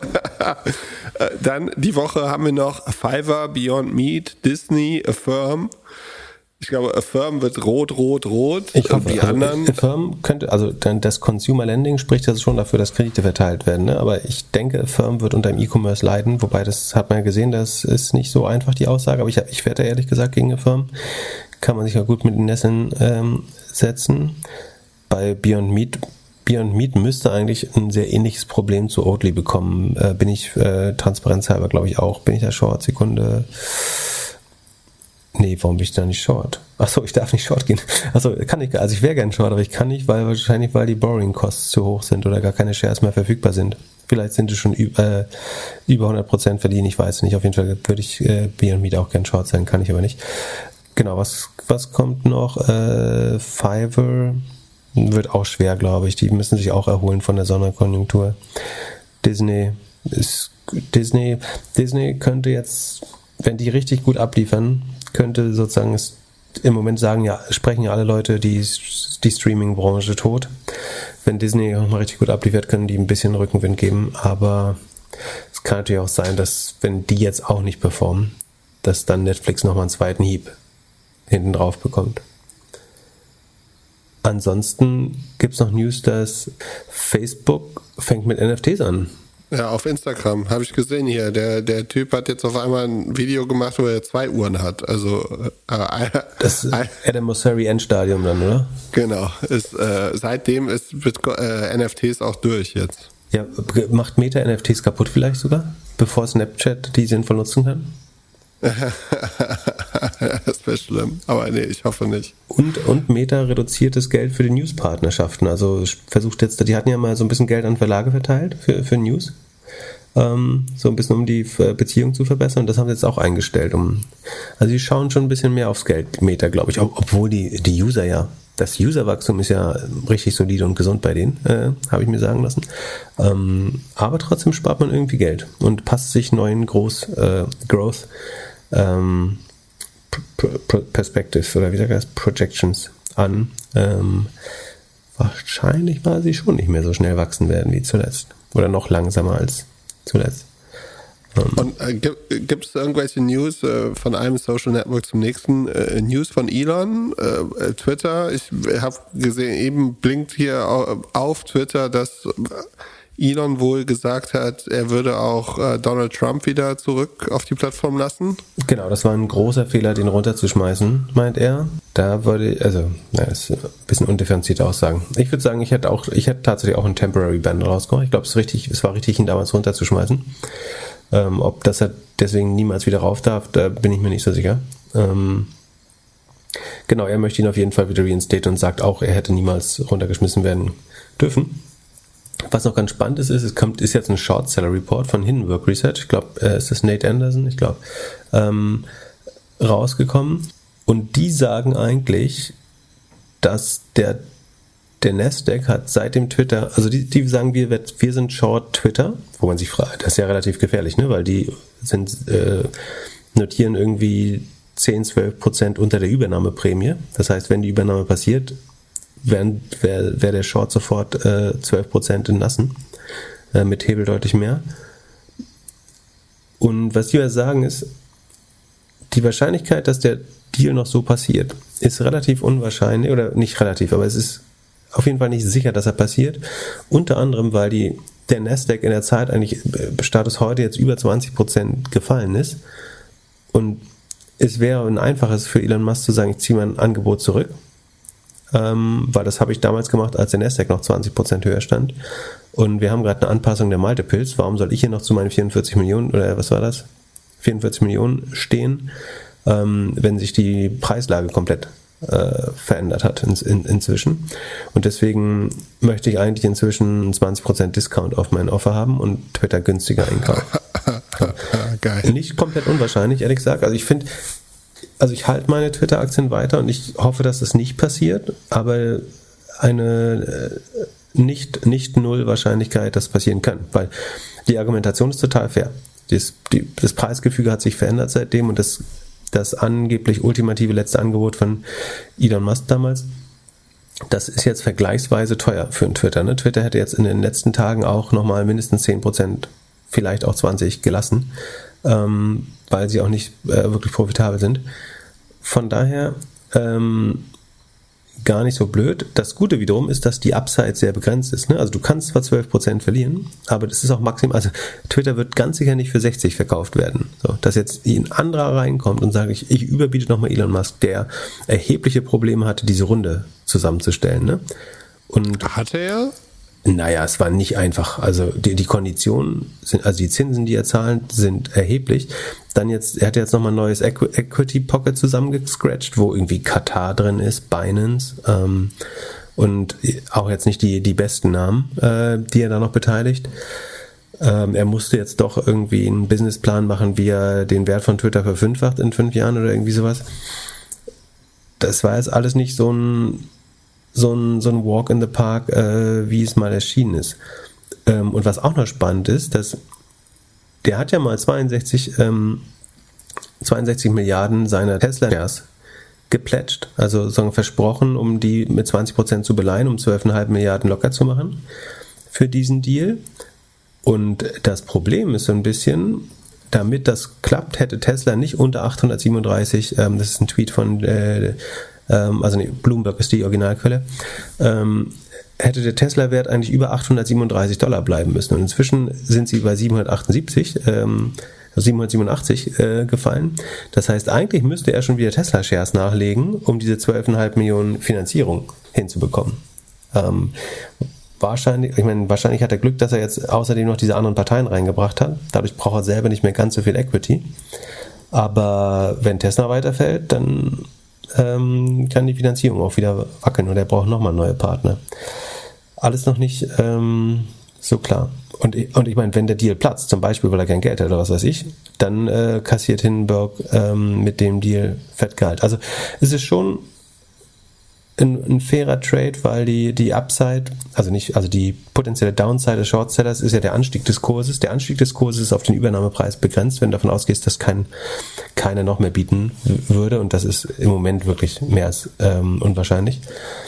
Dann die Woche haben wir noch Fiverr, Beyond Meat, Disney, Affirm. Ich glaube, Affirm wird rot, rot, rot. Ich hoffe, die anderen. Affirm könnte, also das Consumer Lending spricht ja schon dafür, dass Kredite verteilt werden. Ne? Aber ich denke, Affirm wird unter dem E-Commerce leiden. Wobei, das hat man ja gesehen, das ist nicht so einfach, die Aussage. Aber ich, ich werde ehrlich gesagt gegen Affirm. Kann man sich ja gut mit den Nesseln ähm, setzen. Bei Beyond Meat, Beyond Meat müsste eigentlich ein sehr ähnliches Problem zu Oatly bekommen. Äh, bin ich äh, transparenzhalber, glaube ich, auch. Bin ich da Short? Sekunde. Nee, warum bin ich da nicht Short? Achso, ich darf nicht Short gehen. Achso, kann ich, also ich wäre gern Short, aber ich kann nicht, weil wahrscheinlich, weil die Borrowing Costs zu hoch sind oder gar keine Shares mehr verfügbar sind. Vielleicht sind es schon äh, über hundert Prozent verdienen, ich weiß nicht. Auf jeden Fall würde ich äh, Beyond Meat auch gern Short sein, kann ich aber nicht. Genau, was, was kommt noch? Äh, Fiverr wird auch schwer, glaube ich. Die müssen sich auch erholen von der Sonderkonjunktur. Disney ist Disney. Disney könnte jetzt, wenn die richtig gut abliefern, könnte sozusagen es im Moment sagen, ja, sprechen ja alle Leute die, die Streaming-Branche tot. Wenn Disney auch mal richtig gut abliefert, können die ein bisschen Rückenwind geben. Aber es kann natürlich auch sein, dass wenn die jetzt auch nicht performen, dass dann Netflix nochmal einen zweiten Hieb hinten drauf bekommt. Ansonsten gibt es noch News, dass Facebook fängt mit N F Ts an. Ja, auf Instagram habe ich gesehen hier. Der, der Typ hat jetzt auf einmal ein Video gemacht, wo er zwei Uhren hat. Also äh, das ist Adam Mosseri Endstadium dann, oder? Genau. Ist, äh, seitdem ist äh, N F Ts auch durch jetzt. Ja, macht Meta N F Ts kaputt vielleicht sogar, bevor Snapchat die sinnvoll nutzen kann? Das wäre schlimm, aber nee, ich hoffe nicht. Und, und Meta reduziert das Geld für die News-Partnerschaften. Also versucht jetzt, die hatten ja mal so ein bisschen Geld an Verlage verteilt für, für News. Ähm, so ein bisschen um die Beziehung zu verbessern. Das haben sie jetzt auch eingestellt. Um, also die schauen schon ein bisschen mehr aufs Geld, Meta, glaube ich. Obwohl die, die User ja, das Userwachstum ist ja richtig solide und gesund bei denen, äh, habe ich mir sagen lassen. Ähm, aber trotzdem spart man irgendwie Geld und passt sich neuen Groß, äh, Growth ähm, Perspectives oder wie sagt das, Projections an. Ähm, wahrscheinlich war sie schon nicht mehr so schnell wachsen werden wie zuletzt. Oder noch langsamer als zuletzt. Ähm, Und äh, gibt es irgendwelche News äh, von einem Social Network zum nächsten? Äh, News von Elon, äh, Twitter. Ich habe gesehen, eben blinkt hier auf Twitter, dass Elon wohl gesagt hat, er würde auch äh, Donald Trump wieder zurück auf die Plattform lassen. Genau, das war ein großer Fehler, den runterzuschmeißen, meint er. Da würde, also, ja, ist ein bisschen undifferenzierte Aussagen. Ich würde sagen, ich hätte auch, ich hätte tatsächlich auch einen Temporary Ban rausgekommen. Ich glaube, es ist richtig, es war richtig, ihn damals runterzuschmeißen. Ähm, ob das er deswegen niemals wieder rauf darf, da bin ich mir nicht so sicher. Ähm, genau, er möchte ihn auf jeden Fall wieder reinstaten und sagt auch, er hätte niemals runtergeschmissen werden dürfen. Was noch ganz spannend ist, ist, es kommt, ist jetzt ein Short Seller Report von Hindenburg Research, ich glaube, äh, ist das Nate Anderson, ich glaube, ähm, rausgekommen. Und die sagen eigentlich, dass der, der Nasdaq hat seit dem Twitter, also die, die sagen, wir, wir sind Short Twitter, wo man sich fragt, das ist ja relativ gefährlich, ne, weil die sind, äh, notieren irgendwie zehn, zwölf Prozent unter der Übernahmeprämie. Das heißt, wenn die Übernahme passiert, wäre wär der Short sofort äh, zwölf Prozent entlassen, äh, mit Hebel deutlich mehr. Und was die ja sagen ist, die Wahrscheinlichkeit, dass der Deal noch so passiert, ist relativ unwahrscheinlich, oder nicht relativ, aber es ist auf jeden Fall nicht sicher, dass er passiert. Unter anderem, weil die, der Nasdaq in der Zeit eigentlich, Status heute jetzt über zwanzig Prozent gefallen ist. Und es wäre ein einfaches für Elon Musk zu sagen, ich ziehe mein Angebot zurück. Ähm, weil das habe ich damals gemacht, als der Nasdaq noch zwanzig Prozent höher stand. Und wir haben gerade eine Anpassung der Multiples. Warum soll ich hier noch zu meinen vierundvierzig Millionen, oder was war das? vierundvierzig Millionen stehen, ähm, wenn sich die Preislage komplett äh, verändert hat in, in, inzwischen. Und deswegen möchte ich eigentlich inzwischen zwanzig Prozent Discount auf mein Offer haben und Twitter günstiger einkaufen. Geil. Nicht komplett unwahrscheinlich, ehrlich gesagt. Also ich finde, also ich halte meine Twitter-Aktien weiter und ich hoffe, dass das nicht passiert, aber eine äh, nicht, nicht null Wahrscheinlichkeit, dass passieren kann, weil die Argumentation ist total fair. Das, die, das Preisgefüge hat sich verändert seitdem und das, das angeblich ultimative letzte Angebot von Elon Musk damals, das ist jetzt vergleichsweise teuer für einen Twitter. Ne? Twitter hätte jetzt in den letzten Tagen auch nochmal mindestens zehn Prozent, vielleicht auch zwanzig gelassen, ähm, weil sie auch nicht äh, wirklich profitabel sind. Von daher ähm, gar nicht so blöd. Das Gute wiederum ist, dass die Upside sehr begrenzt ist. Ne? Also du kannst zwar zwölf Prozent verlieren, aber das ist auch maximal, also Twitter wird ganz sicher nicht für sechzig verkauft werden. So, dass jetzt ein anderer reinkommt und sagt, ich, ich überbiete nochmal Elon Musk, der erhebliche Probleme hatte, diese Runde zusammenzustellen. Ne? Und hatte er? Naja, es war nicht einfach. Also die, die Konditionen sind, also die Zinsen, die er zahlt, sind erheblich. Dann jetzt, er hat jetzt nochmal ein neues Equ- Equity Pocket zusammengescratcht, wo irgendwie Katar drin ist, Binance, ähm, und auch jetzt nicht die, die besten Namen, äh, die er da noch beteiligt. Ähm, er musste jetzt doch irgendwie einen Businessplan machen, wie er den Wert von Twitter verfünffacht in fünf Jahren oder irgendwie sowas. Das war jetzt alles nicht so ein so ein, so ein Walk in the Park, äh, wie es mal erschienen ist. Ähm, und was auch noch spannend ist, dass der hat ja mal zweiundsechzig, ähm, zweiundsechzig Milliarden seiner Tesla-Shares geplätscht, also sozusagen versprochen, um die mit zwanzig Prozent zu beleihen, um zwölf Komma fünf Milliarden locker zu machen für diesen Deal. Und das Problem ist so ein bisschen, damit das klappt, hätte Tesla nicht unter achthundertsiebenunddreißig, ähm, das ist ein Tweet von äh, also nee, Bloomberg ist die Originalquelle, ähm, hätte der Tesla-Wert eigentlich über achthundertsiebenunddreißig Dollar bleiben müssen. Und inzwischen sind sie bei siebenhundertachtundsiebzig, ähm, siebenhundertsiebenundachtzig äh, gefallen. Das heißt, eigentlich müsste er schon wieder Tesla-Shares nachlegen, um diese zwölf Komma fünf Millionen Finanzierung hinzubekommen. Ähm, wahrscheinlich, ich meine, wahrscheinlich hat er Glück, dass er jetzt außerdem noch diese anderen Parteien reingebracht hat. Dadurch braucht er selber nicht mehr ganz so viel Equity. Aber wenn Tesla weiterfällt, dann Ähm, kann die Finanzierung auch wieder wackeln und er braucht nochmal neue Partner. Alles noch nicht ähm, so klar. Und, und ich meine, wenn der Deal platzt, zum Beispiel, weil er kein Geld hat oder was weiß ich, dann äh, kassiert Hindenburg ähm, mit dem Deal Fettgehalt. Also es ist schon ein, ein fairer Trade, weil die, die Upside, also nicht, also die potenzielle Downside des Shortsellers ist ja der Anstieg des Kurses. Der Anstieg des Kurses ist auf den Übernahmepreis begrenzt, wenn du davon ausgehst, dass kein, keiner noch mehr bieten würde, und das ist im Moment wirklich mehr als ähm, unwahrscheinlich.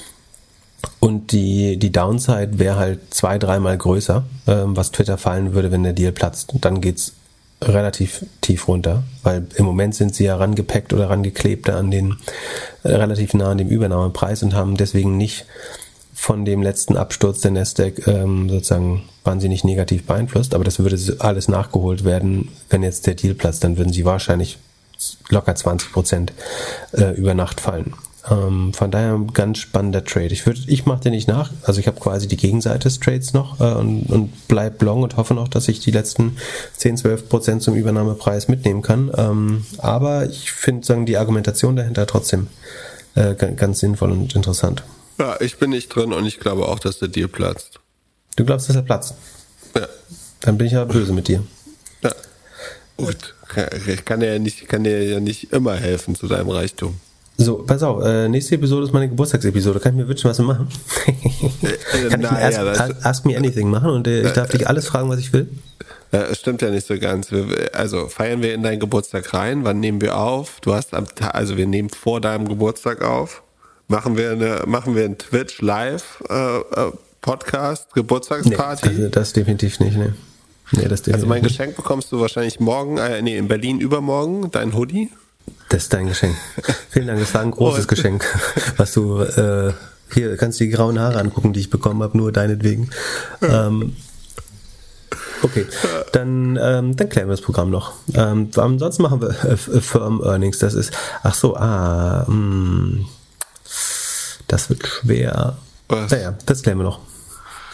Und die, die Downside wäre halt zwei, dreimal größer, ähm, was Twitter fallen würde, wenn der Deal platzt. Und dann geht's relativ tief runter, weil im Moment sind sie ja rangepackt oder rangeklebt an den, äh, relativ nah an dem Übernahmepreis und haben deswegen nicht von dem letzten Absturz der Nasdaq ähm, sozusagen wahnsinnig negativ beeinflusst, aber das würde alles nachgeholt werden, wenn jetzt der Deal platzt, dann würden sie wahrscheinlich locker zwanzig Prozent äh, über Nacht fallen. Ähm, von daher ein ganz spannender Trade. Ich würde, ich mache den nicht nach, also ich habe quasi die Gegenseite des Trades noch äh, und, und bleib long und hoffe noch, dass ich die letzten zehn, zwölf Prozent zum Übernahmepreis mitnehmen kann. Ähm, aber ich finde, sagen, die Argumentation dahinter trotzdem äh, ganz, ganz sinnvoll und interessant. Ja, ich bin nicht drin und ich glaube auch, dass der Deal platzt. Du glaubst, dass er platzt? Ja. Dann bin ich ja böse mit dir. Ja. Gut. Ich kann dir ja nicht, kann dir ja nicht immer helfen zu deinem Reichtum. So, pass auf, äh, nächste Episode ist meine Geburtstagsepisode. Kann ich mir wünschen, was wir machen? Kann ich Na, ask, ja, ask, ask Me Anything machen und äh, ich darf dich alles fragen, was ich will? Ja, es stimmt ja nicht so ganz. Also feiern wir in deinen Geburtstag rein? Wann nehmen wir auf? Du hast am Tag, also wir nehmen vor deinem Geburtstag auf. Machen wir eine, machen wir einen Twitch Live äh, Podcast Geburtstagsparty? Nee, also das definitiv nicht. Nee. Nee, das definitiv also mein nicht. Geschenk bekommst du wahrscheinlich morgen, äh, nee, in Berlin übermorgen, dein Hoodie. Das ist dein Geschenk. Vielen Dank, das war ein großes Geschenk, was du, äh, hier kannst du die grauen Haare angucken, die ich bekommen habe, nur deinetwegen. Ähm, okay, dann, ähm, dann klären wir das Programm noch. Ähm, ansonsten machen wir äh, Firm Earnings, das ist, ach so, ah, mh, das wird schwer. Was? Naja, das klären wir noch.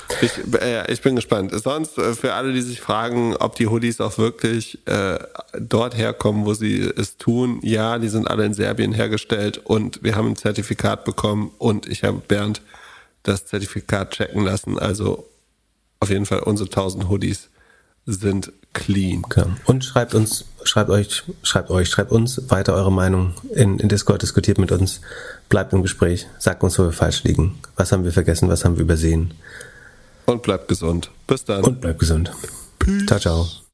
Ich, äh, ich bin gespannt. Sonst äh, für alle, die sich fragen, ob die Hoodies auch wirklich äh, dort herkommen, wo sie es tun, ja, die sind alle in Serbien hergestellt und wir haben ein Zertifikat bekommen und ich habe Bernd das Zertifikat checken lassen. Also auf jeden Fall unsere tausend Hoodies sind clean. Okay. Und schreibt uns, schreibt euch, schreibt euch, schreibt uns weiter eure Meinung in, in Discord, diskutiert mit uns, bleibt im Gespräch, sagt uns, wo wir falsch liegen. Was haben wir vergessen, was haben wir übersehen? Und bleibt gesund. Bis dann. Und bleibt gesund. Peace. Ciao, ciao.